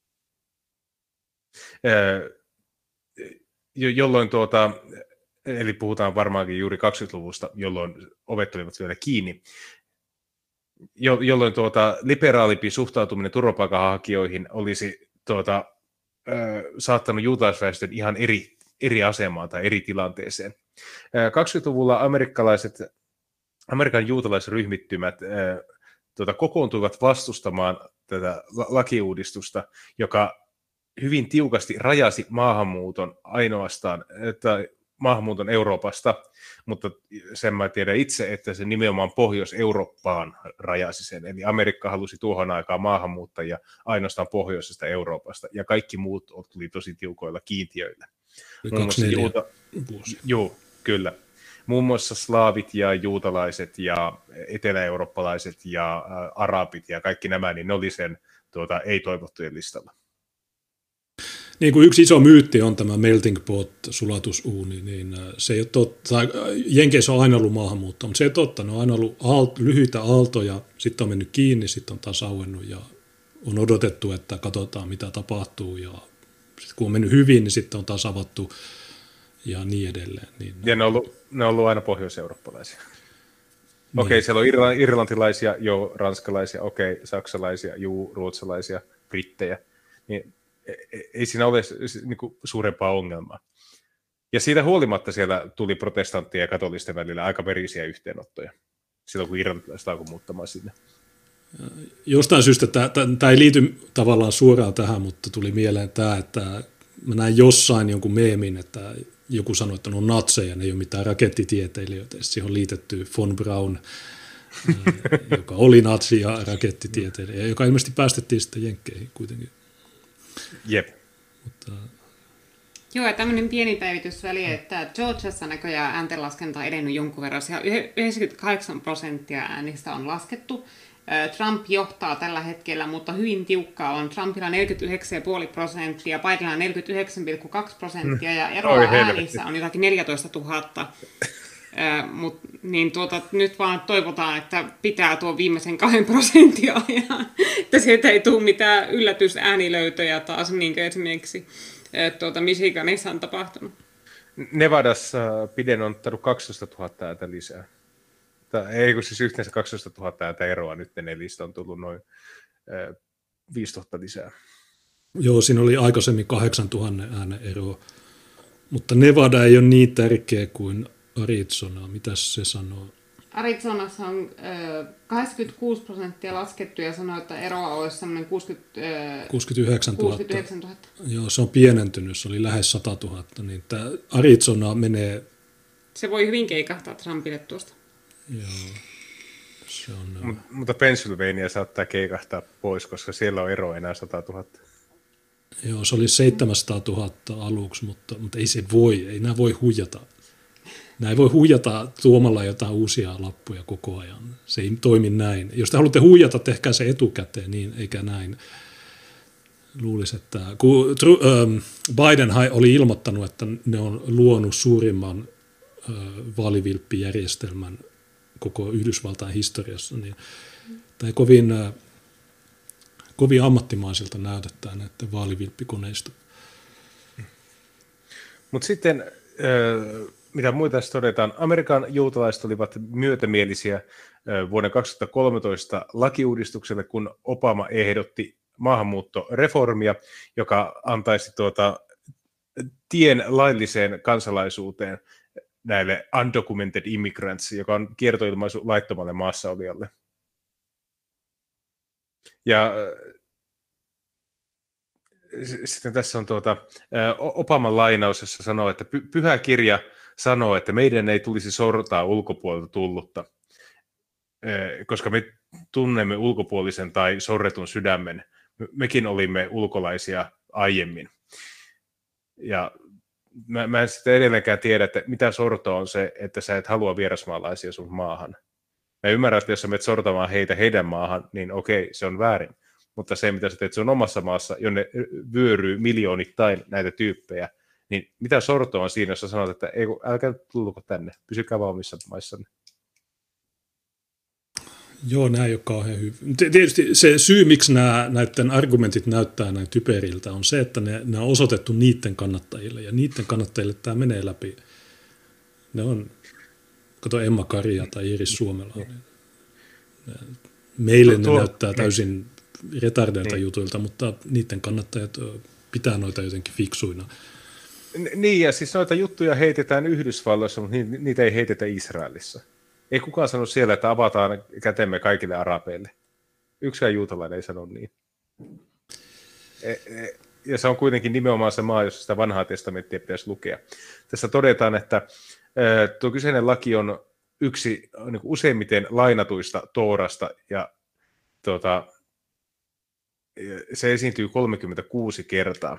jolloin tuota, eli puhutaan varmaankin juuri kaksikymmentäluvusta, jolloin ovet olivat vielä kiinni, jolloin tuota, liberaalimpi suhtautuminen turvapaikanhakijoihin olisi tuota, saattanut juutalaisväestön ihan eri eri asemaan tai eri tilanteeseen. kaksikymmentäluvulla amerikkalaiset, Amerikan juutalaisryhmittymät tuota, kokoontuivat vastustamaan tätä lakiuudistusta, joka hyvin tiukasti rajasi maahanmuuton ainoastaan, että maahanmuuton Euroopasta, mutta sen mä tiedän itse, että se nimenomaan Pohjois-Eurooppaan rajasi sen. Eli Amerikka halusi tuohon aikaan maahanmuuttajia ainoastaan Pohjoisesta Euroopasta, ja kaikki muut tuli tosi tiukoilla kiintiöillä. Juuta... Joo, kyllä. Muun muassa slaavit ja juutalaiset ja etelä-eurooppalaiset ja ä, arabit ja kaikki nämä, niin ne oli sen tuota, ei-toivottujen listalla. Niin kuin yksi iso myytti on tämä melting pot, sulatusuuni, niin se ei ole totta. Jenkeissä on aina ollut maahanmuuttoa, mutta se ei ole totta. Ne on aina ollut aalt, lyhyitä aaltoja, sitten on mennyt kiinni, sitten on taas auennut ja on odotettu, että katsotaan mitä tapahtuu ja sitten kun on mennyt hyvin, niin sitten on taas avattu ja niin edelleen. Niin, ja ne on ollut, ne on ollut aina pohjois-eurooppalaisia. Niin. Okei, siellä on irla, irlantilaisia, joo, ranskalaisia, okei, saksalaisia, juu, ruotsalaisia, brittejä. Niin ei siinä ole niin kuin suurempaa ongelmaa. Ja siitä huolimatta siellä tuli protestanttien ja katolisten välillä aika verisiä yhteenottoja, silloin kun irlantilaiset alkoi muuttamaan sinne. Jostain syystä tämä ei liity tavallaan suoraan tähän, mutta tuli mieleen tämä, että mä näin jossain jonkun meemin, että joku sanoi, että ne on natseja, ne ei ole mitään rakettitieteilijöitä. Siihen on liitetty von Braun, joka oli natsi ja rakettitieteilijä, joka ilmeisesti päästettiin sitten jenkkeihin kuitenkin. Jep. Mutta, Joo, ja tämmöinen pieni päivitysväli, että Georgiassa näköjään ääntenlaskenta on edennyt jonkun verran. Siellä yhdeksänkymmentäkahdeksan prosenttia äänistä on laskettu. Trump johtaa tällä hetkellä, mutta hyvin tiukkaa on. Trumpilla neljäkymmentäyhdeksän pilkku viisi prosenttia, Bidenilla neljäkymmentäyhdeksän pilkku kaksi prosenttia ja eroa Oi, äänissä on jotakin neljätoistatuhatta. Mut, niin tuota, nyt vaan toivotaan, että pitää tuo viimeisen kahden prosentin ajan, että sieltä ei tule mitään yllätysäänilöytöjä taas, niin kuin esimerkiksi tuota Michiganissa on tapahtunut. Nevadassa Biden on ottanut kaksitoistatuhatta ääntä lisää. Tai, ei kun siis yhteensä kaksitoistatuhatta ääntä eroa, nyt niistä on tullut noin äh, viisituhatta lisää. Joo, siinä oli aikaisemmin kahdeksantuhatta äänen eroa, mutta Nevada ei ole niin tärkeä kuin Arizona. Mitäs se sanoo? Arizonassa on äh, kahdeksankymmentäkuusi prosenttia laskettu ja sanoo, että eroa olisi semmoinen kuusikymmentä, äh, kuusikymmentäyhdeksän tuhatta. Joo, se on pienentynyt, se oli lähes sata tuhatta. Niin tämä Arizona menee... Se voi hyvin keikahtaa Trumpille tuosta. Joo. Se on, Mut, mutta Pennsylvania saattaa keikahtaa pois, koska siellä on ero enää sata tuhatta. Joo, se oli seitsemänsataatuhatta aluksi, mutta, mutta ei se voi, ei nämä voi huijata. Nämä ei voi huijata tuomalla jotain uusia lappuja koko ajan. Se ei toimi näin. Jos te haluatte huijata, tehkää se etukäteen, niin eikä näin. Luulisi, että kun Biden oli ilmoittanut, että ne on luonut suurimman vaalivilppijärjestelmän koko Yhdysvaltain historiassa, niin tämä ei kovin, kovin ammattimaisilta näytettää näiden vaalivilppikoneista. Mutta sitten, mitä muita tässä todetaan, Amerikan juutalaiset olivat myötämielisiä vuoden kaksituhattakolmetoista lakiuudistukselle, kun Obama ehdotti maahanmuuttoreformia, joka antaisi tuota tien lailliseen kansalaisuuteen näille undocumented immigrants, joka on kiertoilmaisu laittomalle maassaolijalle. Ja sitten tässä on tuota, Obaman lainaus, jossa sanoo, että Pyhä kirja sanoo, että meidän ei tulisi sortaa ulkopuolelta tullutta, koska me tunnemme ulkopuolisen tai sorretun sydämen. Mekin olimme ulkolaisia aiemmin. Ja mä, mä en sitten edelleenkään tiedä, että mitä sortoa on se, että sä et halua vierasmaalaisia sun maahan. Mä ymmärrän, että jos sä menet sortamaan heitä heidän maahan, niin okei, se on väärin. Mutta se, mitä sä teet sun omassa maassa, jonne vyöryy miljoonittain näitä tyyppejä, niin mitä sortoa on siinä, jos sä sanot, että ei, älkää tulluko tänne, pysykää vaan omissa maissanne. Joo, nämä ei ole kauhean hyvin. Tietysti se syy, miksi nämä, näiden argumentit näyttää näin typeriltä, on se, että ne, ne on osoitettu niiden kannattajille, ja niiden kannattajille tämä menee läpi. Ne on, kato Emma Karia tai Iiris Suomela. Niin, meille ne tuo, näyttää täysin retardeilta niin. jutuilta, mutta niiden kannattajat pitää noita jotenkin fiksuina. Niin, ja siis noita juttuja heitetään Yhdysvalloissa, mutta niitä ei heitetä Israelissa. Ei kukaan sano siellä, että avataan kätemme kaikille arabeille. Yksikään juutalainen ei sano niin. Ja se on kuitenkin nimenomaan se maa, jossa sitä vanhaa testamenttia pitäisi lukea. Tässä todetaan, että tuo kyseinen laki on yksi niin useimmiten lainatuista Toorasta, ja tuota, se esiintyy kolmekymmentäkuusi kertaa.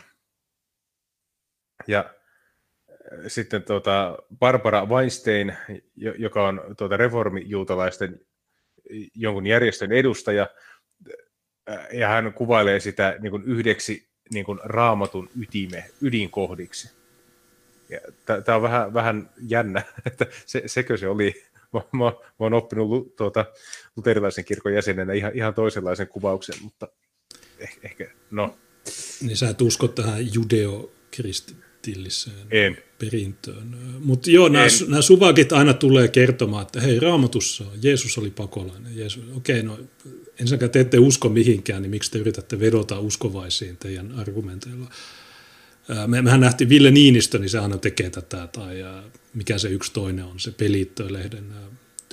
Ja sitten tuota Barbara Weinstein, joka on tuota reformijuutalaisten jonkun järjestön edustaja, ja hän kuvailee sitä niin kuin yhdeksi niin kuin raamatun ytime, ydinkohdiksi. Tämä on vähän, vähän jännä, että se, sekö se oli. Mä, mä, mä olen oppinut tuota, luterilaisen kirkon jäsenenä ihan, ihan toisenlaisen kuvauksen, mutta eh, ehkä, no. Niin sä et usko tähän judeo-kristilliseen en. perintöön. Mutta joo, nämä, nämä suvakit aina tulee kertomaan, että hei, Raamatussa Jeesus oli pakolainen. Jeesus, okei, no ensinnäkään te ette usko mihinkään, niin miksi te yritätte vedota uskovaisiin teidän argumenteilla? Me, mehän nähtiin Ville Niinistö, niin se aina tekee tätä, tai mikä se yksi toinen on, se Pelittö-lehden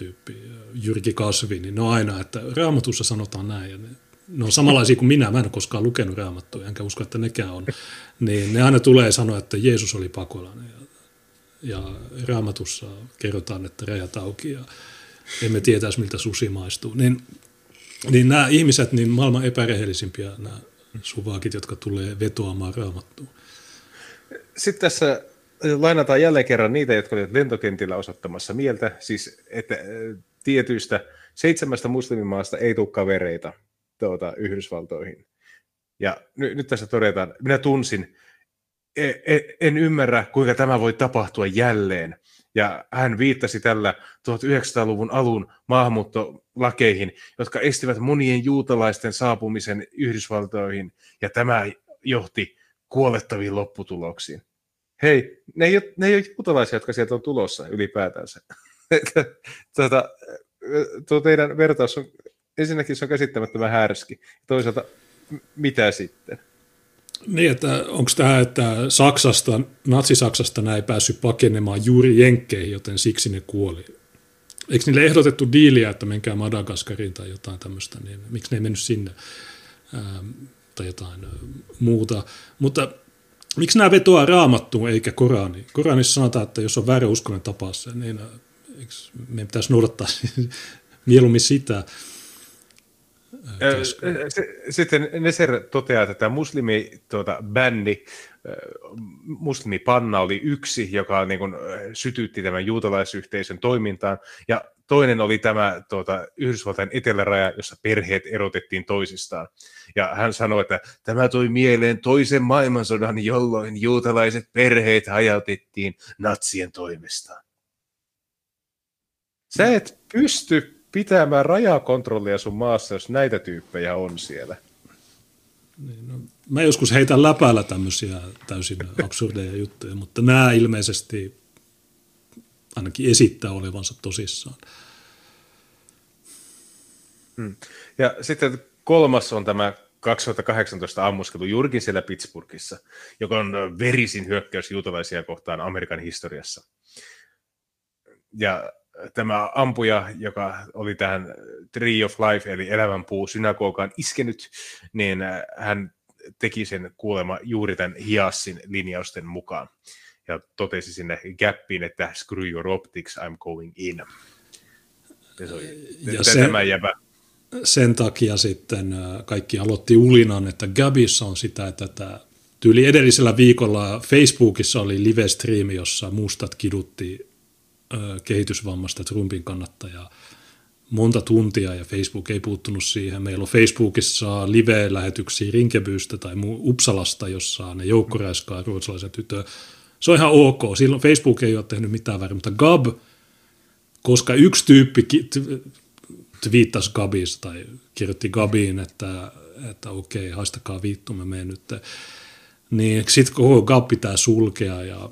tyyppi, Jyrki Kasvi, niin ne on aina, että Raamatussa sanotaan näin, ja ne, ne on samanlaisia kuin minä, mä en ole koskaan lukenut Raamattua, enkä usko, että nekään on, niin ne aina tulee sanoa, että Jeesus oli pakolainen, ja, ja Raamatussa kerrotaan, että rajat auki, ja emme tietäisi, miltä susi maistuu, niin, niin nämä ihmiset, niin maailman epärehellisimpiä nämä suvaakit, jotka tulee vetoamaan Raamattuun. Sitten tässä lainataan jälleen kerran niitä, jotka olivat lentokentillä osoittamassa mieltä, siis että tietyistä seitsemästä muslimimaasta ei tule kavereita tuota, Yhdysvaltoihin. Ja nyt, nyt tässä todetaan, minä tunsin, en, en ymmärrä, kuinka tämä voi tapahtua jälleen. Ja hän viittasi tällä tuhatyhdeksänsataaluvun alun maahanmuuttolakeihin, jotka estivät monien juutalaisten saapumisen Yhdysvaltoihin, ja tämä johti kuolettaviin lopputuloksiin. Hei, ne ei, ole, ne ei ole juutalaisia, jotka sieltä on tulossa ylipäätänsä. tuota, tuo teidän vertaus on, ensinnäkin se on käsittämättömän härski. Toisaalta, mitä sitten? Niin, että onko tämä, että Saksasta, Natsi-Saksasta nämä ei päässyt pakenemaan juuri jenkkeihin, joten siksi ne kuoli. Eikö niille ehdotettu diiliä, että menkää Madagaskariin tai jotain tämmöistä, niin miksi ne ei mennyt sinne ää, tai jotain muuta. Mutta miksi nämä vetoaa Raamattuun eikä Koraniin? Koranissa sanotaan, että jos on väärä uskonen tapaus, niin meidän pitäisi noudattaa mieluummin sitä. Sitten Neser toteaa, että tämä muslimi tuota, bändi, muslimipanna oli yksi, joka niin kuin, sytytti tämän juutalaisyhteisön toimintaan, ja toinen oli tämä tuota, Yhdysvaltain eteläraja, jossa perheet erotettiin toisistaan. Ja hän sanoi, että tämä toi mieleen toisen maailmansodan, jolloin juutalaiset perheet hajautettiin natsien toimesta. Sä et pysty pitämään rajakontrollia sun maassa, jos näitä tyyppejä on siellä. Niin, no, mä joskus heitän läpäällä tämmöisiä täysin absurdeja juttuja, mutta nämä ilmeisesti ainakin esittää olevansa tosissaan. Hmm. Ja sitten kolmas on tämä kaksituhattakahdeksantoista ammuskelu juurikin siellä Pittsburghissa, joka on verisin hyökkäys juutalaisia kohtaan Amerikan historiassa. Ja tämä ampuja, joka oli tähän Tree of Life, eli elämänpuu synagogaan iskenyt, niin hän teki sen kuulemma juuri tämän Hiassin linjausten mukaan. Ja totesi sinne gappiin, että screw your optics, I'm going in. Ja se oli ja se, tämä jäbä. Sen takia sitten kaikki aloitti ulinan, että Gabissa on sitä, että tämä tyyli edellisellä viikolla Facebookissa oli live-striimi, jossa mustat kidutti kehitysvammasta Trumpin kannattajaa monta tuntia, ja Facebook ei puuttunut siihen. Meillä on Facebookissa live-lähetyksiä Rinkebystä tai Uppsalasta, jossa ne joukkoräiskaa ruotsalaisen tytön. Se on ihan ok. Silloin Facebook ei ole tehnyt mitään väärin, mutta Gab, koska yksi tyyppi twiittasi Gabista tai kirjoitti Gabiin, että, että okei, haistakaa vittu, mä menen nyt. Niin sitten koko Gab pitää sulkea, ja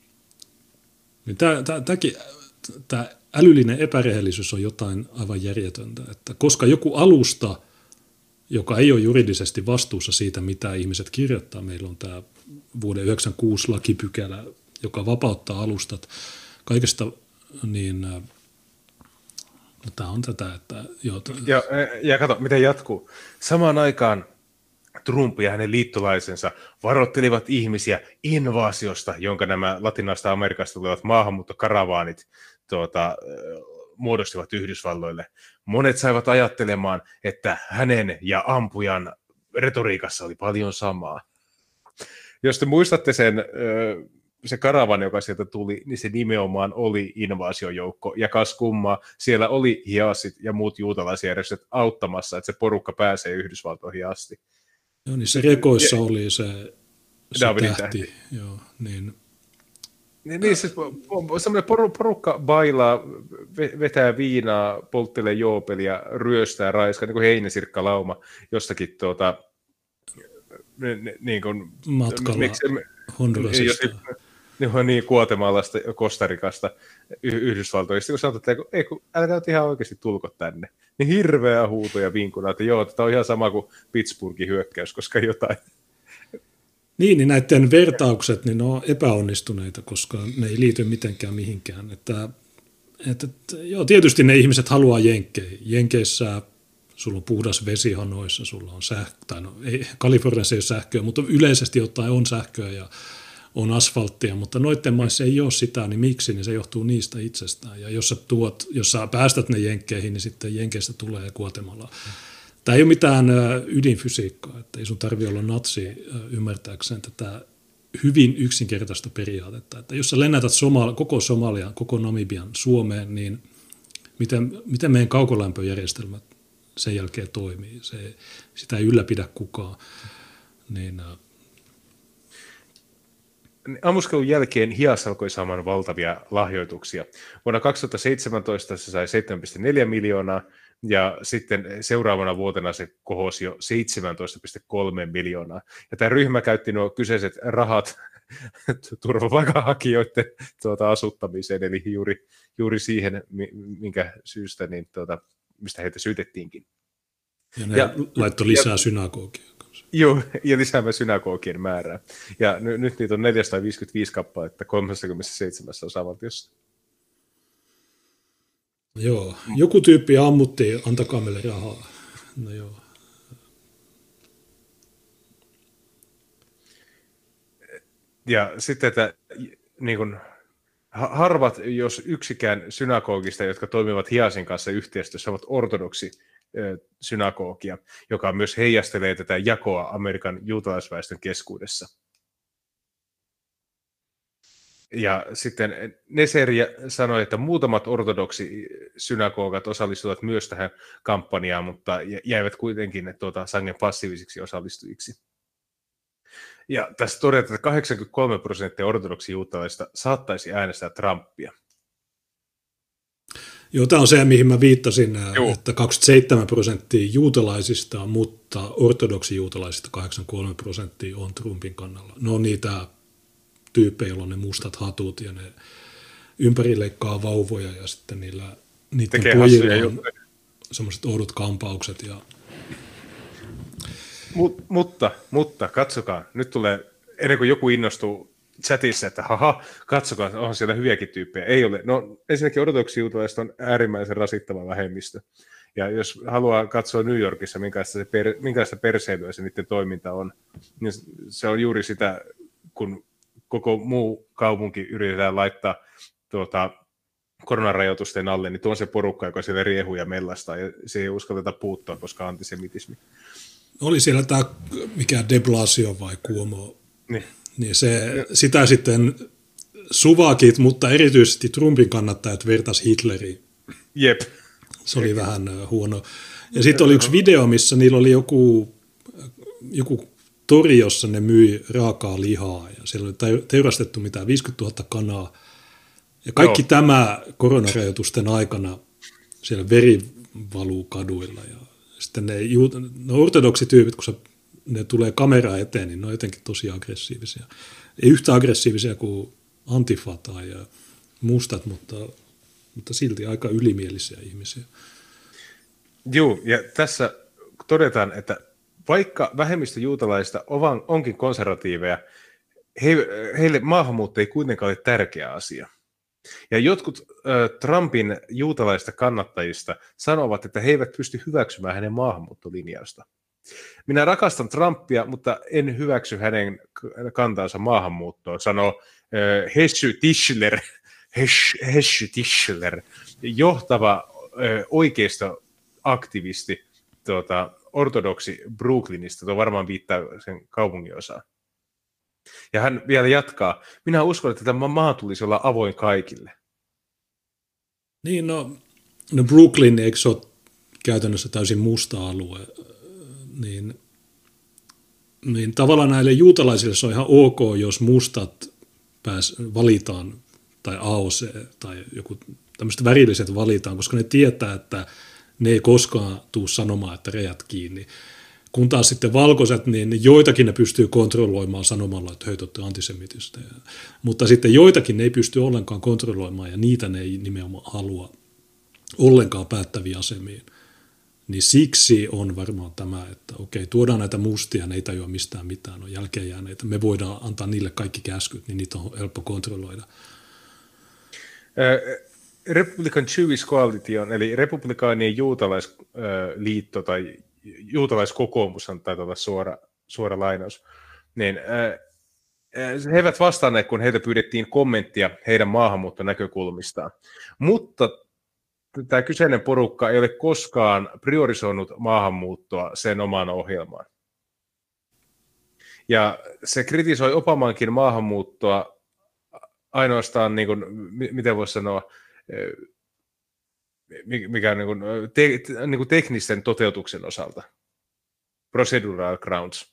tämä älyllinen epärehellisyys on jotain aivan järjetöntä, että koska joku alusta, joka ei ole juridisesti vastuussa siitä, mitä ihmiset kirjoittaa, meillä on tämä vuoden yhdeksänkymmentäkuusi lakipykälä, joka vapauttaa alustat kaikesta, niin no, tämä on tätä, että joo. Ja, ja kato, miten jatkuu. Samaan aikaan Trump ja hänen liittolaisensa varoittelivat ihmisiä invaasiosta, jonka nämä latinalaisesta Amerikasta tulevat maahanmuuttokaravaanit tuota, muodostivat Yhdysvalloille. Monet saivat ajattelemaan, että hänen ja ampujan retoriikassa oli paljon samaa. Jos te muistatte sen, se karavan, joka sieltä tuli, niin se nimenomaan oli invaasiojoukko. Ja kas kummaa, siellä oli hiasit ja muut juutalaisjärjestöt auttamassa, että se porukka pääsee Yhdysvaltoihin asti. Joo, niin se rekoissa ja, oli se, se tähti. tähti. Joo, niin. Niin, niin siis semmoinen porukka bailaa, vetää viinaa, polttelee joopelia, ryöstää, raiskaa, niin kuin heinäsirkkalauma jostakin tuota, niin kuin, matkalla Hondurasista. Niin, niin Guatemalasta, Kostarikasta, Yhdysvaltoista, kun sanotaan, että ei, kun, älkää nyt ihan oikeasti tulko tänne. Niin hirveä huuto ja vinkuna, että joo, tämä on ihan sama kuin Pittsburghin hyökkäys, koska jotain. Niin, niin näiden vertaukset, niin ne on epäonnistuneita, koska ne ei liity mitenkään mihinkään. Että että, että, joo, tietysti ne ihmiset haluaa jenkkeihin. Jenkeissä sulla on puhdas vesi Hanoissa, sulla on sähkö, tai no ei, Kaliforniassa ei ole sähköä, mutta yleisesti ottaen on sähköä ja on asfalttia, mutta noiden maissa ei ole sitä, niin miksi, niin se johtuu niistä itsestään. Ja jos sä, tuot, jos sä päästät ne jenkkeihin, niin sitten jenkeistä tulee Guatemala. Tämä ei ole mitään ydinfysiikkaa, että ei sun tarvitse olla natsi ymmärtääkseen tätä hyvin yksinkertaista periaatetta. Että jos sä lennätät Somali, koko Somalian, koko Namibian Suomeen, niin miten, miten meidän kaukolämpöjärjestelmät sen jälkeen toimii? Se, sitä ei ylläpidä kukaan. Niin, ammuskelun jälkeen Hias alkoi saamaan valtavia lahjoituksia. Vuonna kaksituhattaseitsemäntoista se sai seitsemän pilkku neljä miljoonaa, ja sitten seuraavana vuotena se kohosi jo seitsemäntoista pilkku kolme miljoonaa. Ja tämä ryhmä käytti nuo kyseiset rahat turvapaikanhakijoiden tuota, asuttamiseen, eli juuri, juuri siihen, minkä syystä, niin, tuota, mistä heitä syytettiinkin. Ja ne ja, laittoi lisää ja, synagogia. Joo, ja lisäämään synagogien määrää. Ja n- nyt niitä on neljäsataaviisikymmentäviisi kappaletta kolmekymmentäseitsemän osavaltiossa. Joo, joku tyyppi ammutti, antakaa meille rahaa. No joo. Ja sitten, että niin kun, harvat, jos yksikään synagogista, jotka toimivat Hiasin kanssa yhteistyössä, ovat ortodoksi synagogia, joka myös heijastelee tätä jakoa Amerikan juutalaisväestön keskuudessa. Ja sitten Neser sanoi, että muutamat ortodoksi synagogat osallistuvat myös tähän kampanjaan, mutta jäivät kuitenkin tuota, sangen passiivisiksi osallistujiksi. Ja tässä todetaan, että kahdeksankymmentäkolme prosenttia ortodoksi juutalaisista saattaisi äänestää Trumpia. Joo, tämä on se, mihin mä viittasin, Joo. että kaksikymmentäseitsemän prosenttia juutalaisista, mutta ortodoksi juutalaisista kahdeksankymmentäkolme prosenttia on Trumpin kannalla. Ne on niitä tyyppejä, joilla on ne mustat hatut ja ne ympärileikkaa vauvoja ja sitten niillä, niiden pojilla on semmoiset oudot kampaukset. Ja... Mut, mutta, mutta katsokaa, nyt tulee, ennen kuin joku innostuu chatissa, että haha, katsokaa, onhan siellä hyviäkin tyyppejä. Ei ole. No ensinnäkin ortodoksi juutalaiset on äärimmäisen rasittava vähemmistö. Ja jos haluaa katsoa New Yorkissa, minkälaista, se per, minkälaista perseilyä se niiden toiminta on, niin se on juuri sitä, kun koko muu kaupunki yritetään laittaa tuota, koronarajoitusten alle, niin tuo on se porukka, joka siellä riehuu ja mellastaa, ja se ei uskalleta puuttua, koska antisemitismi. Oli siellä tämä, mikä de Blasio vai Cuomo, niin, niin se, sitä sitten suvakit, mutta erityisesti Trumpin kannattajat vertas Hitleriin. Jep. Se oli vähän huono. Ja sitten oli yksi video, missä niillä oli joku, joku tori, jossa ne myi raakaa lihaa, ja siellä oli teurastettu mitään viisikymmentätuhatta kanaa. Ja kaikki Joo. tämä koronarajoitusten aikana siellä veri valuu kaduilla. Ja sitten ne, ne ortodoksityypit, kun ne tulee kameraa eteen, niin ne on jotenkin tosi aggressiivisia. Ei yhtä aggressiivisia kuin Antifa tai mustat, mutta, mutta silti aika ylimielisiä ihmisiä. Joo, ja tässä todetaan, että vaikka vähemmistö juutalaista onkin konservatiiveja, he, heille maahanmuutto ei kuitenkaan ole tärkeä asia. Ja jotkut äh, Trumpin juutalaista kannattajista sanovat, että he eivät pysty hyväksymään hänen maahanmuuttolinjausta. Minä rakastan Trumpia, mutta en hyväksy hänen kantaansa maahanmuuttoon, sanoo äh, Heshy Tischler, Hesh, Heshy Tischler, johtava äh, oikeistoaktivisti tuota, ortodoksi Brooklynista, tuo varmaan viittaa sen kaupungin osaan. Ja hän vielä jatkaa, minä uskon, että tämä maa tulisi olla avoin kaikille. Niin, no, no Brooklyn, eikö se ole käytännössä täysin musta alue, niin, niin tavallaan näille juutalaisille se on ihan ok, jos mustat pääs, valitaan, tai A O C, tai joku tämmöiset värilliset valitaan, koska ne tietää, että ne ei koskaan tule sanomaan, että rejät kiinni. Kun taas sitten valkoiset, niin joitakin ne pystyy kontrolloimaan sanomalla, että höit olette antisemitistä. Mutta sitten joitakin ne ei pysty ollenkaan kontrolloimaan, ja niitä ne ei nimenomaan halua ollenkaan päättäviä asemiin. Niin siksi on varmaan tämä, että okei, tuodaan näitä mustia, ne ei tajua mistään mitään, on jälkeenjääneitä. Me voidaan antaa niille kaikki käskyt, niin niitä on helppo kontrolloida. Republican Jewish Coalition, eli republikaanien juutalaisliitto tai juutalaiskokoomushan taitaa olla suora, suora lainaus, niin he eivät vastanneet, kun heiltä pyydettiin kommenttia heidän maahanmuuttonäkökulmistaan. Mutta tämä kyseinen porukka ei ole koskaan priorisoinut maahanmuuttoa sen omaan ohjelmaan. Ja se kritisoi Obamankin maahanmuuttoa ainoastaan, niin kuin, miten voisi sanoa, mikä niin kuin, te, niin kuin teknisten toteutuksen osalta. Procedural grounds.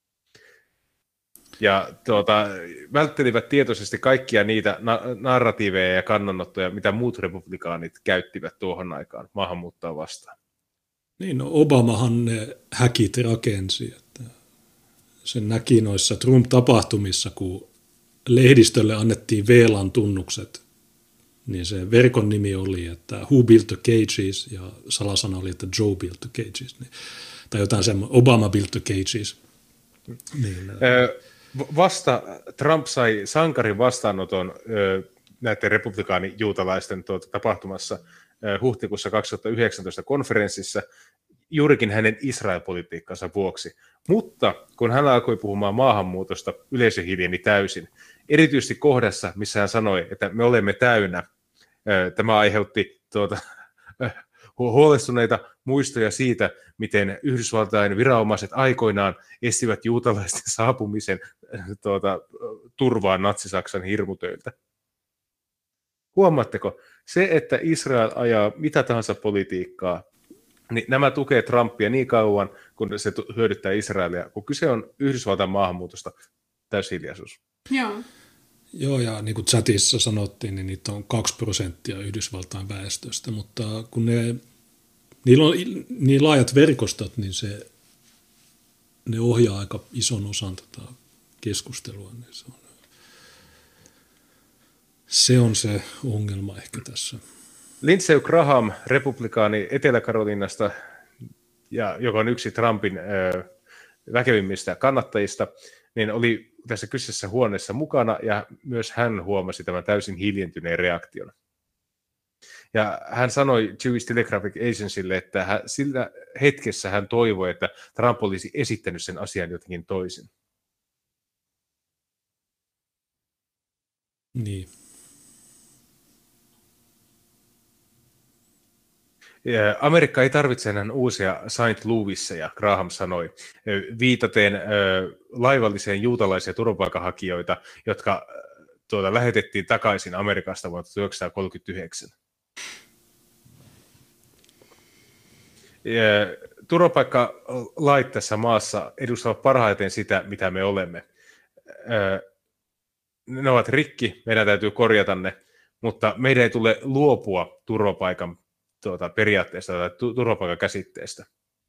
Ja tuota, välttelivät tietoisesti kaikkia niitä na- narratiiveja ja kannanottoja, mitä muut republikaanit käyttivät tuohon aikaan maahanmuuttoa vastaan. Niin, no Obamahan ne häkit rakensi. Että sen näki noissa Trump-tapahtumissa, kun lehdistölle annettiin V L A N tunnukset, niin se verkon nimi oli, että Who built the cages, ja salasana oli, että Joe built the cages, niin, tai jotain semmoinen, Obama built the cages. Niin, öö, vasta Trump sai sankarin vastaanoton öö, näiden republikaani-juutalaisten tuota, tapahtumassa öö, huhtikuussa kaksituhattayhdeksäntoista konferenssissa, juurikin hänen Israel-politiikkansa vuoksi. Mutta kun hän alkoi puhumaan maahanmuutosta, yleisö hiljeni täysin. Erityisesti kohdassa, missä hän sanoi, että me olemme täynnä. Tämä aiheutti tuota, huolestuneita muistoja siitä, miten Yhdysvaltain viranomaiset aikoinaan estivät juutalaisten saapumisen tuota, turvaan natsi-Saksan hirmutöiltä. Huomaatteko, se, että Israel ajaa mitä tahansa politiikkaa, niin nämä tukee Trumpia niin kauan, kun se hyödyttää Israelia. Kun kyse on Yhdysvaltain maahanmuutosta, täyshiljaisuus. Joo. Joo, ja niin kuin chatissa sanottiin, niin niitä on kaksi prosenttia Yhdysvaltain väestöstä, mutta kun ne, niillä on niin laajat verkostot, niin se, ne ohjaa aika ison osan tätä keskustelua. Niin se, on, se on se ongelma ehkä tässä. Lindsey Graham, republikaani Etelä-Karoliinasta, ja joka on yksi Trumpin ö, väkevimmistä kannattajista, niin oli tässä kyseisessä huoneessa mukana, ja myös hän huomasi tämän täysin hiljentyneen reaktion. Ja hän sanoi Jewish Telegraphic Agencylle, että hän, sillä hetkessä hän toivoi, että Trump olisi esittänyt sen asian jotenkin toisin. Niin. Amerikka ei tarvitse enää uusia Saint Louisseja, Graham sanoi, viitaten laivalliseen juutalaisia turvapaikanhakijoita, jotka tuota, lähetettiin takaisin Amerikasta vuonna tuhatyhdeksänsataakolmekymmentäyhdeksän. Turvapaikkalait tässä maassa edustavat parhaiten sitä, mitä me olemme. Ne ovat rikki, meidän täytyy korjata ne, mutta meidän ei tule luopua turvapaikan tuota, periaatteesta tai turvapaikan käsitteestä.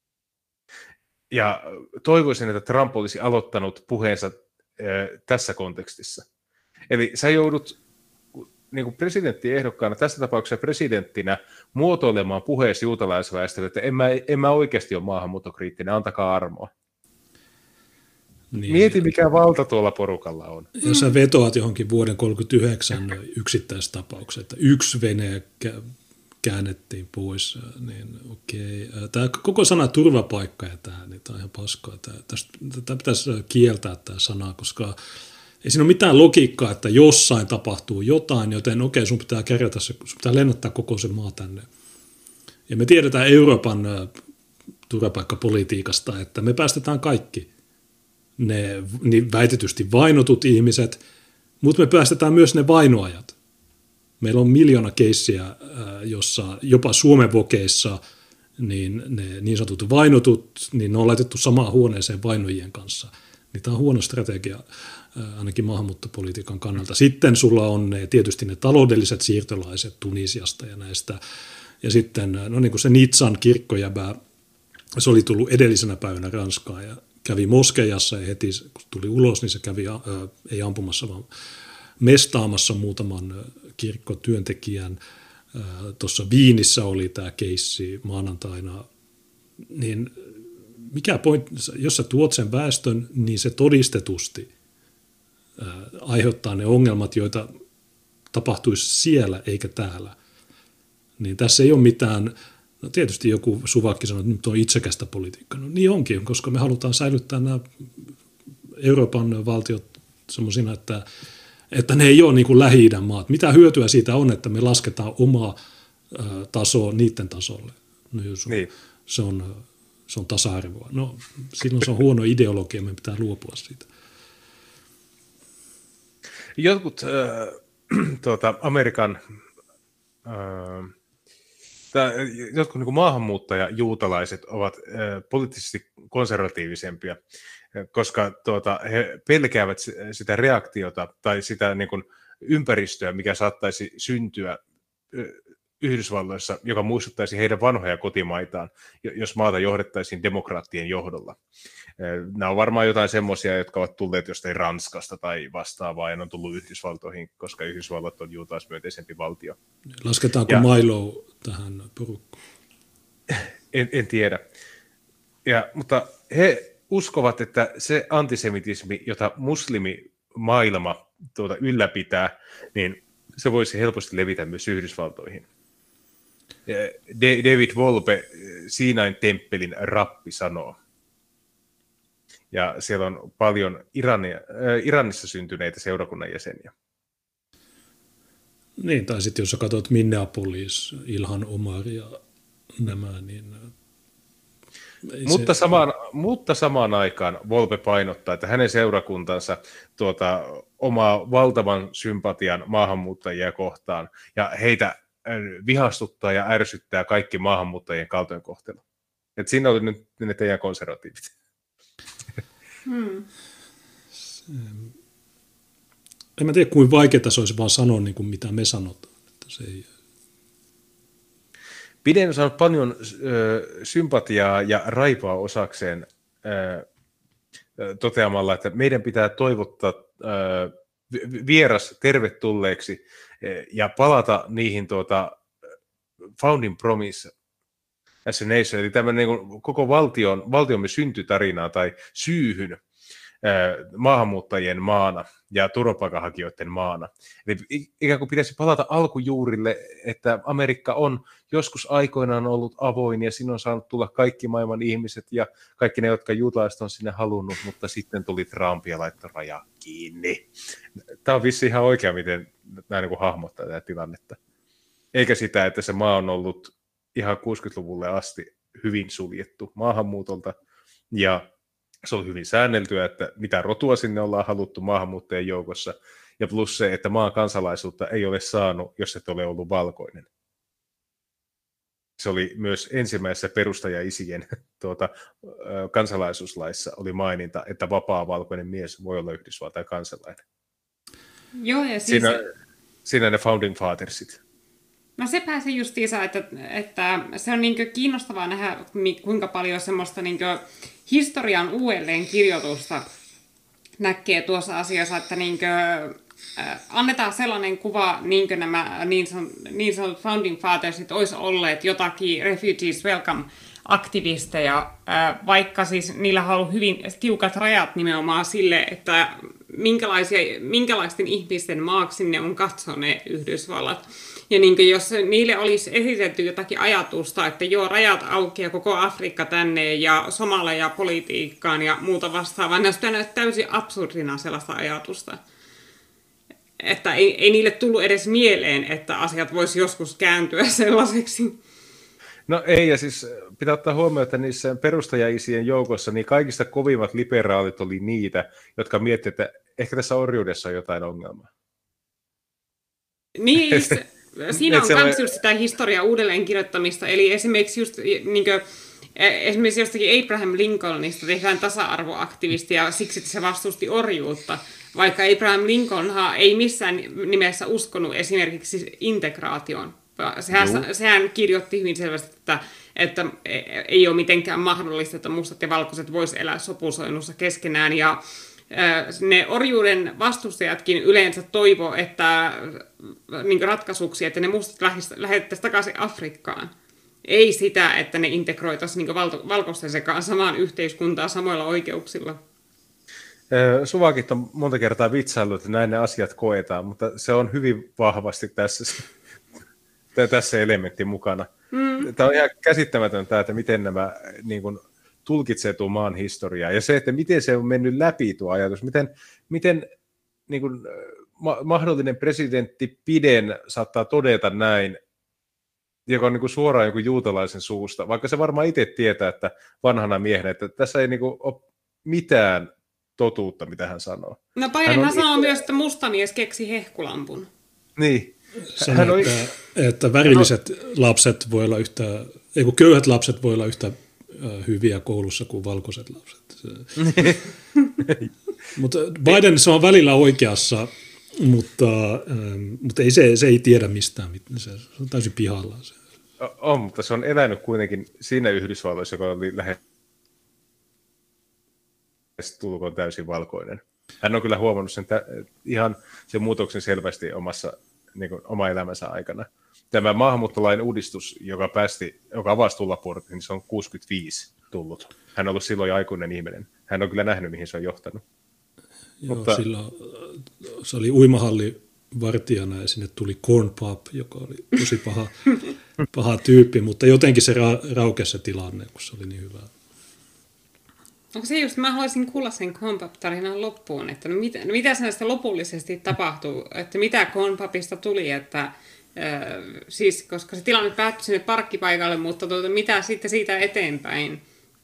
Ja toivoisin, että Trump olisi aloittanut puheensa ää, tässä kontekstissa. Eli sä joudut niin kuin presidenttiehdokkaana, tässä tapauksessa presidenttinä, muotoilemaan puheessa juutalaisväestölle, että en mä, en mä oikeasti ole maahanmuuttokriittinen, antakaa armoa. Niin. Mieti, mikä valta tuolla porukalla on. Ja sä vetoat johonkin vuoden tuhatyhdeksänsataakakolmekymmentäyhdeksän yksittäistapaukseen, että yksi vene käännettiin pois, niin okei. Tämä koko sana turvapaikka ja tämä, niin tämä on ihan paskaa. Tämä, tästä, tämä pitäisi kieltää tämä sana, koska ei siinä ole mitään logiikkaa, että jossain tapahtuu jotain, joten okei, sun pitää kerätä se, sun pitää lennättää koko se maa tänne. Ja me tiedetään Euroopan turvapaikkapolitiikasta, että me päästetään kaikki ne niin väitetysti vainotut ihmiset, mutta me päästetään myös ne vainoajat. Meillä on miljoona keissiä, jossa jopa Suomen vokeissa niin ne niin sanotut vainotut, niin ne on laitettu samaan huoneeseen vainojien kanssa. Niin tämä on huono strategia ainakin maahanmuuttopolitiikan kannalta. Sitten sulla on ne, tietysti ne taloudelliset siirtolaiset Tunisiasta ja näistä. Ja sitten no niin kuin se Nitsan kirkkojäbä, se oli tullut edellisenä päivänä Ranskaan ja kävi moskeijassa ja heti kun tuli ulos, niin se kävi ää, ei ampumassa, vaan mestaamassa muutaman kirkkotyöntekijän. Tuossa Viinissä oli tämä keissi maanantaina. Niin mikä pointti, jos sä tuot sen väestön, niin se todistetusti ää, aiheuttaa ne ongelmat, joita tapahtuisi siellä eikä täällä. Niin tässä ei ole mitään, no tietysti joku Suvakki sanoo, että nyt on itsekästä politiikkaa. No niin onkin, koska me halutaan säilyttää nämä Euroopan valtiot semmoisina, että, että ne ei ole niin kuin Lähi-idän maat. Mitä hyötyä siitä on, että me lasketaan omaa tasoa niiden tasolle? No jos niin. se, on, se on tasa-arvoa. No silloin se on huono ideologia, meidän pitää luopua siitä. Jotkut äh, tuota, Amerikan äh, tää, jotkut niin kuin maahanmuuttajajuutalaiset ovat äh, poliittisesti konservatiivisempia, koska tuota, he pelkäävät sitä reaktiota tai sitä niin kuin ympäristöä, mikä saattaisi syntyä Yhdysvalloissa, joka muistuttaisi heidän vanhoja kotimaitaan, jos maata johdettaisiin demokraattien johdolla. Nämä on varmaan jotain semmoisia, jotka ovat tulleet jostain Ranskasta tai vastaavaa, ja ne on tullut Yhdysvaltoihin, koska Yhdysvallat on juutalaismyönteisempi valtio. Lasketaanko ja, Milo tähän porukkaan? En, en tiedä. Ja, mutta he uskovat, että se antisemitismi, jota muslimimaailma tuota ylläpitää, niin se voisi helposti levitä myös Yhdysvaltoihin. David Wolpe, Siinain temppelin rappi, sanoo. Ja siellä on paljon Irania, äh, Iranissa syntyneitä seurakunnan jäseniä. Niin, tai sitten jos sä katsot Minneapolis, Ilhan Omar ja nämä, niin... Mutta, se... samaan, mutta samaan aikaan Wolpe painottaa, että hänen seurakuntansa tuota, omaa valtavan sympatian maahanmuuttajia kohtaan, ja heitä vihastuttaa ja ärsyttää kaikki maahanmuuttajien kaltoinkohtelu. Että siinä oli nyt ne teidän konservatiivit. Hmm. En mä tiedä, kuinka vaikeaa se olisi vaan sanoa, niin kuin mitä me sanotaan. Että se ei... Biden on saanut paljon ö, sympatiaa ja raipoa osakseen ö, toteamalla, että meidän pitää toivottaa ö, vieras tervetulleeksi ja palata niihin tuota, founding promise as a nation, eli tämmöinen niin koko valtion, valtiomme syntytarinaa tai syyhyn ö, maahanmuuttajien maana ja turvapaikanhakijoiden maana. Eli ikään kuin pitäisi palata alkujuurille, että Amerikka on joskus aikoinaan ollut avoin ja sinne on saanut tulla kaikki maailman ihmiset ja kaikki ne, jotka juutalaiset on sinne halunnut, mutta sitten tuli Trump ja laittoi raja kiinni. Tämä on vissi ihan oikea, miten nämä niin kuin hahmottaa tätä tilannetta. Eikä sitä, että se maa on ollut ihan kuusikymmentäluvulle asti hyvin suljettu maahanmuutolta ja se on hyvin säänneltyä, että mitä rotua sinne ollaan haluttu maahanmuuttajien joukossa, ja plus se, että maan kansalaisuutta ei ole saanut, jos et ole ollut valkoinen. Se oli myös ensimmäisessä perustajaisien tuota, kansalaisuuslaissa oli maininta, että vapaa valkoinen mies voi olla Yhdysvaltain kansalainen. Joo, ja siis... Siinä, siinä ne founding fathersit. No se pääsi justiinsa, että, että se on niin kiinnostavaa nähdä, kuinka paljon semmoista niin historian uudelleen kirjoitusta näkee tuossa asiassa, että niin kuin, äh, annetaan sellainen kuva, niin kuin nämä niin sanotut niin sanotut founding fathersit olisi olleet jotakin refugees welcome-aktivisteja, äh, vaikka siis niillä on ollut hyvin tiukat rajat nimenomaan sille, että minkälaisia, minkälaisten ihmisten maaksi ne on katsoneet Yhdysvallat. Ja niin jos niille olisi esitetty jotakin ajatusta, että joo, rajat auki ja koko Afrikka tänne ja Somalia politiikkaan ja muuta vastaavaa, ne olisi täysin absurdina sellaista ajatusta. Että ei, ei niille tullut edes mieleen, että asiat voisi joskus kääntyä sellaiseksi. No ei, ja siis pitää ottaa huomioon, että niissä perustajaisien joukossa niin kaikista kovimmat liberaalit oli niitä, jotka miettivät, että ehkä tässä orjuudessa on jotain ongelmaa. Niin, siinä on myös just sitä historiaa uudelleenkirjoittamista, eli esimerkiksi just niin kuin, esimerkiksi jostakin Abraham Lincolnista tehdään tasa-arvoaktivisti ja siksi, että se vastusti orjuutta, vaikka Abraham Lincolnhan ei missään nimessä uskonut esimerkiksi integraatioon. Sehän, sehän kirjoitti hyvin selvästi, että, että ei ole mitenkään mahdollista, että mustat ja valkoiset voisivat elää sopusoinnussa keskenään, ja ne orjuuden vastustajatkin yleensä toivoo, että niin ratkaisuksi, että ne mustat lähetettäisiin takaisin Afrikkaan. Ei sitä, että ne integroitaisiin niin valto, valkoisten sekaan samaan yhteiskuntaan samoilla oikeuksilla. Suvakit on monta kertaa vitsaillut, että näin ne asiat koetaan, mutta se on hyvin vahvasti tässä. tässä elementti mukana. Mm. Tämä on ihan käsittämätöntä, että miten nämä niin kuin, tulkitsee tuon maan historiaa, ja se, että miten se on mennyt läpi tuo ajatus, miten, miten niin kuin, ma- mahdollinen presidentti Biden saattaa todeta näin, joka on niin kuin suoraan joku juutalaisen suusta, vaikka se varmaan itse tietää, että vanhana miehenä, että tässä ei niin kuin ole mitään totuutta, mitä hän sanoo. No Bidenhan sanoo itse... myös, että musta mies keksi hehkulampun. Niin. Sanoo, on... että, että värilliset lapset voi olla yhtä, ei kun köyhät lapset voi olla yhtä hyviä koulussa kuin valkoiset lapset. Mutta Biden se on välillä oikeassa, mutta, ähm, mutta ei, se, se ei tiedä mistään. Se on täysin pihalla. On, mutta se on elänyt kuitenkin siinä Yhdysvalloissa, joka oli lähes tulkoon täysin valkoinen. Hän on kyllä huomannut sen tä- ihan sen muutoksen selvästi omassa niin kuin, oma elämänsä aikana. Tämä maahanmuuttolain uudistus, joka, päästi, joka avasi tullaportin, niin se on kuusikymmentäviisi tullut. Hän on ollut silloin aikuinen ihminen. Hän on kyllä nähnyt, mihin se on johtanut. Joo, Mutta... silloin se oli uimahallivartijana ja sinne tuli Corn Pop, joka oli tosi paha, paha tyyppi, mutta jotenkin se ra- raukesi se tilanne, kun se oli niin hyvä. Onko se just, mä haluaisin kuulla sen Corn Pop-tarinan loppuun, että no mitä, no mitä näistä lopullisesti tapahtuu, että mitä Corn Popista tuli, että äh, siis, koska se tilanne päättyi sinne parkkipaikalle, mutta tuota, mitä sitten siitä eteenpäin?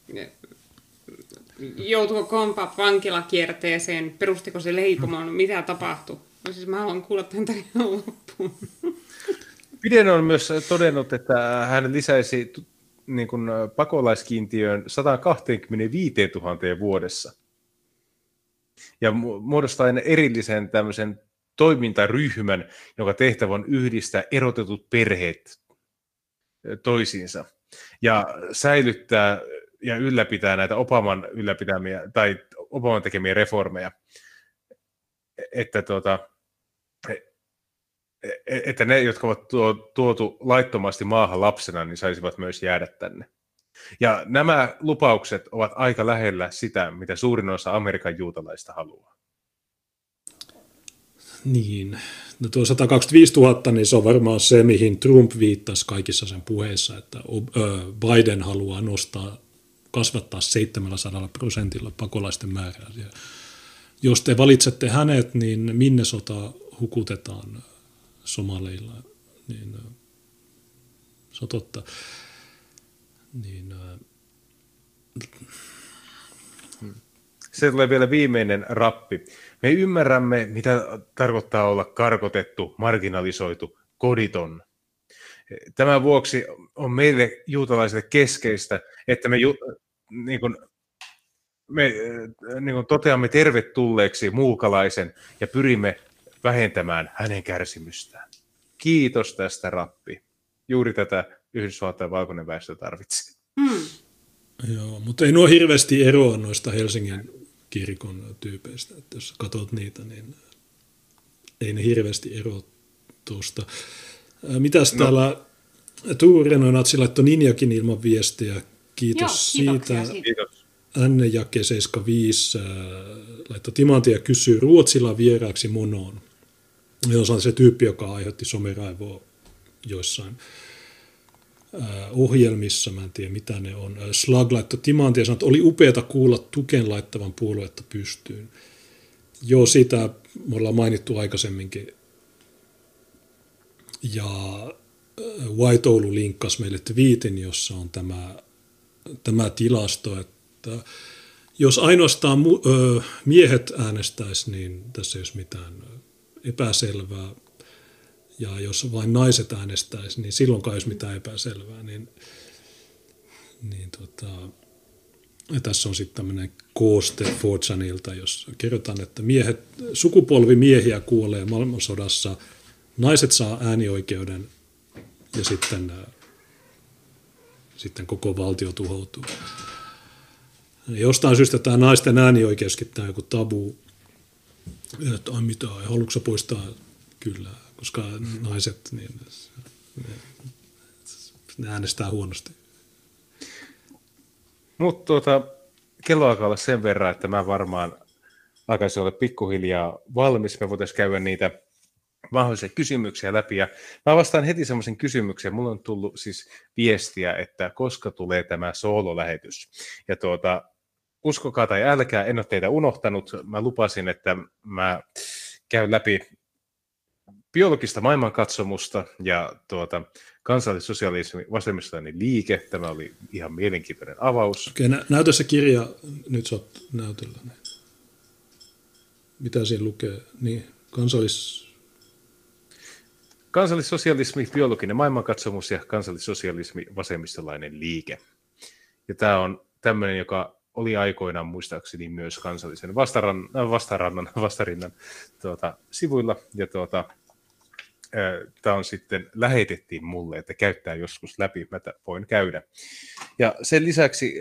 Joutuiko Corn Pop vankilakierteeseen, perustiko se leipomon, mitä tapahtui? No siis mä haluan kuulla tämän tarinan loppuun. Biden on myös todennut, että hän lisäisi niin kuin pakolaiskiintiöön sata kaksikymmentäviisituhatta vuodessa. Ja muodostaen erillisen tämmöisen toimintaryhmän, jonka tehtävä on yhdistää erotetut perheet toisiinsa. Ja säilyttää ja ylläpitää näitä Obaman ylläpitämiä tai Obaman tekemiä reformeja. Että, tuota, että ne, jotka ovat tuotu laittomasti maahan lapsena, niin saisivat myös jäädä tänne. Ja nämä lupaukset ovat aika lähellä sitä, mitä suurin osa Amerikan juutalaista haluaa. Niin. No tuo sata kaksikymmentäviisituhatta, niin se on varmaan se, mihin Trump viittasi kaikissa sen puheissa, että Biden haluaa nostaa, kasvattaa seitsemänsataa prosentilla pakolaisten määrää. Ja jos te valitsette hänet, niin Minnesota hukutetaan somaleilla, niin se on totta. Niin, se tulee vielä viimeinen rappi. Me ymmärrämme, mitä tarkoittaa olla karkotettu, marginalisoitu, koditon. Tämän vuoksi on meille juutalaisille keskeistä, että me, ju, niin kuin, me niin kuin toteamme tervetulleeksi muukalaisen ja pyrimme vähentämään hänen kärsimystään. Kiitos tästä, rappi. Juuri tätä Yhdysvaltain valkoinen väestö tarvitsee. Mm. Joo, mutta ei nuo hirveästi eroa noista Helsingin kirkon tyypeistä. Että jos katsot niitä, niin ei ne hirveästi eroa tuosta. Mitäs no. Täällä Tuuri Renonatsi laittoi Ninjakin ilman viestiä. Kiitos Joo, siitä. Kiitos. Anne Jake seitsemänkymmentäviisi laittoi Timantia kysyy Ruotsilla vieraaksi monoon. Se on se tyyppi, joka aiheutti someraivoa joissain ohjelmissa, mä en tiedä mitä ne on. Slag laittoi Timantia ja sanoi, että oli upeata kuulla Tuken laittavan puoluetta pystyyn. Joo, sitä me ollaan mainittu aikaisemminkin. Ja White Oulu linkkasi meille twiitin, jossa on tämä, tämä tilasto, että jos ainoastaan mu- ö, miehet äänestäisi, niin tässä ei olisi mitään epäselvää. Ja jos vain naiset äänestäisi, niin silloinkaan ei olisi mitään epäselvää. Niin, niin tota, ja tässä on sitten tämmöinen kooste Fortsanilta, jossa kerrotaan, että miehet, sukupolvi miehiä kuolee maailmansodassa, naiset saa äänioikeuden ja sitten, sitten koko valtio tuhoutuu. Ja jostain syystä tämä naisten äänioikeuskin tämä joku tabu, että ai mitä, haluatko poistaa? Kyllä, koska naiset, niin ne, ne äänestää huonosti. Mutta tuota, kello alkaa olla sen verran, että mä varmaan alkaisin olla pikkuhiljaa valmis. Me voitaisiin käydä niitä mahdollisia kysymyksiä läpi. Ja mä vastaan heti semmoisen kysymyksen. Mulla on tullut siis viestiä, että koska tulee tämä soololähetys. Ja tuota, uskokaa tai älkää, en ole teitä unohtanut. Mä lupasin, että mä käyn läpi biologista maailmankatsomusta ja tuota, kansallissosialismi, vasemmistolainen liike. Tämä oli ihan mielenkiintoinen avaus. Okei, nä- näytä se kirja, nyt sä oot näytellä. Mitä siinä lukee? Niin, kansallis... Kansallissosialismi, biologinen maailmankatsomus ja kansallissosialismi, vasemmistolainen liike. Ja tämä on tämmöinen, joka oli aikoinaan muistaakseni myös kansallisen vastarannan, vastarannan, vastarinnan tuota, sivuilla. Ja tuota, tämä on sitten, lähetettiin mulle, että käyttää joskus läpi, mä voin käydä. Ja sen lisäksi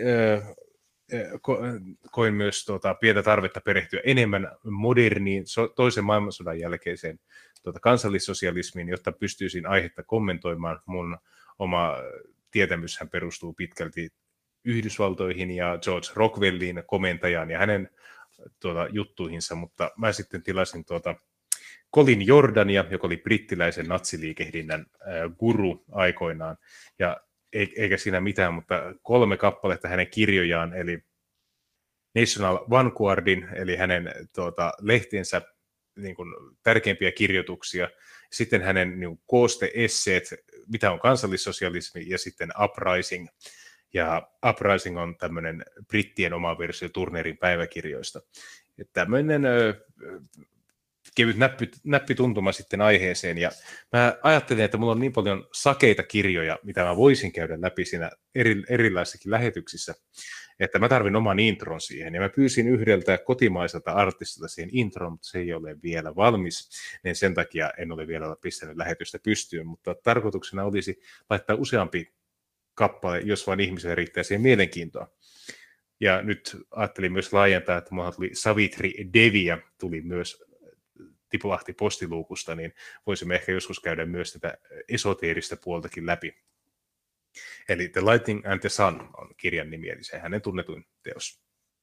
koin myös tuota, pientä tarvetta perehtyä enemmän moderniin toisen maailmansodan jälkeiseen tuota, kansallissosialismiin, jotta pystyisin aihetta kommentoimaan. Mun oma tietämyshän perustuu pitkälti Yhdysvaltoihin ja George Rockwelliin, komentajaan ja hänen tuota, juttuihinsa, mutta mä sitten tilasin tuota Colin Jordania, joka oli brittiläisen natsiliikehdinnän äh, guru aikoinaan, ja eikä siinä mitään, mutta kolme kappaletta hänen kirjojaan, eli National Vanguardin, eli hänen tuota, lehtiensä niin kuin, tärkeimpiä kirjoituksia, sitten hänen niin kuin, kooste-esseet, mitä on kansallissosialismi, ja sitten Uprising. Ja Uprising on tämmöinen brittien oma versio Turnerin päiväkirjoista. Että tämmöinen ö, kevyt näppi, näppituntuma sitten aiheeseen, ja mä ajattelin, että mulla on niin paljon sakeita kirjoja, mitä mä voisin käydä läpi siinä eri, erilaisissakin lähetyksissä, että mä tarvin oman intron siihen, ja mä pyysin yhdeltä kotimaiselta artistilta siihen intron, mutta se ei ole vielä valmis, niin sen takia en ole vielä pistänyt lähetystä pystyyn, mutta tarkoituksena olisi laittaa useampi kappale, jos vain ihmiselle riittää siihen mielenkiintoa. Ja nyt ajattelin myös laajentaa, että mulla tuli Savitri Devia, tuli myös tipulahti postiluukusta, niin voisimme ehkä joskus käydä myös tätä esoteerista puoltakin läpi. Eli The Lightning and the Sun on kirjan nimi, eli se hänen tunnetuin teos.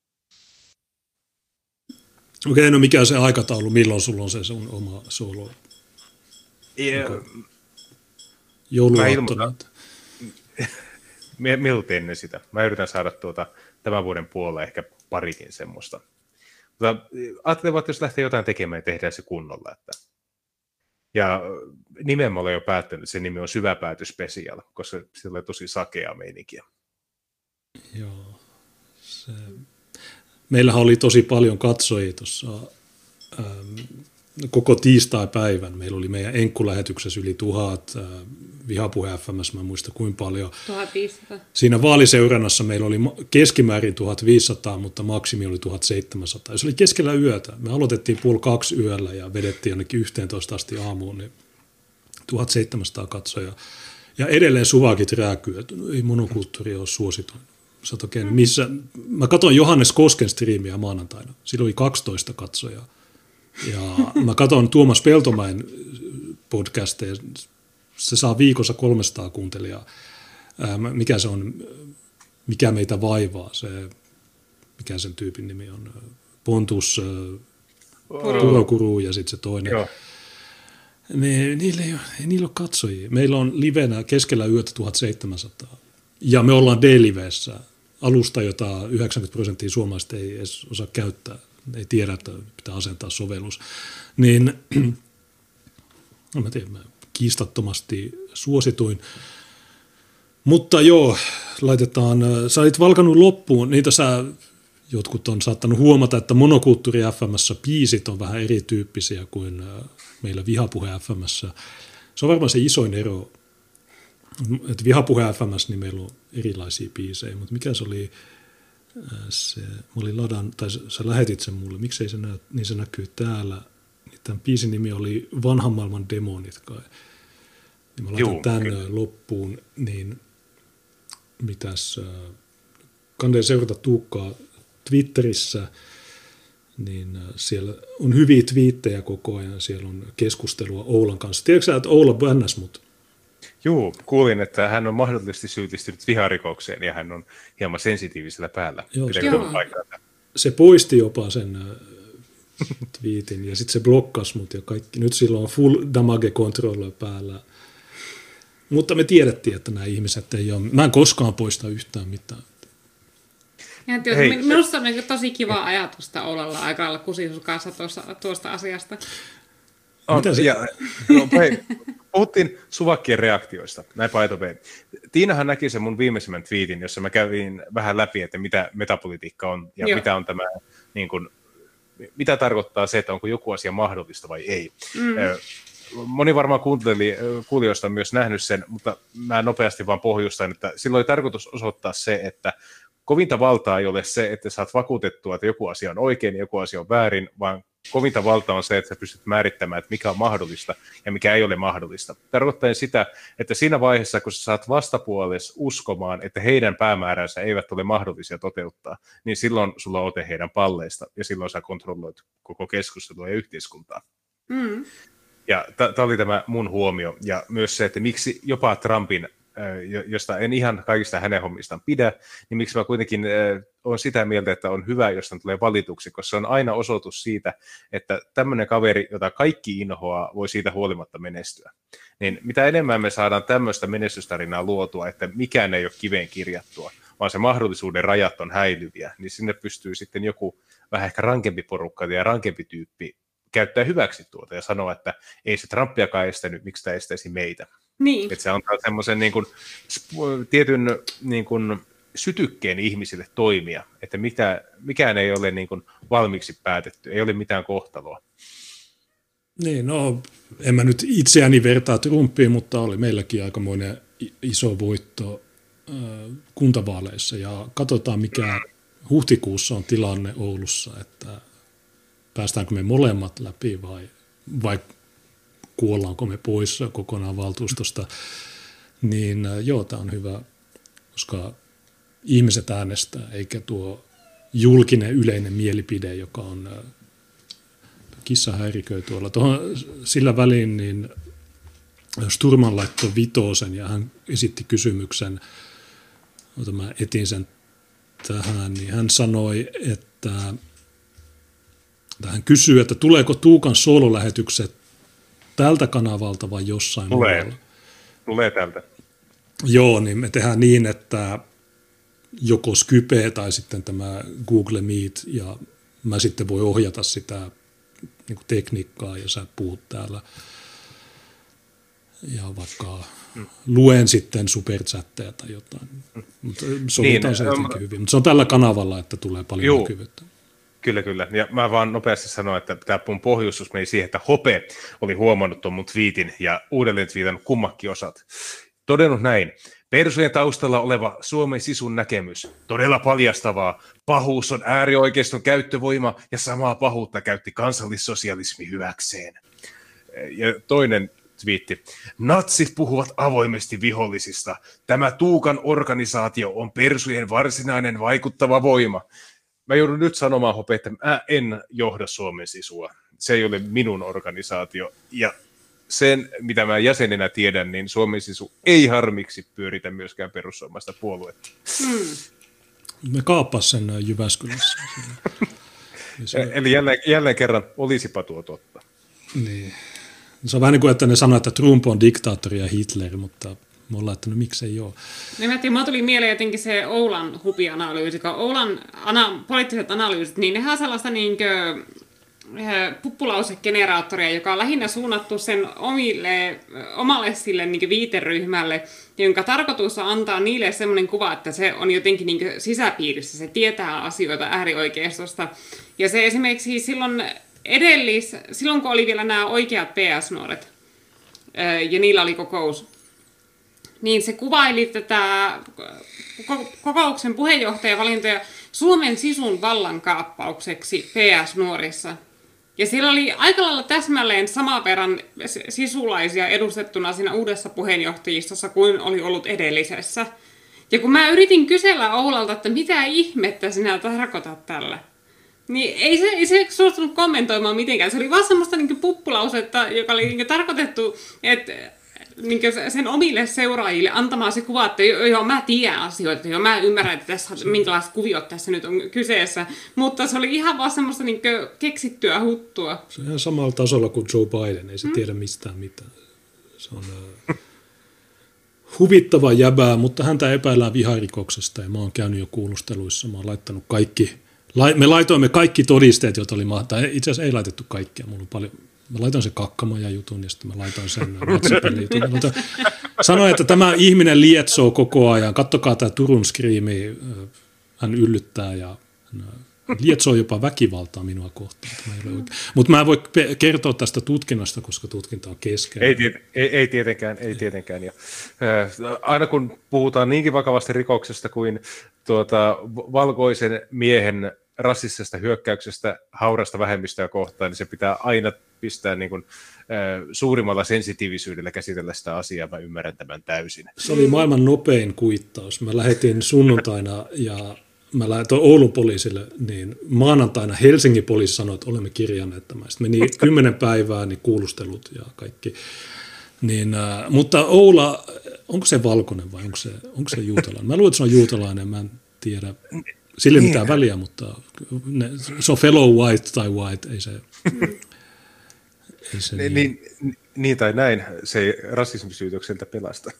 Okei, no mikä se aikataulu, milloin sulla on se sun oma solo? Yeah. Jouluaattona. Miltä ennen sitä. Mä yritän saada tuota, tämän vuoden puolella ehkä parikin semmoista. Mutta ajattelin, että jos lähtee jotain tekemään, niin tehdään se kunnolla. Että... Ja nimen mä olen jo päättänyt, se nimi on Syväpääty Special, koska sillä on tosi sakea meininkiä. Joo. Se... Meillähän oli tosi paljon katsojia tuossa ähm, koko tiistai-päivän. Meillä oli meidän enkkulähetyksessä yli tuhat, äh, Vihapuhe F M S, mä en muista kuinka paljon. tuhatviisisataa. Siinä vaaliseurannassa meillä oli keskimäärin tuhatviisisataa, mutta maksimi oli tuhatseitsemänsataa. Ja se oli keskellä yötä. Me aloitettiin puoli kaksi yöllä ja vedettiin ainakin yhteentoista asti aamuun, niin tuhatseitsemänsataa katsojaa. Ja edelleen suvakit rääkyy, että ei monokulttuuri ole suosituin. Okei, mm. missä, mä katsoin Johannes Kosken striimiä maanantaina. Sillä oli kaksitoista katsojaa. Ja mä katson Tuomas Peltomäen podcasteja. Se saa viikossa kolmesataa kuuntelijaa. Ää, mikä se on, mikä meitä vaivaa, se, mikä sen tyypin nimi on, Pontus, Purokuru ja sitten se toinen. Joo. Ne, niillä ei, ei niillä ole katsojia. Meillä on livenä keskellä yötä tuhatseitsemänsataa. Ja me ollaan D-liveissä alusta, jota yhdeksänkymmentä prosenttia suomalaisista ei edes osaa käyttää. Ei tiedä, että pitää asentaa sovellus. Niin, no mä tiedän, mä kiistattomasti suosituin. Mutta joo, laitetaan, sä olit valkannut loppuun, niitä sä, jotkut on saattanut huomata, että Monokulttuuri F M:ssä biisit on vähän erityyppisiä kuin meillä Vihapuhe F M:ssä. Se on varmaan se isoin ero, että Vihapuhe F M:ssä niin meillä on erilaisia biisejä, mutta mikä se oli, se, mä olin ladan, tai sä lähetit sen mulle, miksei se näy, niin se näkyy täällä. Tämän biisin nimi oli Vanhan maailman demonit kai. Niin mä laitan Juu, tämän kyllä. loppuun, niin mitäs, kannattaa seurata Tuukkaa Twitterissä, niin siellä on hyviä twiittejä koko ajan, siellä on keskustelua Oulan kanssa. Tiedätkö sä, että Oula bännäs mut? Joo, kuulin, että hän on mahdollisesti syyllistynyt viharikokseen ja hän on hieman sensitiivisellä päällä. Joo, se, se poisti jopa sen twiitin, ja sitten se blokkasi mut ja kaikki. Nyt silloin on full damage controller päällä. Mutta me tiedettiin, että nämä ihmiset ei ole... Mä en koskaan poista yhtään mitään. Ja tietysti, minusta on niin tosi kiva ajatusta Oulalla aika lailla kusisus kanssa tuosta, tuosta asiasta. On, ja, no, hei, puhuttiin suvakkien reaktioista, näin by the way. Tiinahan näki sen mun viimeisimmän twiitin, jossa mä kävin vähän läpi, että mitä metapolitiikka on ja Joo. mitä on tämä, niin kuin, mitä tarkoittaa se, että onko joku asia mahdollista vai ei. Mm. Moni varmaan kuulijoista on myös nähnyt sen, mutta mä nopeasti vaan pohjustan, että silloin oli tarkoitus osoittaa se, että kovinta valtaa ei ole se, että saat vakuutettua, että joku asia on oikein ja joku asia on väärin, vaan kovinta valta on se, että sä pystyt määrittämään, että mikä on mahdollista ja mikä ei ole mahdollista. Tarkoittaa sitä, että siinä vaiheessa, kun sä saat vastapuolessa uskomaan, että heidän päämääränsä eivät ole mahdollisia toteuttaa, niin silloin sulla on ote heidän palleista ja silloin sä kontrolloit koko keskustelua ja yhteiskuntaa. Mm. Ja tämä oli tämä mun huomio ja myös se, että miksi jopa Trumpin, josta en ihan kaikista hänen hommistaan pidä, niin miksi mä kuitenkin äh, olen sitä mieltä, että on hyvä, jos hän tulee valituksi, koska se on aina osoitus siitä, että tämmöinen kaveri, jota kaikki inhoaa, voi siitä huolimatta menestyä. Niin mitä enemmän me saadaan tämmöistä menestystarinaa luotua, että mikään ei ole kiveen kirjattua, vaan se mahdollisuuden rajat on häilyviä, niin sinne pystyy sitten joku vähän ehkä rankempi porukka ja rankempi tyyppi käyttää hyväksi tuota ja sanoa, että ei se Trumpiakaan estänyt, miksi tämä estäisi meitä. Niin. Että se antaa semmoisen niin kuin, tietyn niin kuin, sytykkeen ihmisille toimia, että mitä, mikään ei ole niin kuin, valmiiksi päätetty, ei ole mitään kohtaloa. Niin, no en mä nyt itseäni vertaa Trumpiin, mutta oli meilläkin aikamoinen iso voitto äh, kuntavaaleissa ja katsotaan mikä huhtikuussa on tilanne Oulussa, että päästäänkö me molemmat läpi vai, vai kuollaanko me pois kokonaan valtuustosta, niin joo, tämä on hyvä, koska ihmiset äänestää, eikä tuo julkinen yleinen mielipide, joka on kissa häiriköi tuolla. Tuohon, sillä välin niin Sturman laittoi vitosen ja hän esitti kysymyksen, ota mä etin sen tähän, niin hän sanoi, että hän kysyy, että tuleeko Tuukan soololähetykset tältä kanavalta vai jossain Tulee. muualla? Tulee tältä. Joo, niin me tehdään niin, että joko Skype tai sitten tämä Google Meet, ja mä sitten voi ohjata sitä niin kuin tekniikkaa, ja sä puhut täällä. Ja vaikka mm. luen sitten superchatteja tai jotain. Mm. Mutta sovitaan niin, se jotenkin um, hyvin. Mutta se on tällä kanavalla, että tulee paljon juu. näkyvyyttä. Kyllä, kyllä. Ja mä vaan nopeasti sanoin, että tämä mun pohjustus meni siihen, että Hope oli huomannut tuon mun twiitin ja uudelleen twiitannut kummakin osat. Todennut näin. Persujen taustalla oleva Suomen sisun näkemys. Todella paljastavaa. Pahuus on äärioikeiston käyttövoima ja samaa pahuutta käytti kansallissosialismi hyväkseen. Ja toinen twiitti. Natsit puhuvat avoimesti vihollisista. Tämä Tuukan organisaatio on persujen varsinainen vaikuttava voima. Mä joudun nyt sanomaan, Hope, että mä en johda Suomen sisua. Se ei ole minun organisaatio. Ja sen, mitä mä jäsenenä tiedän, niin Suomen sisu ei harmiksi pyöritä myöskään perussuomalaista puoluetta. Hmm. Me kaappas sen Jyväskylässä. Eli jälleen, jälleen kerran, olisipa tuo totta. Niin. Se on vähän niin kuin, että ne sanoo, että Trump on diktaattori ja Hitler, mutta me ollaan, että no miksei ole. Niin mä tiedän, tuli mieleen jotenkin se Oulan hupianalyysi, kun Oulan ana, poliittiset analyysit, niin nehän on sellaista niinkö puppulausegeneraattoria, joka on lähinnä suunnattu sen omille, omalle sille niin viiteryhmälle, jonka tarkoitus on antaa niille semmoinen kuva, että se on jotenkin niin sisäpiirissä, se tietää asioita äärioikeistosta. Ja se esimerkiksi silloin edellis, silloin kun oli vielä nämä oikeat P S-nuoret, ja niillä oli kokous, niin se kuvaili tätä kokouksen puheenjohtajavalintoja Suomen sisun vallankaappaukseksi P S-nuorissa. Ja siellä oli aika lailla täsmälleen saman verran sisulaisia edustettuna siinä uudessa puheenjohtajistossa kuin oli ollut edellisessä. Ja kun mä yritin kysellä Oulalta, että mitä ihmettä sinä tarkoitat tällä, niin ei se, ei se suostunut kommentoimaan mitenkään. Se oli vaan semmoista niin puppulausetta, joka oli niin tarkoitettu, että niin sen omille seuraajille antamaan se kuva, että joo, joo mä tiedän asioita, joo, mä ymmärrän, että tässä, minkälaiset kuviot tässä nyt on kyseessä, mutta se oli ihan vaan semmoista niin keksittyä huttua. Se on ihan samalla tasolla kuin Joe Biden, ei se mm. tiedä mistään mitään. Se on äh, huvittava jäbää, mutta häntä epäillään viharikoksesta ja mä oon käynyt jo kuulusteluissa, mä oon laittanut kaikki, me laitoimme kaikki todisteet, joita oli mahtaa. Itse asiassa ei laitettu kaikkia, mulla on paljon. Mä laitoin sen kakkamaja jutun ja sitten mä laitoin sen WhatsAppille jutun. Mutta sanoin, että tämä ihminen lietsoo koko ajan. Kattokaa tämä Turun skriimi. Hän yllyttää ja lietsoo jopa väkivaltaa minua kohtaan. Mutta mä en voi kertoa tästä tutkinnasta, koska tutkinta on kesken. Ei, ei, ei tietenkään. Ei tietenkään. Ja, äh, aina kun puhutaan niinkin vakavasta rikoksesta kuin tuota, valkoisen miehen rassistisesta hyökkäyksestä haurasta vähemmistöä kohtaan, niin se pitää aina pistää niin kuin, äh, suurimmalla sensitiivisyydellä käsitellä sitä asiaa. Mä ymmärrän tämän täysin. Se oli maailman nopein kuittaus. Mä lähetin sunnuntaina ja mä laitoin Oulun poliisille, niin maanantaina Helsingin poliisi sanoi, että olemme kirjanneet tämän. Sitten meni kymmenen päivää, niin kuulustelut ja kaikki. Niin, äh, mutta Oula, onko se valkoinen vai onko se, onko se juutalainen? Mä luulen, että se on juutalainen, mä en tiedä. Sillä ei mitään niin. väliä, mutta ne, se on fellow white tai white, ei se... Ei se niin, niin, niin tai näin, se ei rasismisyytökseltä pelasta.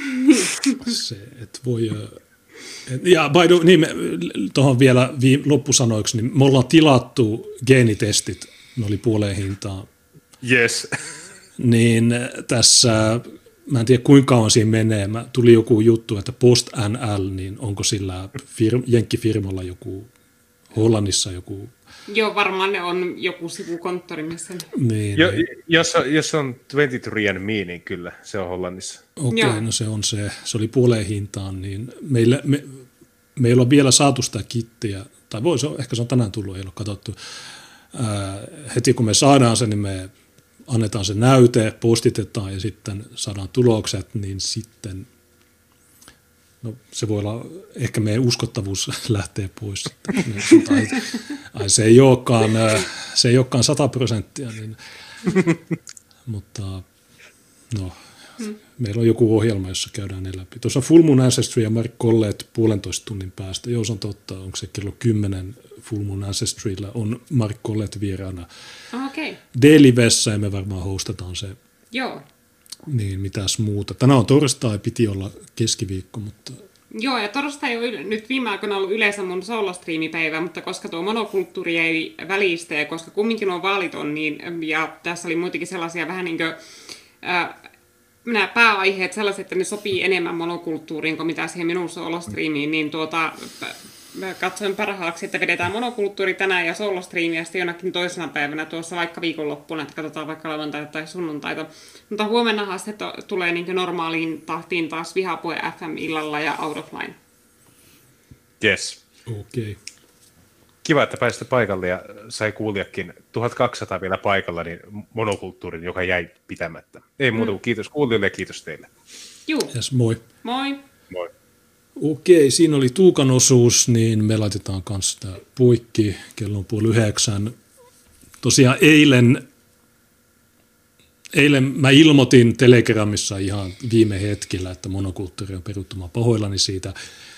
Se, et voi... Et, ja by the, niin tuohon vielä viime, loppusanoiksi, niin me ollaan tilattu geenitestit, ne oli puoleen hintaan. Yes. Niin tässä... Mä en tiedä, kuinka kauan siinä menee. Mä tuli joku juttu, että Post N L, niin onko sillä fir- jenkkifirmalla joku, Hollannissa joku... Joo, varmaan ne on joku sivukonttori, missä... Niin, jo, niin. Jos, jos on kaksikymmentäkolme and me, niin kyllä, se on Hollannissa. Okei, okay, no se on se. Se oli puoleen hintaan, niin meillä, me, meillä on vielä saatu sitä kittiä, tai voi, se on, ehkä se on tänään tullut, ei ole katsottu. Ää, heti kun me saadaan sen, niin me... annetaan se näyte, postitetaan ja sitten saadaan tulokset, niin sitten no, se voi olla, ehkä meidän uskottavuus lähtee pois. ai, ai, se ei olekaan, se ei olekaan sata prosenttia, niin, mutta no, hmm. meillä on joku ohjelma, jossa käydään ne läpi. Tuossa Full Moon Ancestry ja Mark Collett puolentoista tunnin päästä. Joo, se on totta, onko se kello kymmenen Full Moon Ancestryllä on Mark Collett vieraana. Okay. D-livessä ja me varmaan hostataan se. Joo. Niin, mitäs muuta. Tänään on torstai, piti olla keskiviikko, mutta... Joo, ja torstai on yle- nyt viime aikoina ollut yleensä mun solostriimipäivä, mutta koska tuo monokulttuuri ei välistä ja koska kumminkin on vaalit on, niin, ja tässä oli muitakin sellaisia vähän niin kuin... Äh, nämä pääaiheet sellaiset, että ne sopii enemmän monokulttuuriin kuin mitä siihen minun solostriimiin, niin tuota... Mä katsoin parhaaksi, että vedetään monokulttuuri tänään ja solostriimiä sitten jonakin toisena päivänä tuossa vaikka viikonloppuna, että katsotaan vaikka lauantaita tai sunnuntaita. Mutta huomennahan sitten tulee niin normaaliin tahtiin taas Vihapuhe F M illalla ja Out of Line. Yes. Okei. Okay. Kiva, että pääsitte paikalle ja sai kuulijakin tuhatkaksisataa vielä paikalla, niin monokulttuurin, joka jäi pitämättä. Ei muuta kuin mm. kiitos kuulijoille ja kiitos teille. Juu. Yes, moi. Moi. Moi. Okei, siinä oli Tuukan osuus, niin me laitetaan kanssa sitä poikki. Kello on puoli yhdeksän. Tosiaan eilen, eilen mä ilmoitin Telegramissa ihan viime hetkellä, että monokulttuuri on peruttu. Mä pahoillani siitä.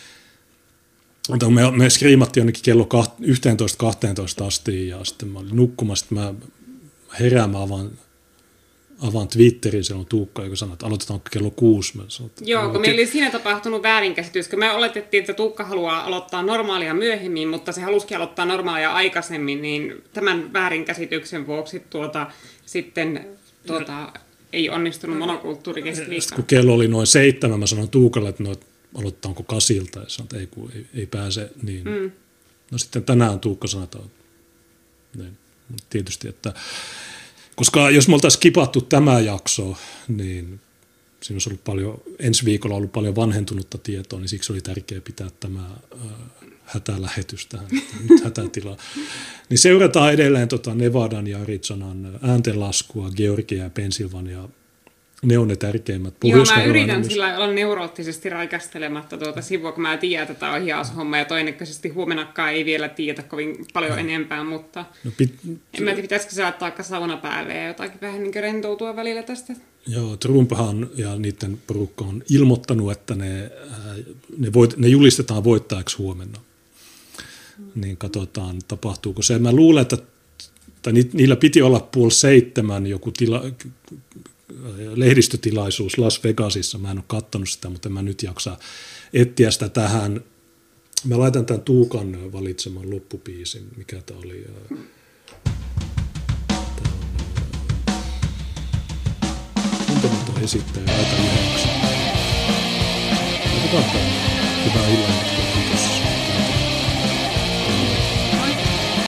Me, me skriimattiin jonnekin kello yksitoista kaksitoista asti ja sitten mä olin nukkumassa. Sitten mä herään, mä avaan, avaan Twitterin, siellä on Tuukka, joka sanoi, että aloitetaan kello kuusi. Sanoin, Joo, kun meillä oli siinä tapahtunut väärinkäsitys, kun me oletettiin, että Tuukka haluaa aloittaa normaalia myöhemmin, mutta se halusikin aloittaa normaalia aikaisemmin, niin tämän väärinkäsityksen vuoksi tuota, sitten tuota, ei onnistunut monokulttuuri keskiviikkona. Kun kello oli noin seitsemän, mä sanoin Tuukalle, että no, aloittaanko kasilta, ja sanoin, että ei, kun ei, ei pääse. Niin. Mm. No sitten tänään Tuukka sanoi, että niin, tietysti, että koska jos me oltaisiin skipattu tämä jakso, niin siinä olisi ollut paljon, ensi viikolla ollut paljon vanhentunutta tietoa, niin siksi oli tärkeää pitää tämä äh, hätälähetys tähän, nyt hätätila. Niin seurataan edelleen tota Nevadan ja Arizonan ääntenlaskua, Georgia ja Pennsylvania ne on ne tärkeimmät. Joo, mä yritän myös sillä olla neuroottisesti raikastelematta tuota sivua, kun mä tiedän, että tämä on hiashomma ja todennäköisesti huomenakkaan ei vielä tiedä kovin paljon no. enempää, mutta no, pit... en mä tiedä, pitäisikö saattaa sauna päälle ja jotakin vähän niin kuin rentoutua välillä tästä. Joo, Trumphan ja niiden porukka on ilmoittanut, että ne, ne, voit, ne julistetaan voittajaksi huomenna. Mm. Niin katsotaan, tapahtuuko se. Mä luulen, että tai niillä piti olla puoli seitsemän joku tila, lehdistötilaisuus Las Vegasissa. Mä en ole katsonut sitä, mutta en mä nyt jaksa etsiä sitä tähän. Mä laitan tämän Tuukan valitseman loppubiisin. Mikä tämä oli? Tuntematon esittäjä, laita yhdeksän. Otetaan tämä. Hyvää illaa.